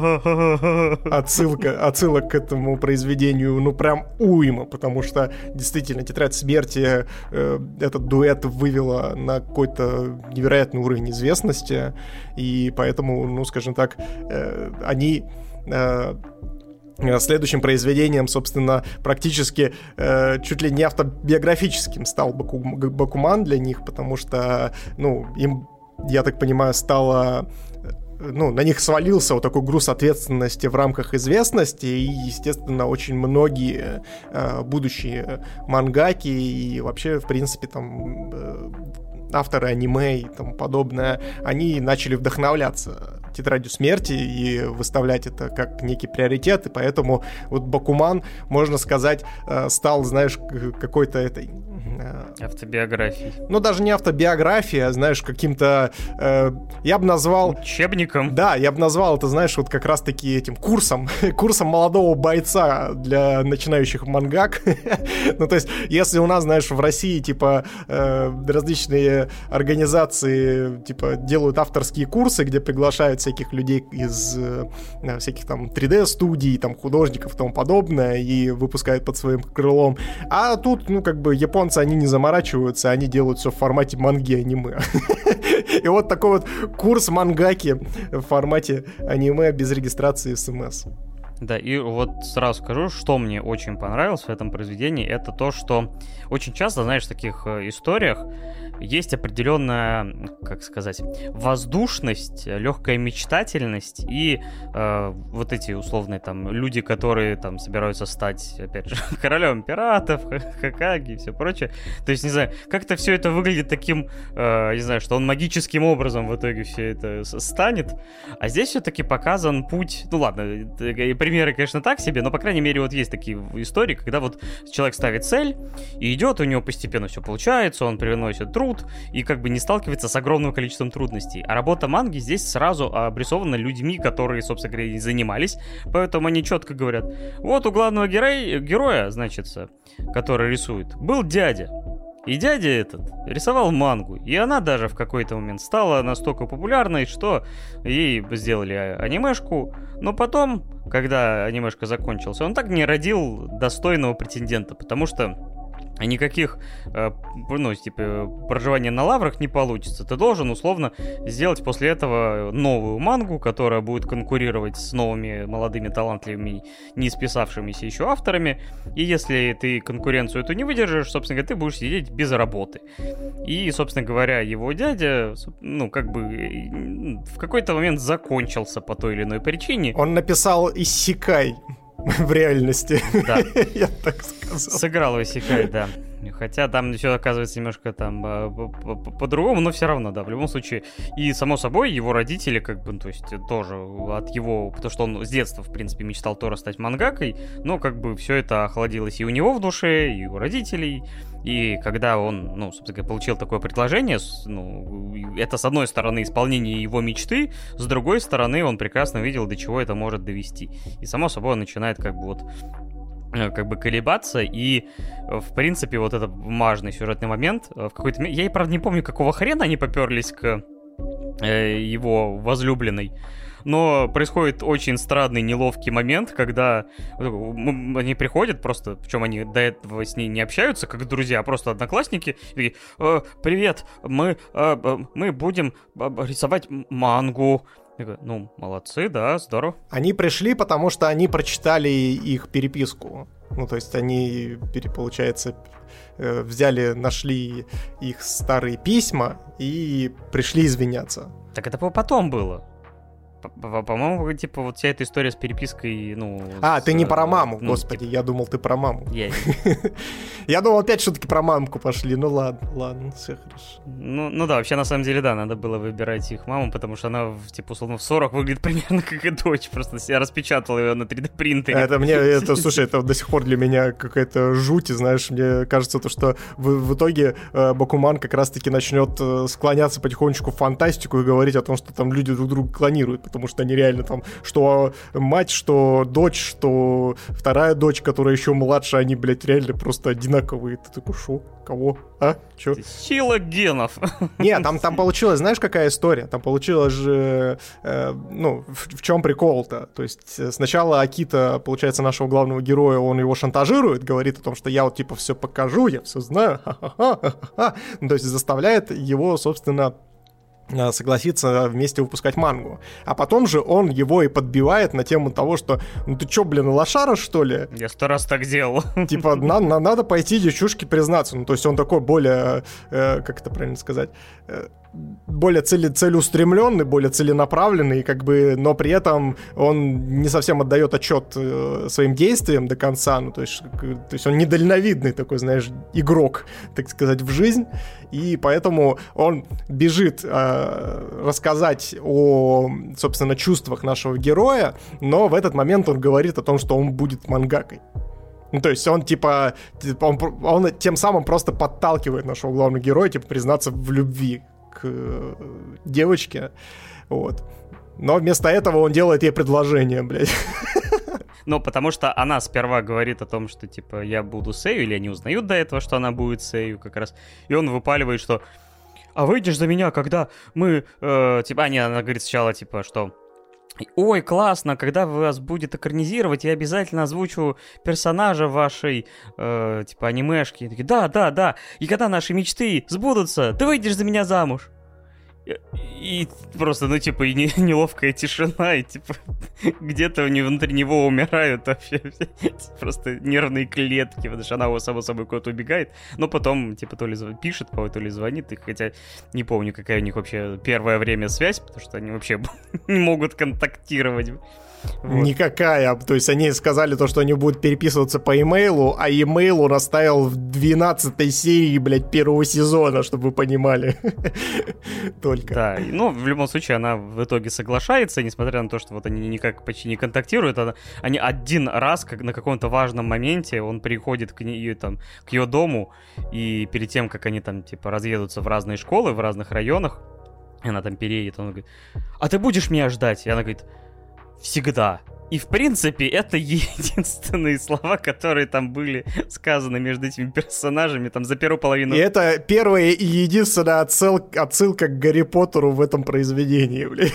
отсылка, отсылок к этому произведению, ну, прям уйма, потому что, действительно, «Тетрадь смерти» э, этот дуэт вывела на какой-то невероятный уровень известности, и поэтому, ну, скажем так, э, они... Э, следующим произведением, собственно, практически э, чуть ли не автобиографическим стал Баку, Бакуман для них, потому что, ну, им, я так понимаю, стало ну, на них свалился вот такой груз ответственности в рамках известности, и, естественно, очень многие э, будущие мангаки и вообще, в принципе, там... Э, авторы аниме и тому подобное, они начали вдохновляться «Тетрадью смерти» и выставлять это как некий приоритет, и поэтому вот «Бакуман», можно сказать, стал, знаешь, какой-то этой... автобиографией. Ну, даже не автобиографией, а, знаешь, каким-то... Э, я бы назвал... Учебником. Да, я бы назвал это, знаешь, вот как раз-таки этим курсом, курсом молодого бойца для начинающих мангак. Ну, то есть, если у нас, знаешь, в России, типа, э, различные организации, типа, делают авторские курсы, где приглашают всяких людей из э, всяких там три дэ-студий, там, художников и тому подобное, и выпускают под своим крылом. А тут, ну, как бы, японцы, они не заморачиваются, они делают все в формате манги аниме. И вот такой вот курс мангаки в формате аниме без регистрации эс эм эс. Да, и вот сразу скажу, что мне очень понравилось в этом произведении, это то, что очень часто, знаешь, в таких историях есть определенная, как сказать, воздушность, легкая мечтательность и э, вот эти условные там люди, которые там собираются стать, опять же, королем пиратов, Хокаге и все прочее. То есть, не знаю, как-то все это выглядит таким, э, не знаю, что он магическим образом в итоге все это станет. А здесь все-таки показан путь, ну ладно, примеры, конечно, так себе, но, по крайней мере, вот есть такие истории, когда вот человек ставит цель и идет, у него постепенно все получается, он приносит труд, и как бы не сталкивается с огромным количеством трудностей. А работа манги здесь сразу обрисована людьми, которые, собственно говоря, занимались, поэтому они четко говорят, вот у главного героя, героя, значит, который рисует, был дядя. И дядя этот рисовал мангу, и она даже в какой-то момент стала настолько популярной, что ей сделали анимешку, но потом, когда анимешка закончилась, он так не родил достойного претендента, потому что никаких, ну, типа, проживания на лаврах не получится. Ты должен, условно, сделать после этого новую мангу, которая будет конкурировать с новыми молодыми талантливыми, не списавшимися еще авторами. И если ты конкуренцию эту не выдержишь, собственно говоря, ты будешь сидеть без работы. И, собственно говоря, его дядя, ну, как бы, в какой-то момент закончился по той или иной причине. Он написал «Иссякай». В реальности. Да. Я так сказал. Сыграл в Исекай, да. Хотя там все оказывается немножко там по-другому, но все равно, да, в любом случае. И, само собой, его родители, как бы, то есть, тоже от его... Потому что он с детства, в принципе, мечтал тоже стать мангакой, но, как бы, все это охладилось и у него в душе, и у родителей. И когда он, ну, собственно говоря, получил такое предложение, ну, это, с одной стороны, исполнение его мечты, с другой стороны, он прекрасно видел, до чего это может довести. И, само собой, он начинает, как бы, вот... как бы колебаться, и, в принципе, вот это важный сюжетный момент, в какой-то... Я, правда, не помню, какого хрена они поперлись к э, его возлюбленной, но происходит очень странный, неловкий момент, когда они приходят просто, причем они до этого с ней не общаются, как друзья, а просто одноклассники, и такие, э, привет, мы, э, мы будем рисовать мангу. Ну, молодцы, да, здорово. Они пришли, потому что они прочитали их переписку. Ну, то есть они, получается, взяли, нашли их старые письма и пришли извиняться. Так это потом было. По-моему, типа, вот вся эта история с перепиской, ну... А, с, ты не про маму, ну, господи, типа... я думал, ты про маму. Я Я думал, опять все-таки про мамку пошли, ну ладно, ладно, все хорошо. Ну, ну да, вообще, на самом деле, да, надо было выбирать их маму, потому что она, типа, условно, в сорок выглядит примерно как и дочь, просто я распечатал ее на три дэ принтере. Это мне, это, слушай, это до сих пор для меня какая-то жуть, знаешь, мне кажется, то, что в, в итоге э, Бакуман как раз-таки начнет э, склоняться потихонечку в фантастику и говорить о том, что там люди друг друга клонируют, потому что они реально там, что мать, что дочь, что вторая дочь, которая еще младше, они, блядь, реально просто одинаковые. Ты такой, шо? Кого? А? Чё? Сила генов. Нет, там, там получилось, знаешь, какая история? Там получилось же, э, ну, в, в чем прикол-то? То есть сначала Акита, получается, нашего главного героя, он его шантажирует, говорит о том, что я вот, типа, все покажу, я все знаю, ха-ха-ха-ха-ха. Ну, то есть заставляет его, собственно, согласиться вместе выпускать мангу. А потом же он его и подбивает на тему того, что ну ты чё, блин, лошара, что ли? Я сто раз так делал. Типа, на, на, надо пойти девчушке признаться. Ну, то есть он такой более, э, как это правильно сказать, э, более цели, целеустремленный, более целенаправленный, как бы, но при этом он не совсем отдает отчет э, своим действиям до конца, ну, то есть, то есть он недальновидный такой, знаешь, игрок, так сказать, в жизнь, и поэтому он бежит э, рассказать о, собственно, чувствах нашего героя, но в этот момент он говорит о том, что он будет мангакой. Ну, то есть он, типа, он, он тем самым просто подталкивает нашего главного героя, типа, признаться в любви к девочке, вот. Но вместо этого он делает ей предложение, блядь. Ну, потому что она сперва говорит о том, что, типа, я буду Сэйю, или они узнают до этого, что она будет Сэйю как раз, и он выпаливает, что «А выйдешь за меня, когда мы...» э, Типа, а нет, она говорит сначала, типа, что... «Ой, классно, когда вас будет экранизировать, я обязательно озвучу персонажа вашей, э, типа, анимешки». И такие, да, да, да, и когда наши мечты сбудутся, ты выйдешь за меня замуж. И, и просто, ну, типа, и не, неловкая тишина, и, типа, где-то внутри него умирают вообще просто нервные клетки, потому что она его, само собой, куда-то убегает, но потом, типа, то ли пишет, то ли звонит, и хотя не помню, какая у них вообще первое время связь, потому что они вообще не могут контактировать. Вот. Никакая. То есть они сказали то, что они будут переписываться по имейлу, а имейл он оставил в двенадцатой серии, блядь, первого сезона, чтобы вы понимали. Только. Да, ну, в любом случае, она в итоге соглашается, несмотря на то, что вот они никак почти не контактируют, она, они один раз, как на каком-то важном моменте, он приходит к ней, там, к ее дому, и перед тем, как они там, типа, разъедутся в разные школы, в разных районах, она там переедет, он говорит, а ты будешь меня ждать? И она говорит, всегда. И, в принципе, это единственные слова, которые там были сказаны между этими персонажами, там, за первую половину. И это первая и единственная отсыл... отсылка к Гарри Поттеру в этом произведении, блин.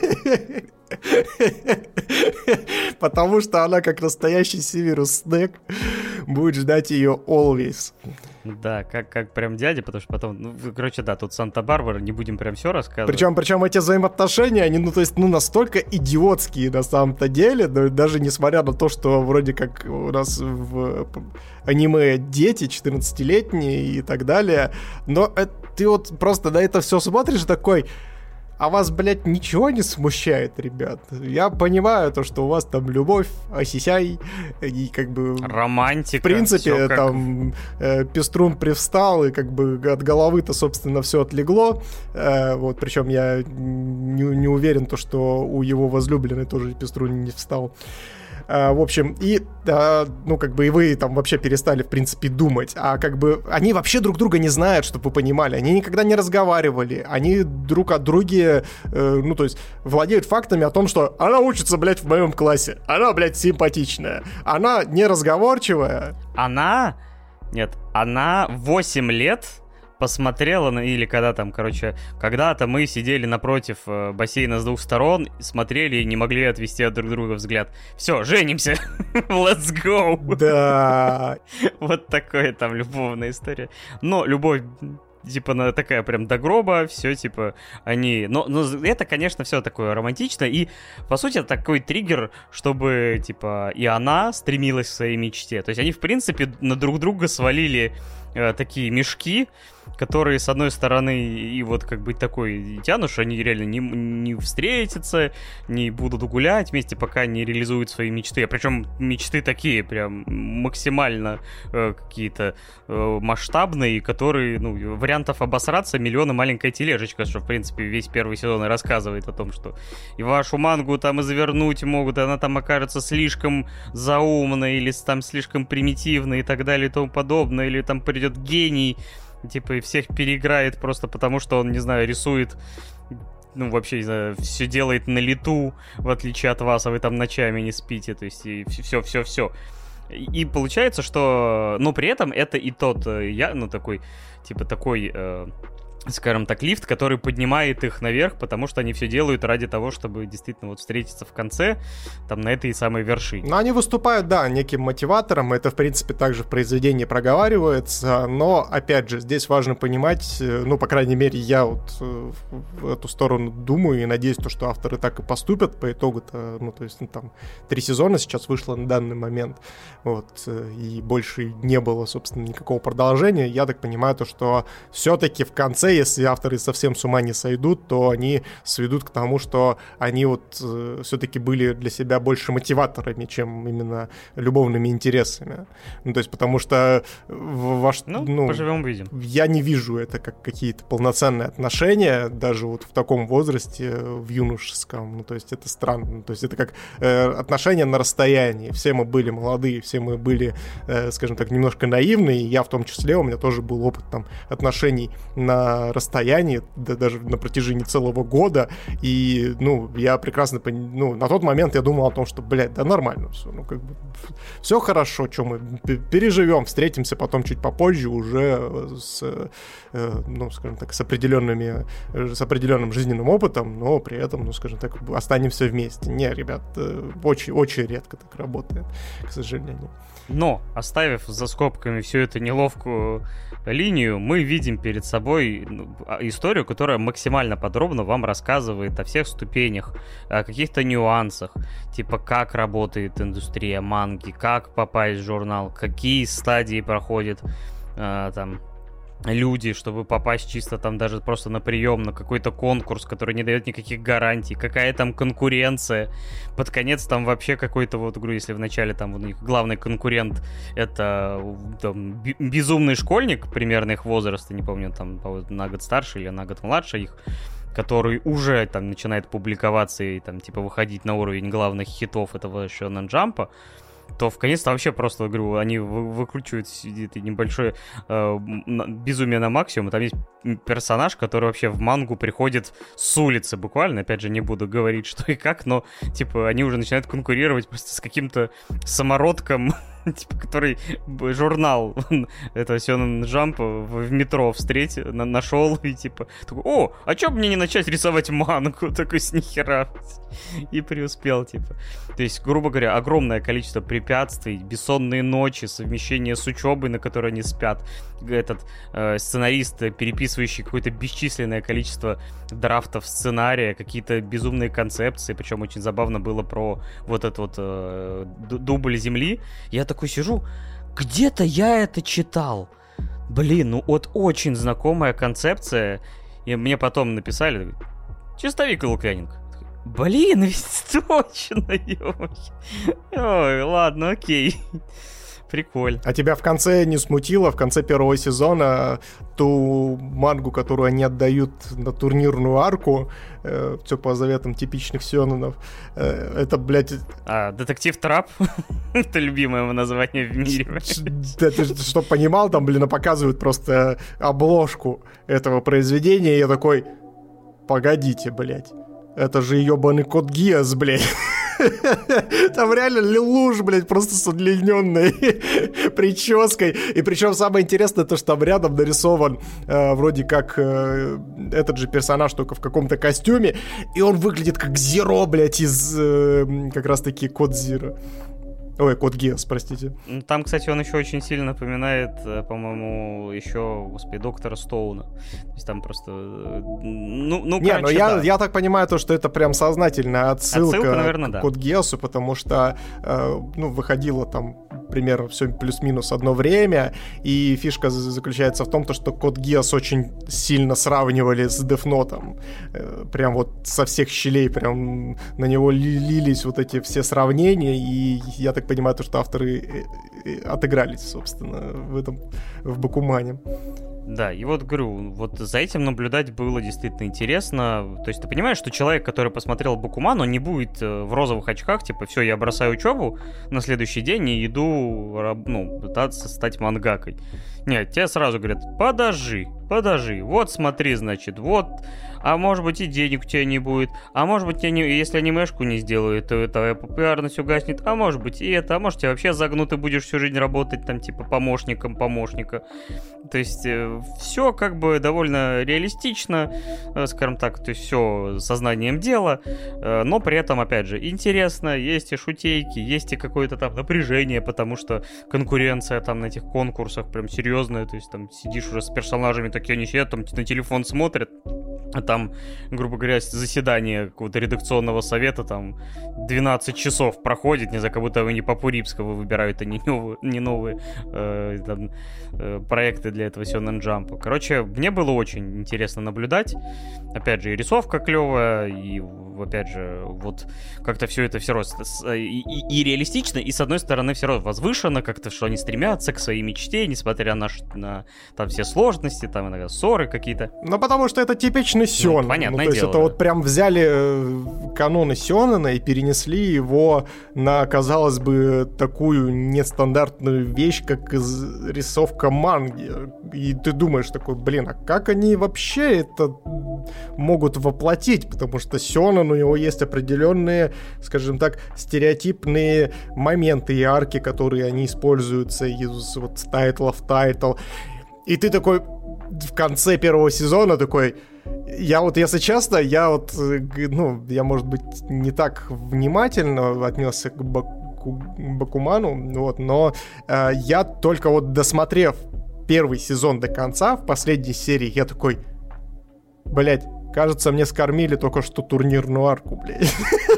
Потому что она, как настоящий Северус Снэк, будет ждать ее always. Да, как, как прям дядя, потому что потом, ну, короче, да, тут Санта-Барбара, не будем прям все рассказывать. Причем, причем эти взаимоотношения, они, ну, то есть, ну, настолько идиотские на самом-то деле, но даже несмотря на то, что вроде как у нас в аниме дети четырнадцатилетние и так далее, но это, ты вот просто на это все смотришь такой... А вас, блядь, ничего не смущает, ребят? Я понимаю то, что у вас там любовь, осисяй, и как бы... Романтика. В принципе, как... там э, Пеструн привстал, и как бы от головы-то, собственно, все отлегло. Э, вот, причем я не, не уверен, то, что у его возлюбленной тоже Пеструн не встал. Uh, в общем, и, uh, ну, как бы, и вы там вообще перестали, в принципе, думать. А как бы, они вообще друг друга не знают, чтобы вы понимали. Они никогда не разговаривали. Они друг от друга, uh, ну, то есть, владеют фактами о том, что она учится, блядь, в моем классе. Она, блядь, симпатичная. Она неразговорчивая. Она? Нет, она восемь лет... посмотрела, на, или когда там, короче, когда-то мы сидели напротив э, бассейна с двух сторон, смотрели и не могли отвести от друг друга взгляд. Все, женимся! Let's go! Да! Вот такая там любовная история. Но любовь, типа, она такая прям до гроба, все, типа, они... Но, но это, конечно, все такое романтично, и, по сути, это такой триггер, чтобы, типа, и она стремилась к своей мечте. То есть они, в принципе, на друг друга свалили э, такие мешки, которые, с одной стороны, и вот как бы такой тянут, что они реально не, не встретятся, не будут гулять вместе, пока не реализуют свои мечты. А причем мечты такие прям максимально э, какие-то э, масштабные, которые, ну, вариантов обосраться миллиона, маленькая тележечка, что, в принципе, весь первый сезон и рассказывает о том, что и вашу мангу там и завернуть могут, и она там окажется слишком заумной, или там слишком примитивной и так далее и тому подобное, или там придет гений, типа, и всех переиграет просто потому, что он, не знаю, рисует, ну, вообще, не знаю, все делает на лету, в отличие от вас, а вы там ночами не спите, то есть, и все-все-все. И получается, что, но при этом это и тот, я, ну, такой, типа, такой... Э... скажем так, лифт, который поднимает их наверх, потому что они все делают ради того, чтобы действительно вот встретиться в конце, там, на этой самой вершине. Но они выступают, да, неким мотиватором, это, в принципе, также в произведении проговаривается, но, опять же, здесь важно понимать, ну, по крайней мере, я вот в эту сторону думаю и надеюсь, то, что авторы так и поступят по итогу-то, ну, то есть, ну, там, три сезона сейчас вышло на данный момент, вот, и больше не было, собственно, никакого продолжения, я так понимаю, то, что все-таки в конце если авторы совсем с ума не сойдут, то они сведут к тому, что они вот э, все-таки были для себя больше мотиваторами, чем именно любовными интересами. Ну, то есть, потому что ваш, ну, ну, поживем, увидим. Я не вижу это как какие-то полноценные отношения, даже вот в таком возрасте, в юношеском. Ну, то есть, это странно. Ну, то есть, это как э, отношения на расстоянии. Все мы были молодые, все мы были, э, скажем так, немножко наивные. Я в том числе, у меня тоже был опыт там отношений на расстоянии, да, даже на протяжении целого года. И, ну, я прекрасно понимаю, ну, на тот момент я думал о том, что, блядь, да нормально все, ну, как бы, все хорошо, что мы переживем, встретимся потом чуть попозже уже с, э, ну, скажем так, с определенными, с определенным жизненным опытом, но при этом, ну, скажем так, останемся вместе. Не, ребят, очень, очень редко так работает, к сожалению. Но, оставив за скобками всю эту неловкую линию, мы видим перед собой историю, которая максимально подробно вам рассказывает о всех ступенях, о каких-то нюансах, типа как работает индустрия манги, как попасть в журнал, какие стадии проходят э, там люди, чтобы попасть чисто там даже просто на прием, на какой-то конкурс, который не дает никаких гарантий, какая там конкуренция. Под конец там вообще какой-то, вот, говорю, если в начале там у них главный конкурент это там, безумный школьник примерно их возраста, не помню, там на год старше или на год младше их, который уже там начинает публиковаться и там типа выходить на уровень главных хитов этого Shonen Jump'а, то в конец вообще просто, говорю, они выкручивают это небольшое э, безумие на максимум. Там есть персонаж, который вообще в мангу приходит с улицы буквально. Опять же, не буду говорить, что и как, но, типа, они уже начинают конкурировать просто с каким-то самородком, типа, который журнал это Shonen Jump в метро встретил, на, нашел и типа такой: о, а чё бы мне не начать рисовать мангу? Такой с нихера. И преуспел, типа. То есть, грубо говоря, огромное количество препятствий, бессонные ночи, совмещение с учебой, на которой они спят. Этот э, сценарист, переписывающий какое-то бесчисленное количество драфтов сценария, какие-то безумные концепции, причем очень забавно было про вот этот вот э, дубль земли. Я такой сижу, где-то я это читал. Блин, ну вот очень знакомая концепция. И мне потом написали: чистовик и Лукьяненко. Блин, ведь точно, ё-моё. Ой, ладно, окей. Прикольно. А тебя в конце не смутило, в конце первого сезона, ту мангу, которую они отдают на турнирную арку, э, все по заветам типичных сёнэнов, э, это, блядь... А, детектив Трап? Это любимое его название в мире. Да, ты чтоб понимал, там, блин, показывают просто обложку этого произведения, и я такой: погодите, блядь, это же ебаный Код Гиас, блядь. Там реально Лелуш, блядь, просто с удлиненной прической. И причем самое интересное то, что там рядом нарисован э, вроде как э, этот же персонаж, только в каком-то костюме. И он выглядит как Зеро, блядь, из э, как раз-таки Код Зиро. Ой, Код Гиас, простите. Там, кстати, он еще очень сильно напоминает, по-моему, еще, господи, Доктора Стоуна. То есть там просто... Ну, ну Не, короче, но я, да. я так понимаю, то, что это прям сознательная отсылка, отсылка, наверное, к да. Код Гиасу, потому что, э, ну, выходило там примерно все плюс-минус одно время, и фишка заключается в том, что Код Гиас очень сильно сравнивали с Death Note. Э, прям вот со всех щелей прям на него лились вот эти все сравнения, и я так понимаю, то, что авторы отыгрались, собственно, в этом, в Бакумане. Да, и вот, говорю, вот за этим наблюдать было действительно интересно. То есть ты понимаешь, что человек, который посмотрел Бакуман, он не будет в розовых очках, типа, все, я бросаю учебу на следующий день и иду, ну, пытаться стать мангакой. Нет, тебе сразу говорят: подожди, подожди, вот смотри, значит, вот, а может быть и денег у тебя не будет, а может быть, не, если анимешку не сделают, то твоя популярность угаснет, а может быть и это, а может тебя вообще загнут и будешь всю жизнь работать там типа помощником помощника. То есть э, все как бы довольно реалистично, э, скажем так, то есть все сознанием дела, э, но при этом, опять же, интересно, есть и шутейки, есть и какое-то там напряжение, потому что конкуренция там на этих конкурсах прям серьезная, то есть там сидишь уже с персонажами, такие они сидят, там на телефон смотрят. там, грубо говоря, заседание какого-то редакционного совета, там, двенадцать часов проходит, не знаю, как будто они Папу Римского выбирают, а не новые, не новые э, там, э, проекты для этого Сёнэн Джампа. Короче, мне было очень интересно наблюдать. Опять же, и рисовка клевая, и, опять же, вот как-то все это все равно и, и, и реалистично, и, с одной стороны, все равно возвышенно, как-то, что они стремятся к своей мечте, несмотря на, на там все сложности, там иногда ссоры какие-то. Ну, потому что это типичный сёнэн. Ну, понятное ну, то есть дело, это да. вот прям взяли каноны сёнэна и перенесли его на, казалось бы, такую нестандартную вещь, как рисовка манги. И ты думаешь такой, блин, а как они вообще это могут воплотить? Потому что сёнэн, у него есть определенные, скажем так, стереотипные моменты и арки, которые они используются из вот тайтла в тайтл. И ты такой в конце первого сезона такой... Я вот, если честно, я вот, ну, я, может быть, не так внимательно отнесся к Баку, Бакуману, вот, но э, я только вот досмотрев первый сезон до конца, в последней серии, я такой, блять, кажется, мне скормили только что турнирную арку, блядь.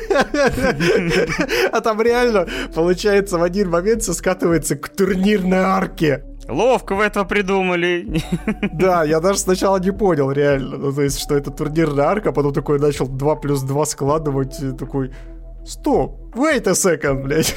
А там реально, получается, в один момент все скатывается к турнирной арке. Ловко вы это придумали. Да, я даже сначала не понял, реально. Ну, то есть, что это турнирная арка, потом такой начал два плюс два складывать, и такой... Стоп, wait a second, блядь.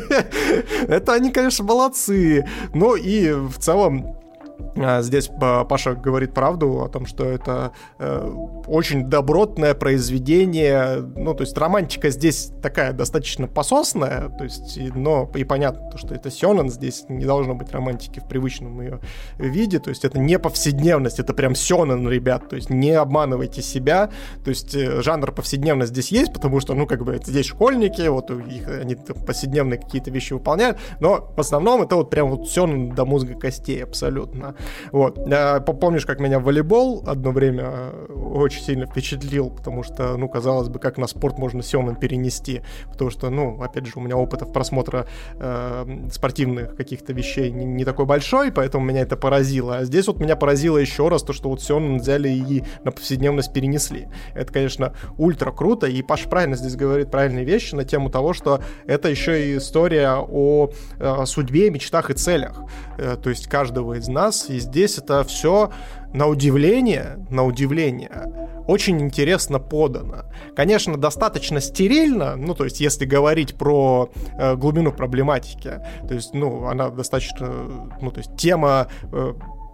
Это они, конечно, молодцы. Но и в целом... Здесь Паша говорит правду о том, что это э, очень добротное произведение. Ну, то есть романтика здесь такая достаточно пососная, то есть, но и понятно, что это сёнэн, здесь не должно быть романтики в привычном ее виде, то есть это не повседневность, это прям сёнэн, ребят, то есть не обманывайте себя, то есть жанр повседневность здесь есть, потому что, ну, как бы здесь школьники, вот их, они повседневные какие-то вещи выполняют, но в основном это вот прям вот сёнэн до мозга костей абсолютно. Вот. Помнишь, как меня волейбол одно время очень сильно впечатлил, потому что, ну, казалось бы, как на спорт можно сёнэн перенести, потому что, ну, опять же, у меня опыта в просмотра э, спортивных каких-то вещей не, не такой большой, поэтому меня это поразило. А здесь вот меня поразило еще раз то, что вот сёнэн взяли и на повседневность перенесли. Это, конечно, ультра круто, и Паша правильно здесь говорит правильные вещи на тему того, что это еще и история о э, судьбе, мечтах и целях. Э, то есть каждого из нас. И здесь это все на удивление, на удивление, очень интересно подано. Конечно, достаточно стерильно, ну, то есть, если говорить про э, глубину проблематики, то есть, ну, она достаточно, ну, то есть, тема э,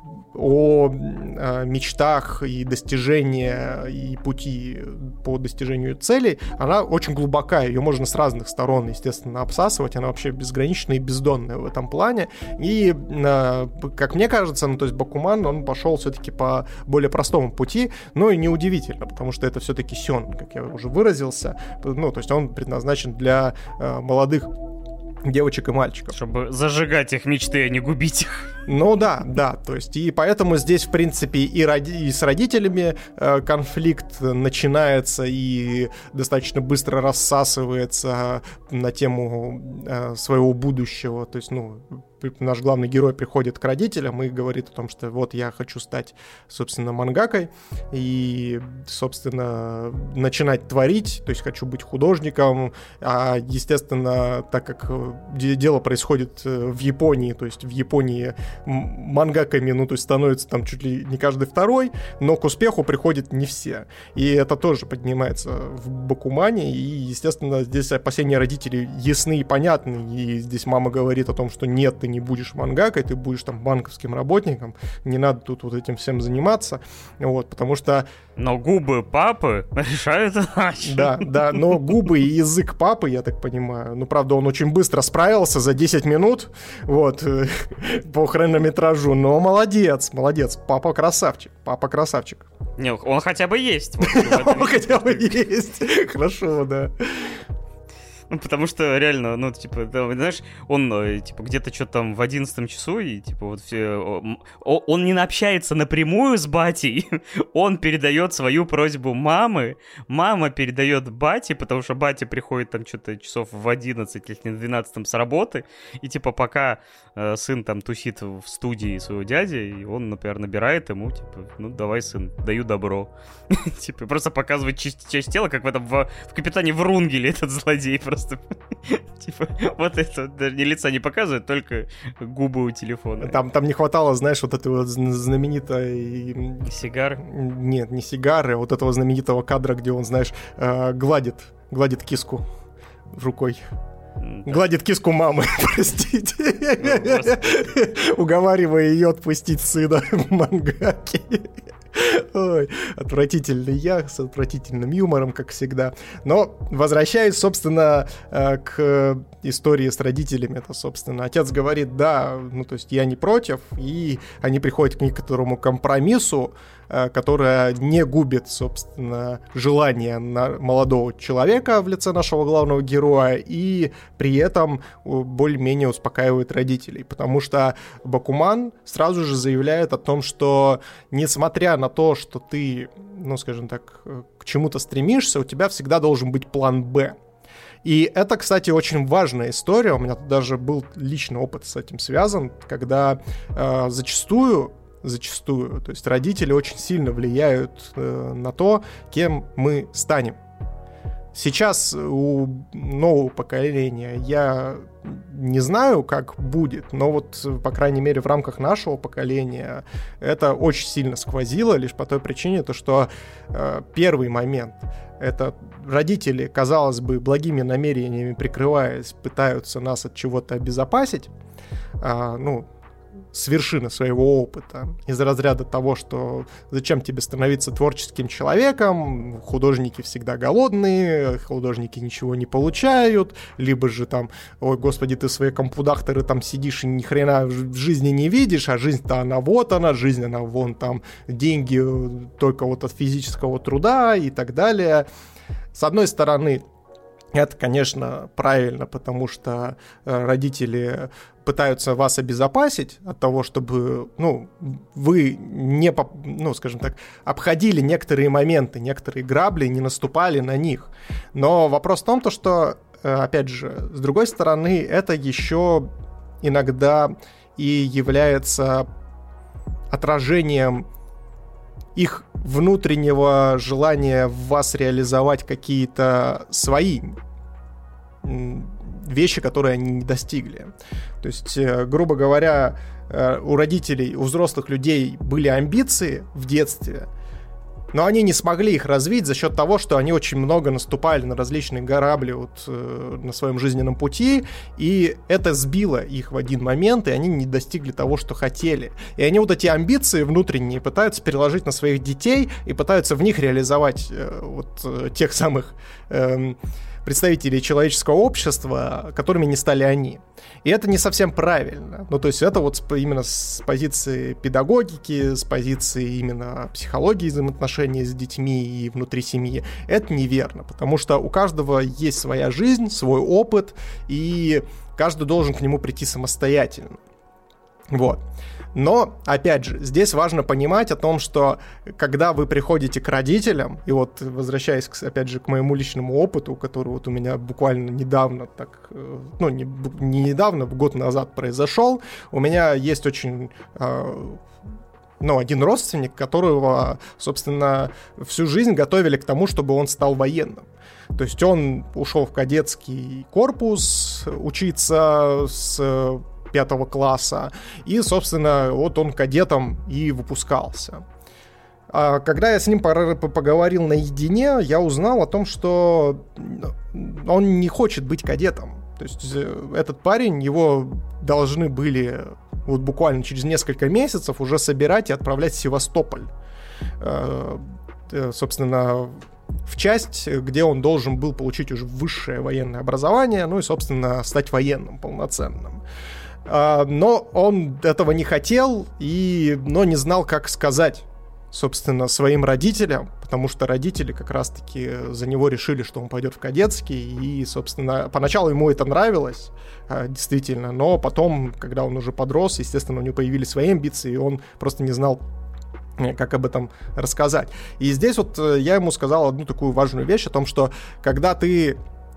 о э, мечтах и достижения и пути по достижению целей, она очень глубокая, ее можно с разных сторон, естественно, обсасывать, она вообще безграничная и бездонная в этом плане, и, э, как мне кажется, ну, то есть Бакуман, он пошел все-таки по более простому пути, но и неудивительно, потому что это все-таки сёнэн, как я уже выразился, ну, то есть он предназначен для э, молодых девочек и мальчиков. Чтобы зажигать их мечты, а не губить их. Ну да, да, то есть и поэтому здесь, в принципе, и, роди- и с родителями э, конфликт начинается и достаточно быстро рассасывается на тему э, своего будущего, то есть, ну, наш главный герой приходит к родителям и говорит о том, что вот я хочу стать, собственно, мангакой и, собственно, начинать творить, то есть хочу быть художником, а, естественно, так как дело происходит в Японии, то есть в Японии мангаками, ну, то есть становится там чуть ли не каждый второй, но к успеху приходят не все. И это тоже поднимается в Бакумане, и, естественно, здесь опасения родителей ясны и понятны, и здесь мама говорит о том, что нет, ты не будешь мангакой, ты будешь там банковским работником, не надо тут вот этим всем заниматься, вот, потому что... Но губы папы решают иначе. Да, да, но губы и язык папы, я так понимаю, ну, правда, он очень быстро справился за десять минут, вот, по хронометражу, но молодец, молодец, папа красавчик, папа красавчик. Не, он хотя бы есть. Он хотя бы есть, хорошо, да. Ну, потому что реально, ну, типа, да, знаешь, он, типа, где-то что-то там в одиннадцатом часу, и, типа, вот все... Он не общается напрямую с батей, он передает свою просьбу мамы, мама передает бате, потому что батя приходит там что-то часов в одиннадцать, если не в двенадцатом с работы, и, типа, пока э, сын там тусит в студии своего дяди, и он, например, набирает ему, типа, ну, давай, сын, даю добро. Типа, просто показывает часть, часть тела, как в этом, в, в «Капитане Врунгеле» этот злодей просто. Типа, вот это, даже ни лица не показывает, только губы у телефона. Там, там не хватало, знаешь, вот этой вот знаменитой... Сигар? Нет, не сигары, а вот этого знаменитого кадра, где он, знаешь, гладит, гладит киску рукой. Да. Гладит киску мамы, простите. Ну, уговаривая ее отпустить сына в мангаке. Ой, отвратительный я, с отвратительным юмором, как всегда. Но возвращаясь, собственно, к истории с родителями, это, собственно, отец говорит, да, ну, то есть я не против, и они приходят к некоторому компромиссу, которое не губит, собственно, желание молодого человека в лице нашего главного героя, и при этом более-менее успокаивает родителей, потому что Бакуман сразу же заявляет о том, что несмотря на то, что ты, ну, скажем так, к чему-то стремишься, у тебя всегда должен быть план «Б». И это, кстати, очень важная история, у меня тут даже был личный опыт с этим связан, когда э, зачастую зачастую. То есть родители очень сильно влияют э, на то, кем мы станем. Сейчас у нового поколения я не знаю, как будет, но вот, по крайней мере, в рамках нашего поколения это очень сильно сквозило, лишь по той причине, то, что э, первый момент — это родители, казалось бы, благими намерениями прикрываясь, пытаются нас от чего-то обезопасить, э, ну, с вершины своего опыта, из разряда того, что зачем тебе становиться творческим человеком, художники всегда голодные, художники ничего не получают, либо же там, ой, господи, ты свои компудахторы там сидишь и ни хрена в жизни не видишь, а жизнь-то она вот она, жизнь она вон там, деньги только вот от физического труда и так далее. С одной стороны, это, конечно, правильно, потому что родители пытаются вас обезопасить от того, чтобы, ну, вы не, ну, скажем так, обходили некоторые моменты, некоторые грабли, не наступали на них. Но вопрос в том, то, что, опять же, с другой стороны, это еще иногда и является отражением их внутреннего желания в вас реализовать какие-то свои вещи, которые они не достигли. То есть, грубо говоря, у родителей, у взрослых людей были амбиции в детстве, но они не смогли их развить за счет того, что они очень много наступали на различные грабли вот, э, на своем жизненном пути, и это сбило их в один момент, и они не достигли того, что хотели. И они вот эти амбиции внутренние пытаются переложить на своих детей и пытаются в них реализовать э, вот э, тех самых э, представителей человеческого общества, которыми не стали они. И это не совсем правильно. Ну, то есть это вот именно с позиции педагогики, с позиции именно психологии взаимоотношений с детьми и внутри семьи. Это неверно, потому что у каждого есть своя жизнь, свой опыт, и каждый должен к нему прийти самостоятельно. Вот. Но, опять же, здесь важно понимать о том, что когда вы приходите к родителям, и вот возвращаясь, опять же, к моему личному опыту, который вот у меня буквально недавно, так, ну, не, не недавно, год назад произошел, у меня есть очень... ну, один родственник, которого, собственно, всю жизнь готовили к тому, чтобы он стал военным. То есть он ушел в кадетский корпус учиться с пятого класса, и, собственно, вот он кадетом и выпускался. А когда я с ним поговорил наедине, я узнал о том, что он не хочет быть кадетом. То есть этот парень, его должны были вот буквально через несколько месяцев уже собирать и отправлять в Севастополь. Собственно, в часть, где он должен был получить уже высшее военное образование, ну и, собственно, стать военным полноценным. Но он этого не хотел, и, но не знал, как сказать собственно, своим родителям, потому что родители как раз-таки за него решили, что он пойдет в кадетский, и, собственно, поначалу ему это нравилось, действительно, но потом, когда он уже подрос, естественно, у него появились свои амбиции, и он просто не знал, как об этом рассказать. И здесь вот я ему сказал одну такую важную вещь о том, что когда ты...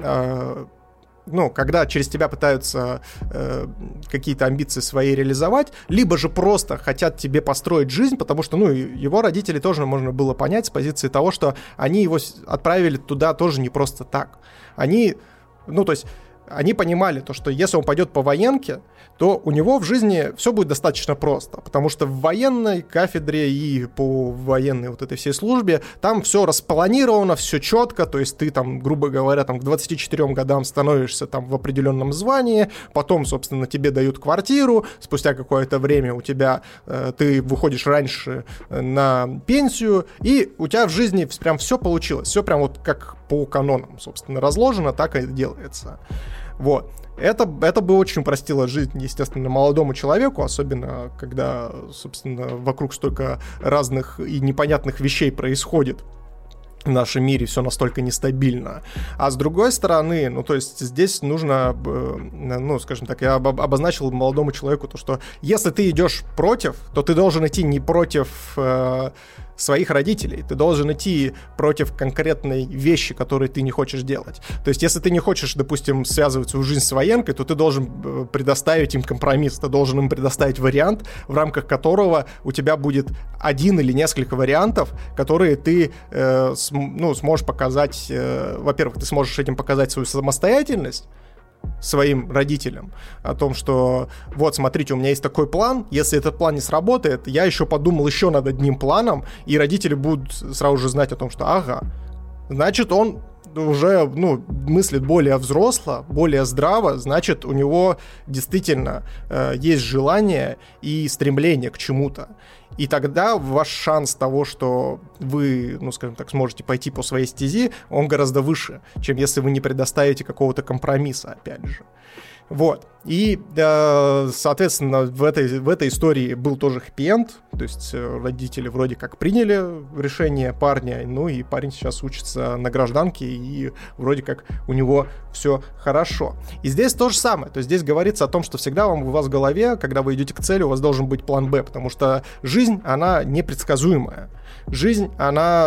ну, когда через тебя пытаются э, какие-то амбиции свои реализовать, либо же просто хотят тебе построить жизнь, потому что, ну, его родители тоже можно было понять с позиции того, что они его отправили туда тоже не просто так. Они, ну, то есть, они понимали то, что если он пойдет по военке, то у него в жизни все будет достаточно просто, потому что в военной кафедре и по военной вот этой всей службе там все распланировано, все четко, то есть ты там, грубо говоря, там к двадцати четырем годам становишься там в определенном звании, потом, собственно, тебе дают квартиру, спустя какое-то время у тебя, э, ты выходишь раньше на пенсию, и у тебя в жизни прям все получилось, все прям вот как по канонам, собственно, разложено, так и делается. Вот. Это, это бы очень упростило жизнь, естественно, молодому человеку, особенно когда, собственно, вокруг столько разных и непонятных вещей происходит. В нашем мире все настолько нестабильно. А с другой стороны, ну, то есть здесь нужно, ну, скажем так, я обозначил молодому человеку то, что если ты идешь против, то ты должен идти не против э, своих родителей, ты должен идти против конкретной вещи, которые ты не хочешь делать. То есть если ты не хочешь, допустим, связывать свою жизнь с военкой, то ты должен предоставить им компромисс, ты должен им предоставить вариант, в рамках которого у тебя будет один или несколько вариантов, которые ты э, ну, сможешь показать, э, во-первых, ты сможешь этим показать свою самостоятельность своим родителям, о том, что вот, смотрите, у меня есть такой план, если этот план не сработает, я еще подумал еще над одним планом, и родители будут сразу же знать о том, что ага, значит, он уже, ну, мыслит более взросло, более здраво, значит, у него действительно э, есть желание и стремление к чему-то. И тогда ваш шанс того, что вы, ну, скажем так, сможете пойти по своей стези, он гораздо выше, чем если вы не предоставите какого-то компромисса, опять же. Вот. И, э, соответственно, в этой, в этой истории был тоже хэппи-энд, то есть родители вроде как приняли решение парня, ну и парень сейчас учится на гражданке, и вроде как у него все хорошо. И здесь то же самое, то есть здесь говорится о том, что всегда вам, у вас в голове, когда вы идете к цели, у вас должен быть план Б, потому что жизнь, она непредсказуемая. Жизнь, она...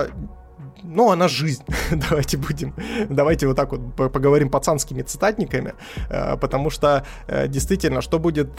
Ну, она жизнь. Давайте будем, давайте вот так вот поговорим пацанскими цитатниками, потому что действительно, что будет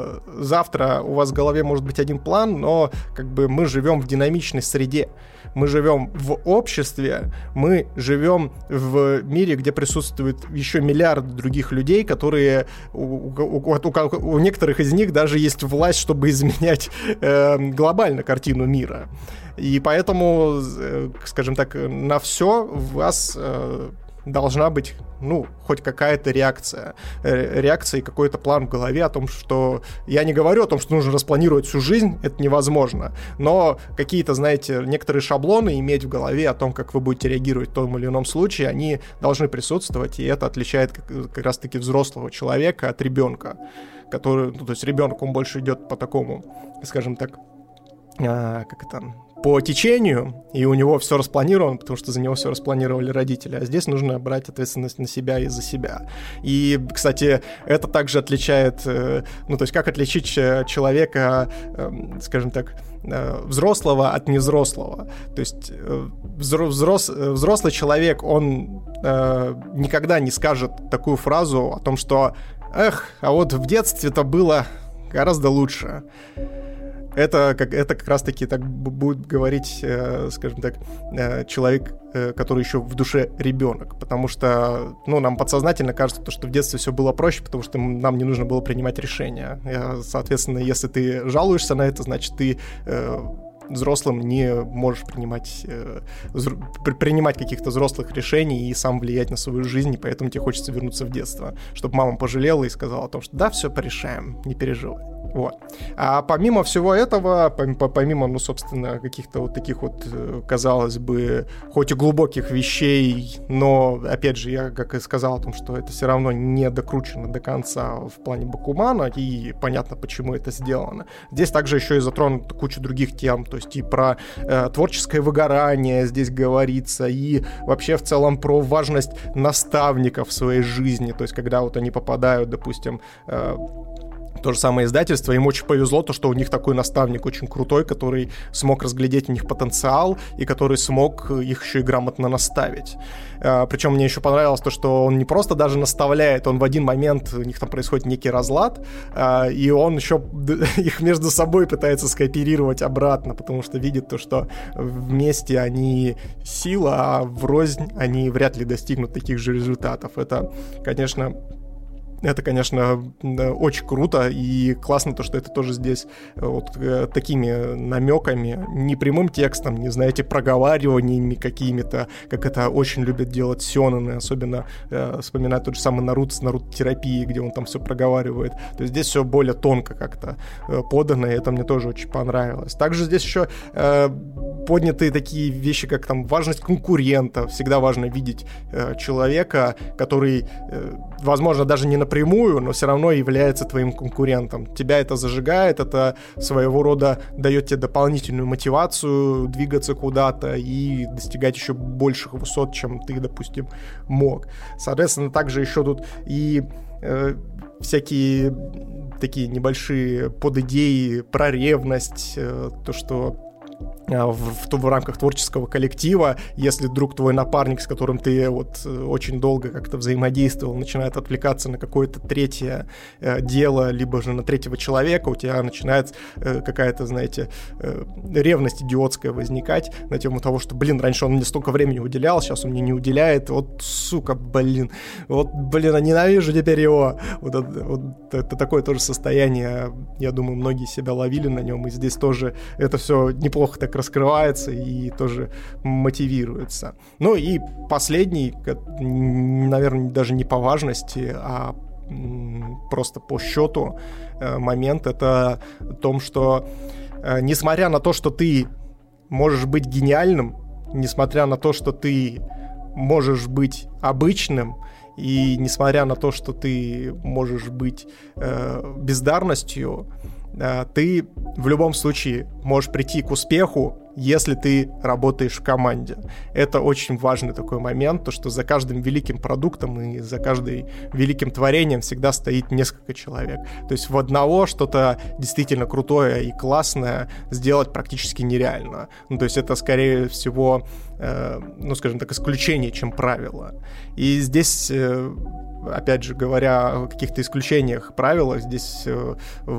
завтра, у вас в голове может быть один план, но как бы мы живем в динамичной среде, мы живем в обществе, мы живем в мире, где присутствует еще миллиард других людей, которые, у, у, у, у некоторых из них даже есть власть, чтобы изменять э, глобально картину мира. И поэтому, скажем так, на все у вас э, должна быть, ну, хоть какая-то реакция. Э, реакция и какой-то план в голове о том, что... Я не говорю о том, что нужно распланировать всю жизнь, это невозможно. Но какие-то, знаете, некоторые шаблоны иметь в голове о том, как вы будете реагировать в том или ином случае, они должны присутствовать, и это отличает как, как раз-таки взрослого человека от ребенка, который... Ну, то есть ребенок, он больше идет по такому, скажем так, а, как это... по течению, и у него все распланировано, потому что за него все распланировали родители. А здесь нужно брать ответственность на себя и за себя. И, кстати, это также отличает, ну, то есть как отличить человека, скажем так, взрослого от невзрослого. То есть взрос, взрослый человек, он никогда не скажет такую фразу о том, что «эх, а вот в детстве-то было гораздо лучше». Это как, это как раз-таки так будет говорить, э, скажем так, э, человек, э, который еще в душе ребенок. Потому что, ну, нам подсознательно кажется, то, что в детстве все было проще, потому что нам не нужно было принимать решения. И, соответственно, если ты жалуешься на это, значит, ты... Э, взрослым не можешь принимать, э, взр- принимать каких-то взрослых решений и сам влиять на свою жизнь, и поэтому тебе хочется вернуться в детство, чтобы мама пожалела и сказала о том, что да, все порешаем, не переживай. Вот. А помимо всего этого, помимо, ну, собственно, каких-то вот таких вот, казалось бы, хоть и глубоких вещей, но, опять же, я, как и сказал о том, что это все равно не докручено до конца в плане Бакумана, и понятно, почему это сделано. Здесь также еще и затронута куча других тем, то есть и про э, творческое выгорание здесь говорится, и вообще в целом про важность наставников в своей жизни, то есть когда вот они попадают, допустим, э, то же самое издательство, им очень повезло, то, что у них такой наставник очень крутой, который смог разглядеть у них потенциал и который смог их еще и грамотно наставить. Причем мне еще понравилось то, что он не просто даже наставляет, он в один момент, у них там происходит некий разлад, и он еще их между собой пытается скооперировать обратно, потому что видит то, что вместе они сила, а врознь они вряд ли достигнут таких же результатов. Это, конечно... Это, конечно, очень круто и классно то, что это тоже здесь вот такими намеками, не прямым текстом, не, знаете, проговариваниями какими-то, как это очень любят делать сёнэны, особенно э, вспоминая тот же самый Наруто с Наруто-терапией, где он там все проговаривает. То есть здесь все более тонко как-то э, подано, и это мне тоже очень понравилось. Также здесь еще э, подняты такие вещи, как там важность конкурента. Всегда важно видеть э, человека, который, э, возможно, даже не напрямую, но все равно является твоим конкурентом. Тебя это зажигает, это своего рода дает тебе дополнительную мотивацию двигаться куда-то и достигать еще больших высот, чем ты, допустим, мог. Соответственно, также еще тут и э, всякие такие небольшие подидеи про ревность, э, то, что В, в, в рамках творческого коллектива, если вдруг твой напарник, с которым ты вот очень долго как-то взаимодействовал, начинает отвлекаться на какое-то третье э, дело, либо же на третьего человека, у тебя начинает э, какая-то, знаете, э, ревность идиотская возникать на тему того, что, блин, раньше он мне столько времени уделял, сейчас он мне не уделяет, вот, сука, блин, вот, блин, я ненавижу теперь его. Вот, это, вот это такое тоже состояние, я думаю, многие себя ловили на нем, и здесь тоже это все неплохо так раскрывается и тоже мотивируется. Ну и последний, наверное, даже не по важности, а просто по счету момент, это в том, что несмотря на то, что ты можешь быть гениальным, несмотря на то, что ты можешь быть обычным, и несмотря на то, что ты можешь быть э, бездарностью, э, ты в любом случае можешь прийти к успеху, если ты работаешь в команде. Это очень важный такой момент, то, что за каждым великим продуктом и за каждым великим творением всегда стоит несколько человек. То есть в одного что-то действительно крутое и классное сделать практически нереально. Ну, то есть это, скорее всего, э, ну, скажем так, исключение, чем правило. И здесь... Э, опять же, говоря о каких-то исключениях, правилах, здесь э,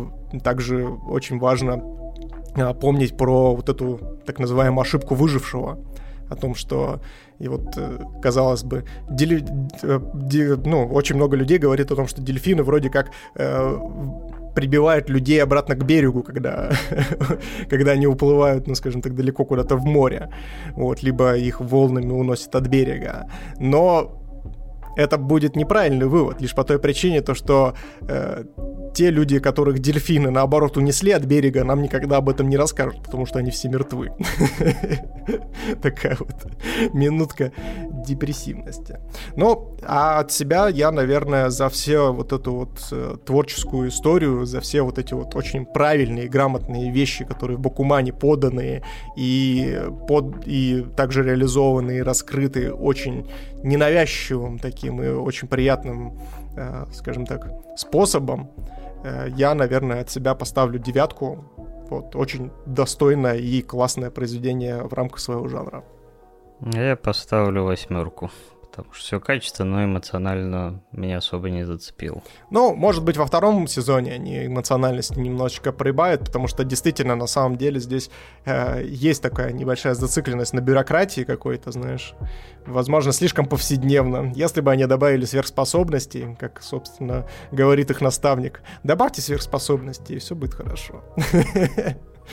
также очень важно э, помнить про вот эту так называемую ошибку выжившего, о том, что и вот, э, казалось бы, дели, э, де, ну, очень много людей говорит о том, что дельфины вроде как э, прибивают людей обратно к берегу, когда, когда они уплывают, ну, скажем так, далеко куда-то в море, вот, либо их волнами уносят от берега. Но это будет неправильный вывод, лишь по той причине, то, что э, те люди, которых дельфины, наоборот, унесли от берега, нам никогда об этом не расскажут, потому что они все мертвы. Такая вот минутка депрессивности. Ну, а от себя я, наверное, за все вот эту вот э, творческую историю, за все вот эти вот очень правильные, грамотные вещи, которые в Бакумане поданы и, под, и также реализованы и раскрыты очень ненавязчивым таким и очень приятным, э, скажем так, способом, э, я, наверное, от себя поставлю девятку. Вот, очень достойное и классное произведение в рамках своего жанра. Я поставлю восьмерку, потому что все качественно, но эмоционально меня особо не зацепил. Ну, может быть, во втором сезоне они эмоциональность немножечко прибавят, потому что действительно, на самом деле, здесь э, есть такая небольшая зацикленность на бюрократии какой-то, знаешь, возможно, слишком повседневно. Если бы они добавили сверхспособности, как, собственно, говорит их наставник, добавьте сверхспособности, и все будет хорошо.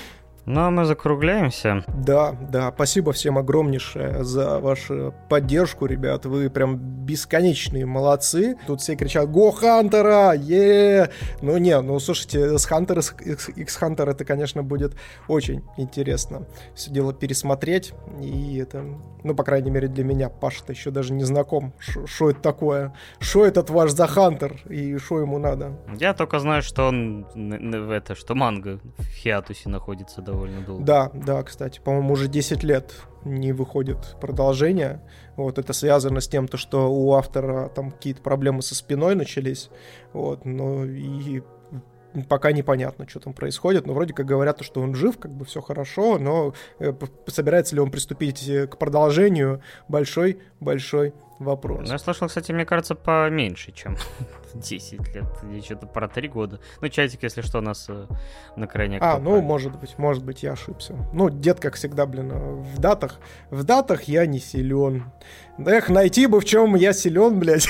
Ну, а мы закругляемся. Да, да, спасибо всем огромнейшее за вашу поддержку, ребят. Вы прям бесконечные молодцы. Тут все кричат «Го Хантера! Е!» Ну, не, ну, слушайте, с Хантера, с X-Hunter это, конечно, будет очень интересно. Все дело пересмотреть. И это, ну, по крайней мере, для меня. Паша-то еще даже не знаком. Что это такое? Что этот ваш за Хантер? И что ему надо? Я только знаю, что он в это, что манга в хиатусе находится довольно долго. Да, да, кстати, по-моему, уже десять лет не выходит продолжение. Вот, это связано с тем, то, что у автора там какие-то проблемы со спиной начались. Вот, ну и пока непонятно, что там происходит. Но вроде как говорят, что он жив, как бы все хорошо, но собирается ли он приступить к продолжению, большой-большой вопрос. Ну, я слышал, кстати, мне кажется, поменьше, чем десять лет. Или что-то про три года. Ну, чатик, если что, нас э, на крайняк. А, ну, может быть, может быть, я ошибся. Ну, дед, как всегда, блин, в датах. В датах я не силен. Эх, найти бы, в чем я силен, блядь.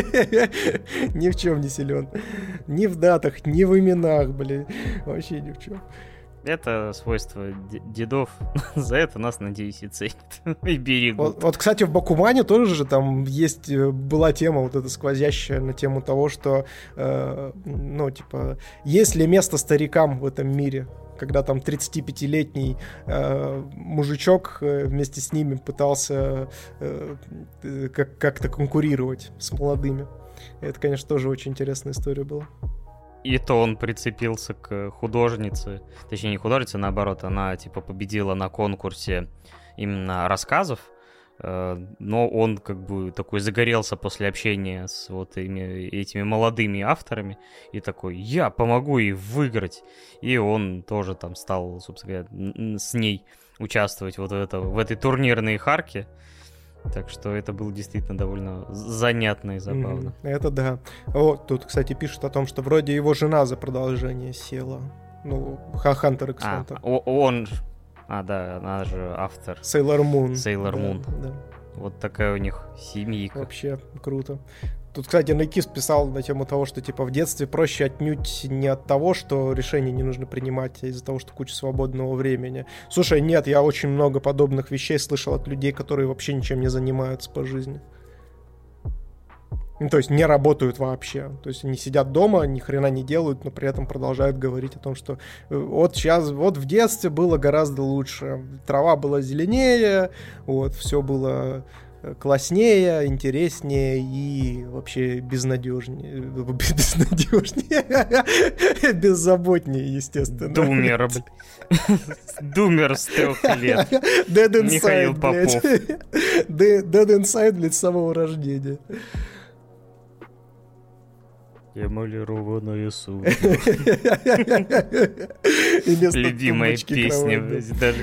Ни в чем не силен. Ни в датах, ни в именах, блядь. Вообще ни в чем. Это свойство дедов. За это нас, надеюсь, и ценят. И берегут. Вот, вот, кстати, в Бакумане тоже же там есть, была тема вот эта сквозящая на тему того, что, э, ну, типа, есть ли место старикам в этом мире? Когда там тридцатипятилетний э, мужичок э, вместе с ними пытался э, э, как- как-то конкурировать с молодыми. Это, конечно, тоже очень интересная история была. И то он прицепился к художнице, точнее не художнице, наоборот, она типа победила на конкурсе именно рассказов, э, но он как бы такой загорелся после общения с вот этими, этими молодыми авторами и такой, я помогу ей выиграть. И он тоже там стал, собственно говоря, с ней участвовать вот в, это, в этой турнирной харке. Так что это было действительно довольно занятно и забавно. Mm, это да. Вот, тут, кстати, пишут о том, что вроде его жена за продолжение села. Ну, Хантер икс Хантер. А, он... А, да, она же автор. Sailor Moon. Sailor да, Moon. Да. Вот такая у них семейка. Вообще круто. Тут, кстати, Найкис писал на тему того, что типа в детстве проще отнюдь не от того, что решения не нужно принимать, а из-за того, что куча свободного времени. Слушай, нет, я очень много подобных вещей слышал от людей, которые вообще ничем не занимаются по жизни. Ну, то есть не работают вообще. То есть они сидят дома, ни хрена не делают, но при этом продолжают говорить о том, что вот сейчас, вот в детстве было гораздо лучше. Трава была зеленее, вот, все было класснее, интереснее и вообще безнадежнее. Безнадежнее. Беззаботнее, естественно. Думер, блядь. Думер с трех лет. Dead Inside, Михаил Попов. Dead Inside, блядь, с самого рождения. Эмалированное судно. Любимая песня. Даже...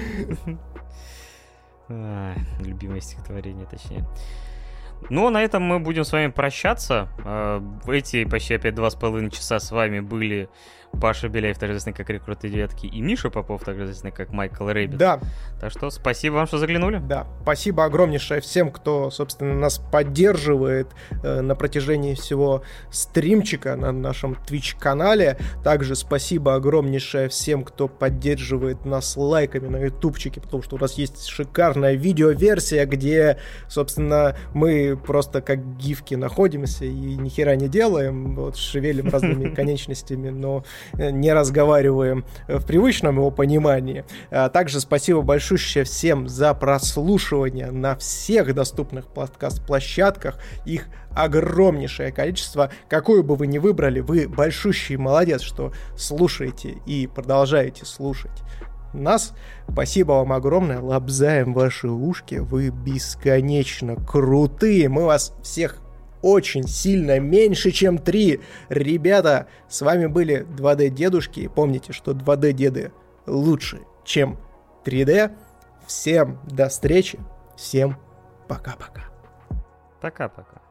А, любимое стихотворение, точнее. Ну, на этом мы будем с вами прощаться. Эти почти опять два с половиной часа с вами были Паша Беляев, также известный как Рекрут Девятки, и Миша Попов, также известный как Майкл Рэббит. Да. Так что спасибо вам, что заглянули. Да, спасибо огромнейшее всем, кто, собственно, нас поддерживает э, на протяжении всего стримчика на нашем Twitch-канале. Также спасибо огромнейшее всем, кто поддерживает нас лайками на ютубчике, потому что у нас есть шикарная видеоверсия, где, собственно, мы просто как гифки находимся и ни хера не делаем, вот, шевелим разными конечностями, но не разговариваем в привычном его понимании. Также спасибо большущее всем за прослушивание на всех доступных подкаст-площадках. Их огромнейшее количество. Какую бы вы ни выбрали, вы большущий молодец, что слушаете и продолжаете слушать нас. Спасибо вам огромное. Лобзаем ваши ушки. Вы бесконечно крутые. Мы вас всех очень сильно, меньше, чем три. Ребята, с вами были два дэ-дедушки. И помните, что два дэ-деды лучше, чем три дэ. Всем до встречи. Всем пока-пока. Пока-пока.